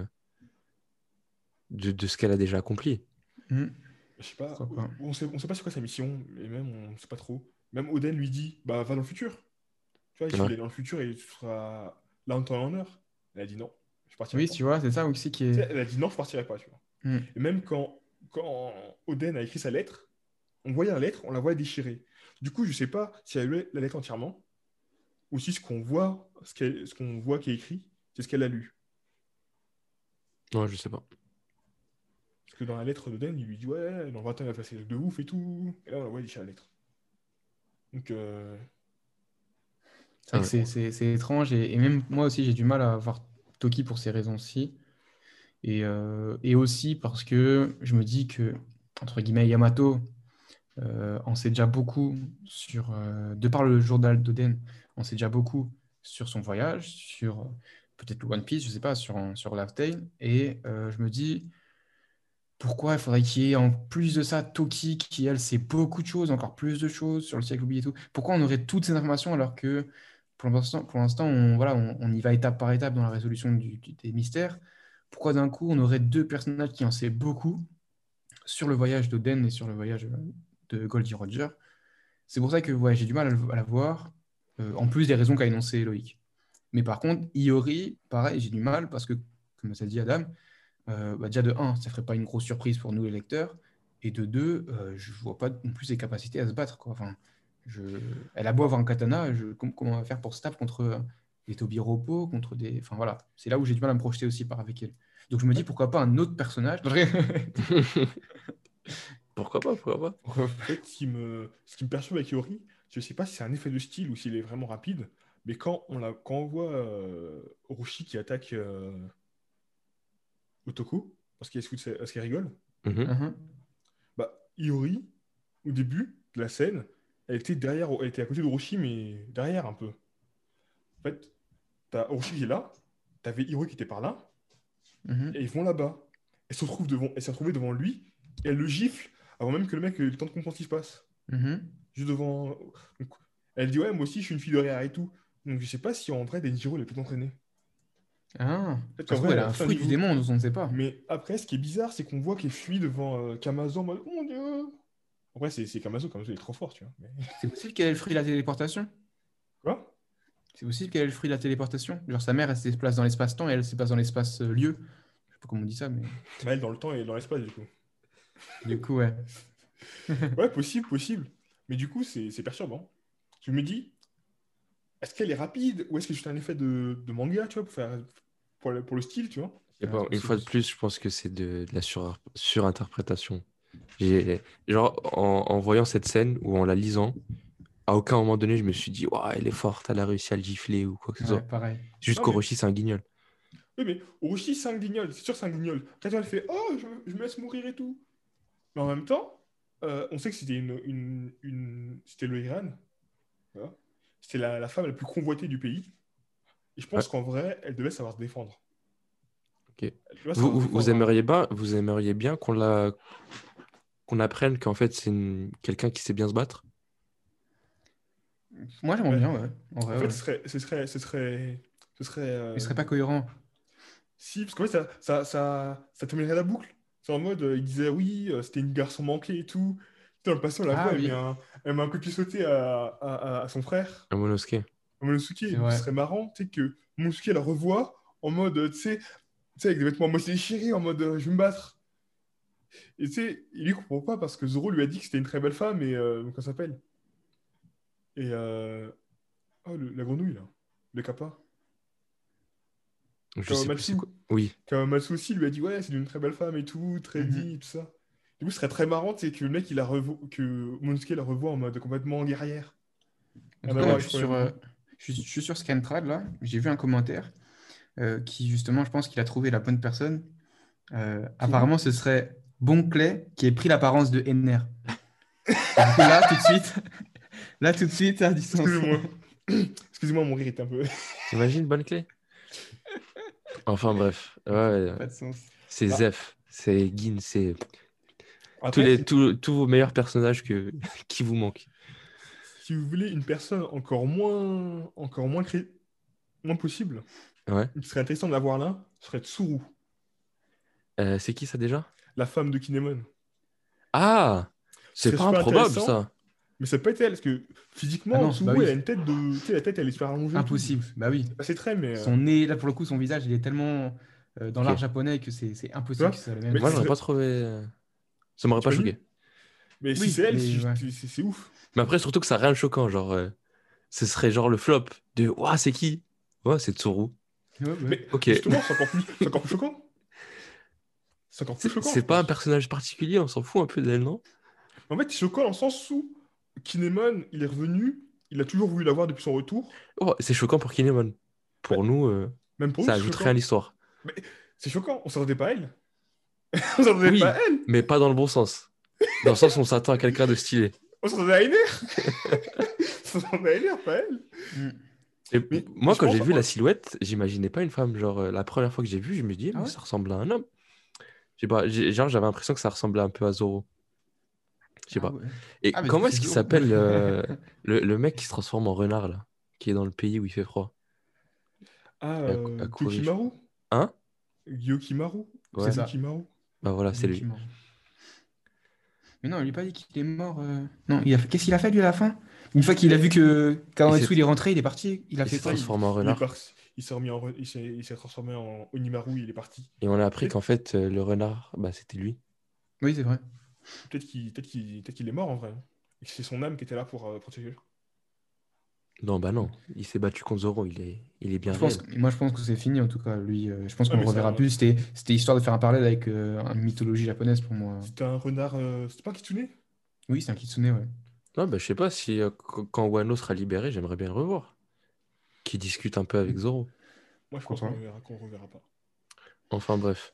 Speaker 3: de ce qu'elle a déjà accompli.
Speaker 4: Mhm.
Speaker 5: Je sais pas,
Speaker 4: Pourquoi pas?
Speaker 5: on sait pas c'est quoi sa mission, et même on sait pas trop. Même Oden lui dit, bah va dans le futur. Tu vois, il suffit
Speaker 3: Ouais.
Speaker 5: d'aller dans le futur et tu seras là en temps et en heure. Elle a dit non, je partirai
Speaker 4: Oui,
Speaker 5: pas.
Speaker 4: tu vois, c'est ça aussi qui
Speaker 5: Tu
Speaker 4: est.
Speaker 5: sais, elle a dit non, je partirai pas, tu vois.
Speaker 4: Mhm.
Speaker 5: Et même quand Oden a écrit sa lettre, on voyait la lettre, on la voit déchirée. Du coup, je sais pas si elle a lu la lettre entièrement, ou si ce qu'on voit qui est écrit, c'est ce qu'elle a lu.
Speaker 3: Non, je sais pas.
Speaker 5: Parce que dans la lettre d'Oden, il lui dit ouais, dans 20 ans, il va faire des trucs de ouf et tout. Et là, on la voit déchirer la lettre. Donc,
Speaker 4: C'est vrai
Speaker 3: Ouais.
Speaker 4: que c'est étrange et même moi aussi j'ai du mal à voir Toki pour ces raisons-ci. Et aussi parce que je me dis que, entre guillemets, Yamato en sait déjà beaucoup de par le journal d'Oden, on sait déjà beaucoup sur son voyage, sur peut-être le One Piece, je sais pas, sur Laugh Tale. Et je me dis, pourquoi il faudrait qu'il y ait en plus de ça Toki qui, elle, sait beaucoup de choses, encore plus de choses sur le siècle oublié et tout. Pourquoi on aurait toutes ces informations alors que pour l'instant voilà, on y va étape par étape dans la résolution des mystères. Pourquoi d'un coup on aurait deux personnages qui en savent beaucoup sur le voyage d'Oden et sur le voyage de Goldie Roger? C'est pour ça que ouais, j'ai du mal à la voir, en plus des raisons qu'a énoncé Loïc. Mais par contre, Iori, pareil, j'ai du mal parce que, comme ça dit Adam, déjà de un, ça ferait pas une grosse surprise pour nous les lecteurs, et de deux, je vois pas non plus ses capacités à se battre, quoi. Enfin, je... Elle a beau avoir un katana, comment on va faire pour se taper contre des Tobiropo, contre des... Enfin voilà, c'est là où j'ai du mal à me projeter aussi avec elle. Donc je me dis, pourquoi pas un autre personnage?
Speaker 3: Pourquoi pas, pourquoi pas.
Speaker 5: En fait, ce qui me perturbe avec Yori, je sais pas si c'est un effet de style ou s'il est vraiment rapide, mais quand on voit Orochi qui attaque Otoko, parce qu'elle rigole,
Speaker 3: Mhm.
Speaker 4: Mhm.
Speaker 5: bah, Iori, au début de la scène, elle était à côté d'Orochi, mais derrière un peu. En fait, t'as Orochi qui est là, t'avais Iori qui était par là,
Speaker 4: Mhm.
Speaker 5: et ils vont là-bas. Elle s'est retrouvée devant lui, et elle le gifle avant même que le mec ait le temps de comprendre ce qui se passe.
Speaker 4: Mhm.
Speaker 5: Juste devant. Donc, elle dit, ouais, moi aussi, je suis une fille de Rare et tout. Donc, je sais pas si en vrai, Denjiro, il est plus entraîné.
Speaker 4: Ah,
Speaker 5: Peut-être
Speaker 4: ça
Speaker 5: qu'en
Speaker 4: se
Speaker 5: vrai,
Speaker 4: trouve,
Speaker 5: elle
Speaker 4: elle
Speaker 5: est
Speaker 4: a
Speaker 5: à
Speaker 4: un
Speaker 5: fin
Speaker 4: fruit du
Speaker 5: niveau.
Speaker 4: démon, on ne sait pas.
Speaker 5: Mais après, ce qui est bizarre, c'est qu'on voit qu'elle fuit devant Kamazo en mode, oh mon dieu. Après, c'est Kamazo. Kamazo, il est trop fort, tu vois. Mais...
Speaker 4: C'est possible qu'elle ait le fruit de la téléportation?
Speaker 5: Quoi?
Speaker 4: C'est possible qu'elle ait le fruit de la téléportation? Genre sa mère, elle se déplace dans l'espace-temps et elle se déplace dans l'espace-lieu. Je sais pas comment on dit ça, mais...
Speaker 5: Bah, elle, dans le temps et dans l'espace, du coup.
Speaker 4: Du coup, ouais.
Speaker 5: Ouais, possible, possible. Mais du coup, c'est perturbant. Je me dis, est-ce qu'elle est rapide ou est-ce que c'est juste un effet de manga, tu vois, pour le style, tu vois?
Speaker 3: Je sais
Speaker 4: Ouais,
Speaker 3: pas,
Speaker 4: c'est
Speaker 3: une fois
Speaker 4: possible
Speaker 3: de
Speaker 4: aussi.
Speaker 3: plus, je pense que c'est de la surinterprétation. Genre, en voyant cette scène ou en la lisant, à aucun moment donné, je me suis dit, waouh, elle est forte, elle a réussi à le gifler ou quoi que ce
Speaker 4: Ouais,
Speaker 3: soit.
Speaker 4: pareil.
Speaker 3: Juste
Speaker 5: Non, mais
Speaker 3: qu'Orochi, c'est un guignol.
Speaker 5: oui, mais Orochi, c'est un guignol. C'est sûr, c'est un guignol. Quand elle fait, oh, je me laisse mourir et tout. Mais en même temps, on sait que c'était c'était le Iran. Voilà. C'était la femme la plus convoitée du pays. Et je
Speaker 3: Ouais,
Speaker 5: pense qu'en vrai, elle devait savoir se défendre.
Speaker 3: ok.
Speaker 5: Elle devait
Speaker 3: Vous,
Speaker 5: savoir se
Speaker 3: vous, vous
Speaker 5: défendre.
Speaker 3: aimeriez pas, vous aimeriez bien qu'on apprenne qu'en fait, c'est quelqu'un qui sait bien se battre?
Speaker 4: Moi, j'aimerais
Speaker 5: Ouais.
Speaker 4: bien, ouais. En
Speaker 5: En
Speaker 4: vrai,
Speaker 5: fait,
Speaker 4: ouais.
Speaker 5: ce serait
Speaker 4: Il serait pas cohérent.
Speaker 5: si, parce qu'en fait, ça terminerait la boucle. C'est en mode, il disait oui, c'était une garçon manqué et tout. Dans le passé, on la
Speaker 4: Ah
Speaker 5: voit,
Speaker 4: oui,
Speaker 5: elle met un coup de pied sauté à son frère.
Speaker 3: Un Monosuke.
Speaker 5: Momonosuke,
Speaker 4: c'est
Speaker 5: et du coup, ce
Speaker 4: vrai.
Speaker 5: serait marrant, tu sais, que Momonosuke la revoit en mode, tu sais, avec des vêtements à moitié déchirés, en mode, je vais me battre. Et tu sais, il lui comprend pas parce que Zoro lui a dit que c'était une très belle femme et comment ça s'appelle? Et oh, la grenouille là, le kappa.
Speaker 3: Je sais plus c'est
Speaker 5: Kawamatsu.
Speaker 3: quoi. Oui.
Speaker 5: Kawamatsu aussi lui a dit ouais, c'est une très belle femme et tout, très
Speaker 4: Mhm.
Speaker 5: digne et tout ça. Du coup, ce serait très marrant, tu sais, que le mec que Momonosuke la revoit en mode complètement guerrière.
Speaker 4: En
Speaker 5: Rien
Speaker 4: tout
Speaker 5: à
Speaker 4: cas,
Speaker 5: voir
Speaker 4: moi,
Speaker 5: avec ce qu'on vient de dire.
Speaker 4: je suis sur Scantrad, là. J'ai vu un commentaire qui, justement, je pense qu'il a trouvé la bonne personne.
Speaker 5: Zoro?
Speaker 4: Apparemment, ce serait Bonclay qui ait pris l'apparence de Enner. Et du coup, là, tout de suite, là, tout de suite, ça a du sens.
Speaker 5: Excusez-moi. Excusez-moi, mon rire est un peu.
Speaker 3: T'imagines, bonne clé? Enfin bref. Ouais,
Speaker 4: Pas de sens.
Speaker 3: c'est
Speaker 5: Bah,
Speaker 3: Zeph, c'est Gin, c'est
Speaker 5: après,
Speaker 3: tous vos meilleurs personnages qui vous manquent.
Speaker 5: si vous voulez une personne moins possible,
Speaker 3: Ouais.
Speaker 5: il serait intéressant de la voir là, ce serait Tsuru,
Speaker 3: C'est qui ça déjà?
Speaker 5: la femme de Kinemon.
Speaker 3: Ah!
Speaker 5: Ce
Speaker 3: C'est
Speaker 5: serait
Speaker 3: pas
Speaker 5: super
Speaker 3: improbable
Speaker 5: intéressant,
Speaker 3: ça.
Speaker 5: mais ça peut être elle, parce que
Speaker 4: Ah
Speaker 5: physiquement,
Speaker 4: non, bah
Speaker 5: Tsuru, elle a
Speaker 4: oui,
Speaker 5: une tête de. Tu sais, la tête, elle est super allongée et tout.
Speaker 4: impossible. Bah oui.
Speaker 5: C'est pas ses traits, mais.
Speaker 4: Son nez, là, pour le coup, son visage, il est tellement dans
Speaker 3: Ok.
Speaker 4: l'art japonais que c'est
Speaker 5: Tu
Speaker 4: impossible
Speaker 5: vois?
Speaker 4: que ce soit la même
Speaker 5: Mais
Speaker 3: Moi,
Speaker 5: ce
Speaker 3: j'aurais
Speaker 4: personne.
Speaker 3: pas
Speaker 5: serait.
Speaker 3: trouvé. Ça m'aurait pas
Speaker 5: T'imagines?
Speaker 3: choqué.
Speaker 5: Mais si
Speaker 4: Oui,
Speaker 5: c'est elle,
Speaker 4: mais ouais.
Speaker 5: c'est ouf.
Speaker 3: Mais après, surtout que ça n'a rien de choquant. Genre, ce serait genre le flop de Ouah, c'est qui? Ouais, c'est Tsuru.
Speaker 4: Ouais, ouais.
Speaker 5: Mais
Speaker 3: Ok.
Speaker 5: justement, c'est encore plus choquant. C'est encore plus choquant,
Speaker 3: C'est
Speaker 5: je
Speaker 3: pas un
Speaker 5: pense.
Speaker 3: personnage particulier, on s'en fout un peu d'elle, non?
Speaker 5: En fait, c'est choquant dans le sens où Kinemon, il est revenu Il a toujours voulu l'avoir depuis son retour.
Speaker 3: Oh, c'est choquant pour Kinemon. Pour nous,
Speaker 5: Même pour
Speaker 3: ça
Speaker 5: nous, c'est
Speaker 3: ajoute
Speaker 5: choquant.
Speaker 3: rien à l'histoire.
Speaker 5: C'est choquant, on s'attendait pas à elle. On s'attendait
Speaker 3: Oui,
Speaker 5: pas à elle.
Speaker 3: mais pas dans le bon sens. Dans le sens où on s'attend à quelqu'un de stylé.
Speaker 5: On s'attendait à Einer. On s'attendait à Einer, pas elle.
Speaker 4: Mm.
Speaker 3: Et
Speaker 5: Mais
Speaker 3: moi,
Speaker 5: je
Speaker 3: quand
Speaker 5: pense
Speaker 3: j'ai vu
Speaker 5: en-
Speaker 3: la silhouette, j'imaginais pas une femme. Genre, la première fois que j'ai vu, je me dis,
Speaker 4: Ah
Speaker 3: mais
Speaker 4: ouais
Speaker 3: ça ressemble à un homme. Je sais pas, genre, j'avais l'impression que ça ressemblait un peu à Zoro. Je sais
Speaker 4: Ah
Speaker 3: pas.
Speaker 4: ouais.
Speaker 3: Et
Speaker 4: Ah, mais du
Speaker 3: comment
Speaker 4: coup,
Speaker 3: est-ce
Speaker 4: c'est
Speaker 3: qu'il
Speaker 4: Zoro.
Speaker 3: s'appelle le mec qui se transforme en renard, là, qui est dans le pays où il fait froid?
Speaker 5: Ah,
Speaker 3: À courir.
Speaker 5: Gyokimaru.
Speaker 3: Hein?
Speaker 5: Gyokimaru.
Speaker 3: Ouais.
Speaker 4: C'est ça.
Speaker 5: Gyokimaru.
Speaker 3: Bah voilà, c'est lui.
Speaker 4: Gyokimaru. Mais non, il lui a pas dit qu'il est mort. Non, qu'est-ce qu'il a fait lui à la fin? Une fois qu'il a vu que Kawamatsu il est rentré, il est parti. Il a
Speaker 3: Il
Speaker 4: fait
Speaker 3: s'est
Speaker 4: quoi?
Speaker 3: transformé en
Speaker 5: Il est
Speaker 3: renard.
Speaker 5: parti. Il s'est transformé en Onimaru, il est parti.
Speaker 3: Et on a appris qu'en fait, le renard, bah, c'était lui.
Speaker 4: Oui, c'est vrai.
Speaker 5: Peut-être qu'il est mort en vrai. Et que c'est son âme qui était là pour protéger.
Speaker 3: Non, bah non. Il s'est battu contre Zoro. Il est bien réel.
Speaker 4: Moi, je pense que c'est fini en tout cas. Lui, je pense
Speaker 5: Ouais,
Speaker 4: qu'on
Speaker 5: mais
Speaker 4: le
Speaker 5: ça,
Speaker 4: reverra plus. C'était histoire de faire un parallèle avec une mythologie japonaise pour moi.
Speaker 5: C'était un renard. C'était pas un Kitsune?
Speaker 4: Oui, c'est un kitsune, ouais.
Speaker 3: Non, bah, je sais pas si quand Wano sera libéré, j'aimerais bien le revoir. Qui discute un peu avec Zoro.
Speaker 5: Moi, je
Speaker 4: Pourquoi
Speaker 5: pense
Speaker 4: pas
Speaker 5: qu'on reverra pas.
Speaker 3: Enfin bref.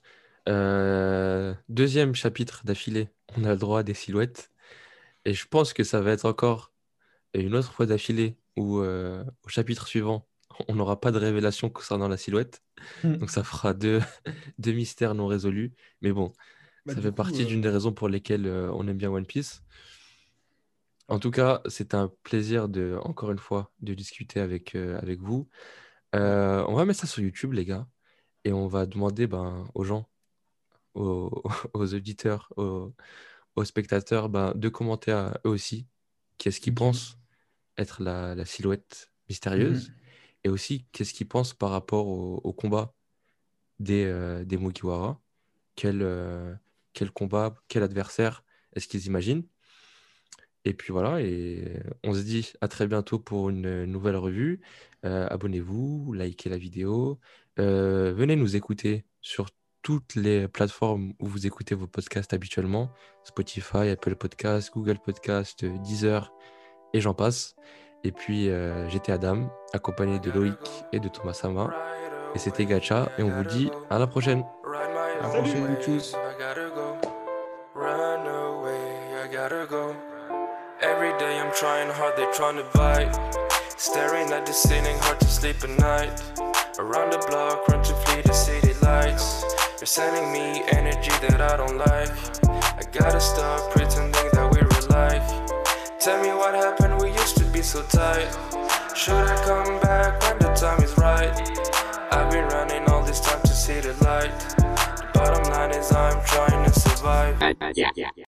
Speaker 3: Deuxième chapitre d'affilée, on a le droit à des silhouettes. Et je pense que ça va être encore une autre fois d'affilée où au chapitre suivant, on n'aura pas de révélation concernant la silhouette. Donc ça fera deux mystères non résolus. Mais bon,
Speaker 5: Bah,
Speaker 3: ça
Speaker 5: du
Speaker 3: fait
Speaker 5: coup,
Speaker 3: partie d'une des raisons pour lesquelles on aime bien One Piece. En tout cas, c'est un plaisir encore une fois, de discuter avec vous. On va mettre ça sur YouTube, les gars, et on va demander aux gens, aux, aux auditeurs, aux spectateurs, de commenter à eux aussi qu'est-ce qu'ils
Speaker 4: Ok.
Speaker 3: pensent être la silhouette mystérieuse,
Speaker 4: Mhm.
Speaker 3: et aussi qu'est-ce qu'ils pensent par rapport au combat des Mugiwara. Quel combat, quel adversaire est-ce qu'ils imaginent? Et puis voilà, et on se dit à très bientôt pour une nouvelle revue. Abonnez-vous, likez la vidéo. Venez nous écouter sur toutes les plateformes où vous écoutez vos podcasts habituellement. Spotify, Apple Podcasts, Google Podcasts, Deezer, et j'en passe. Et puis j'étais Adam, accompagné de Loïc et de Thomas Sama. Et c'était Gacha, et on vous dit à la prochaine.
Speaker 4: À la prochaine, tchuss.
Speaker 6: Run away, I gotta go. Every day I'm trying hard, they trying to bite. Staring at the ceiling, hard to sleep at night. Around the block, run to flee the city lights. You're sending me energy that I don't like. I gotta stop pretending that we're alive. Tell me what happened, we used to be so tight. Should I come back when the time is right? I've been running all this time to see the light. The bottom line is I'm trying to survive.
Speaker 1: Yeah.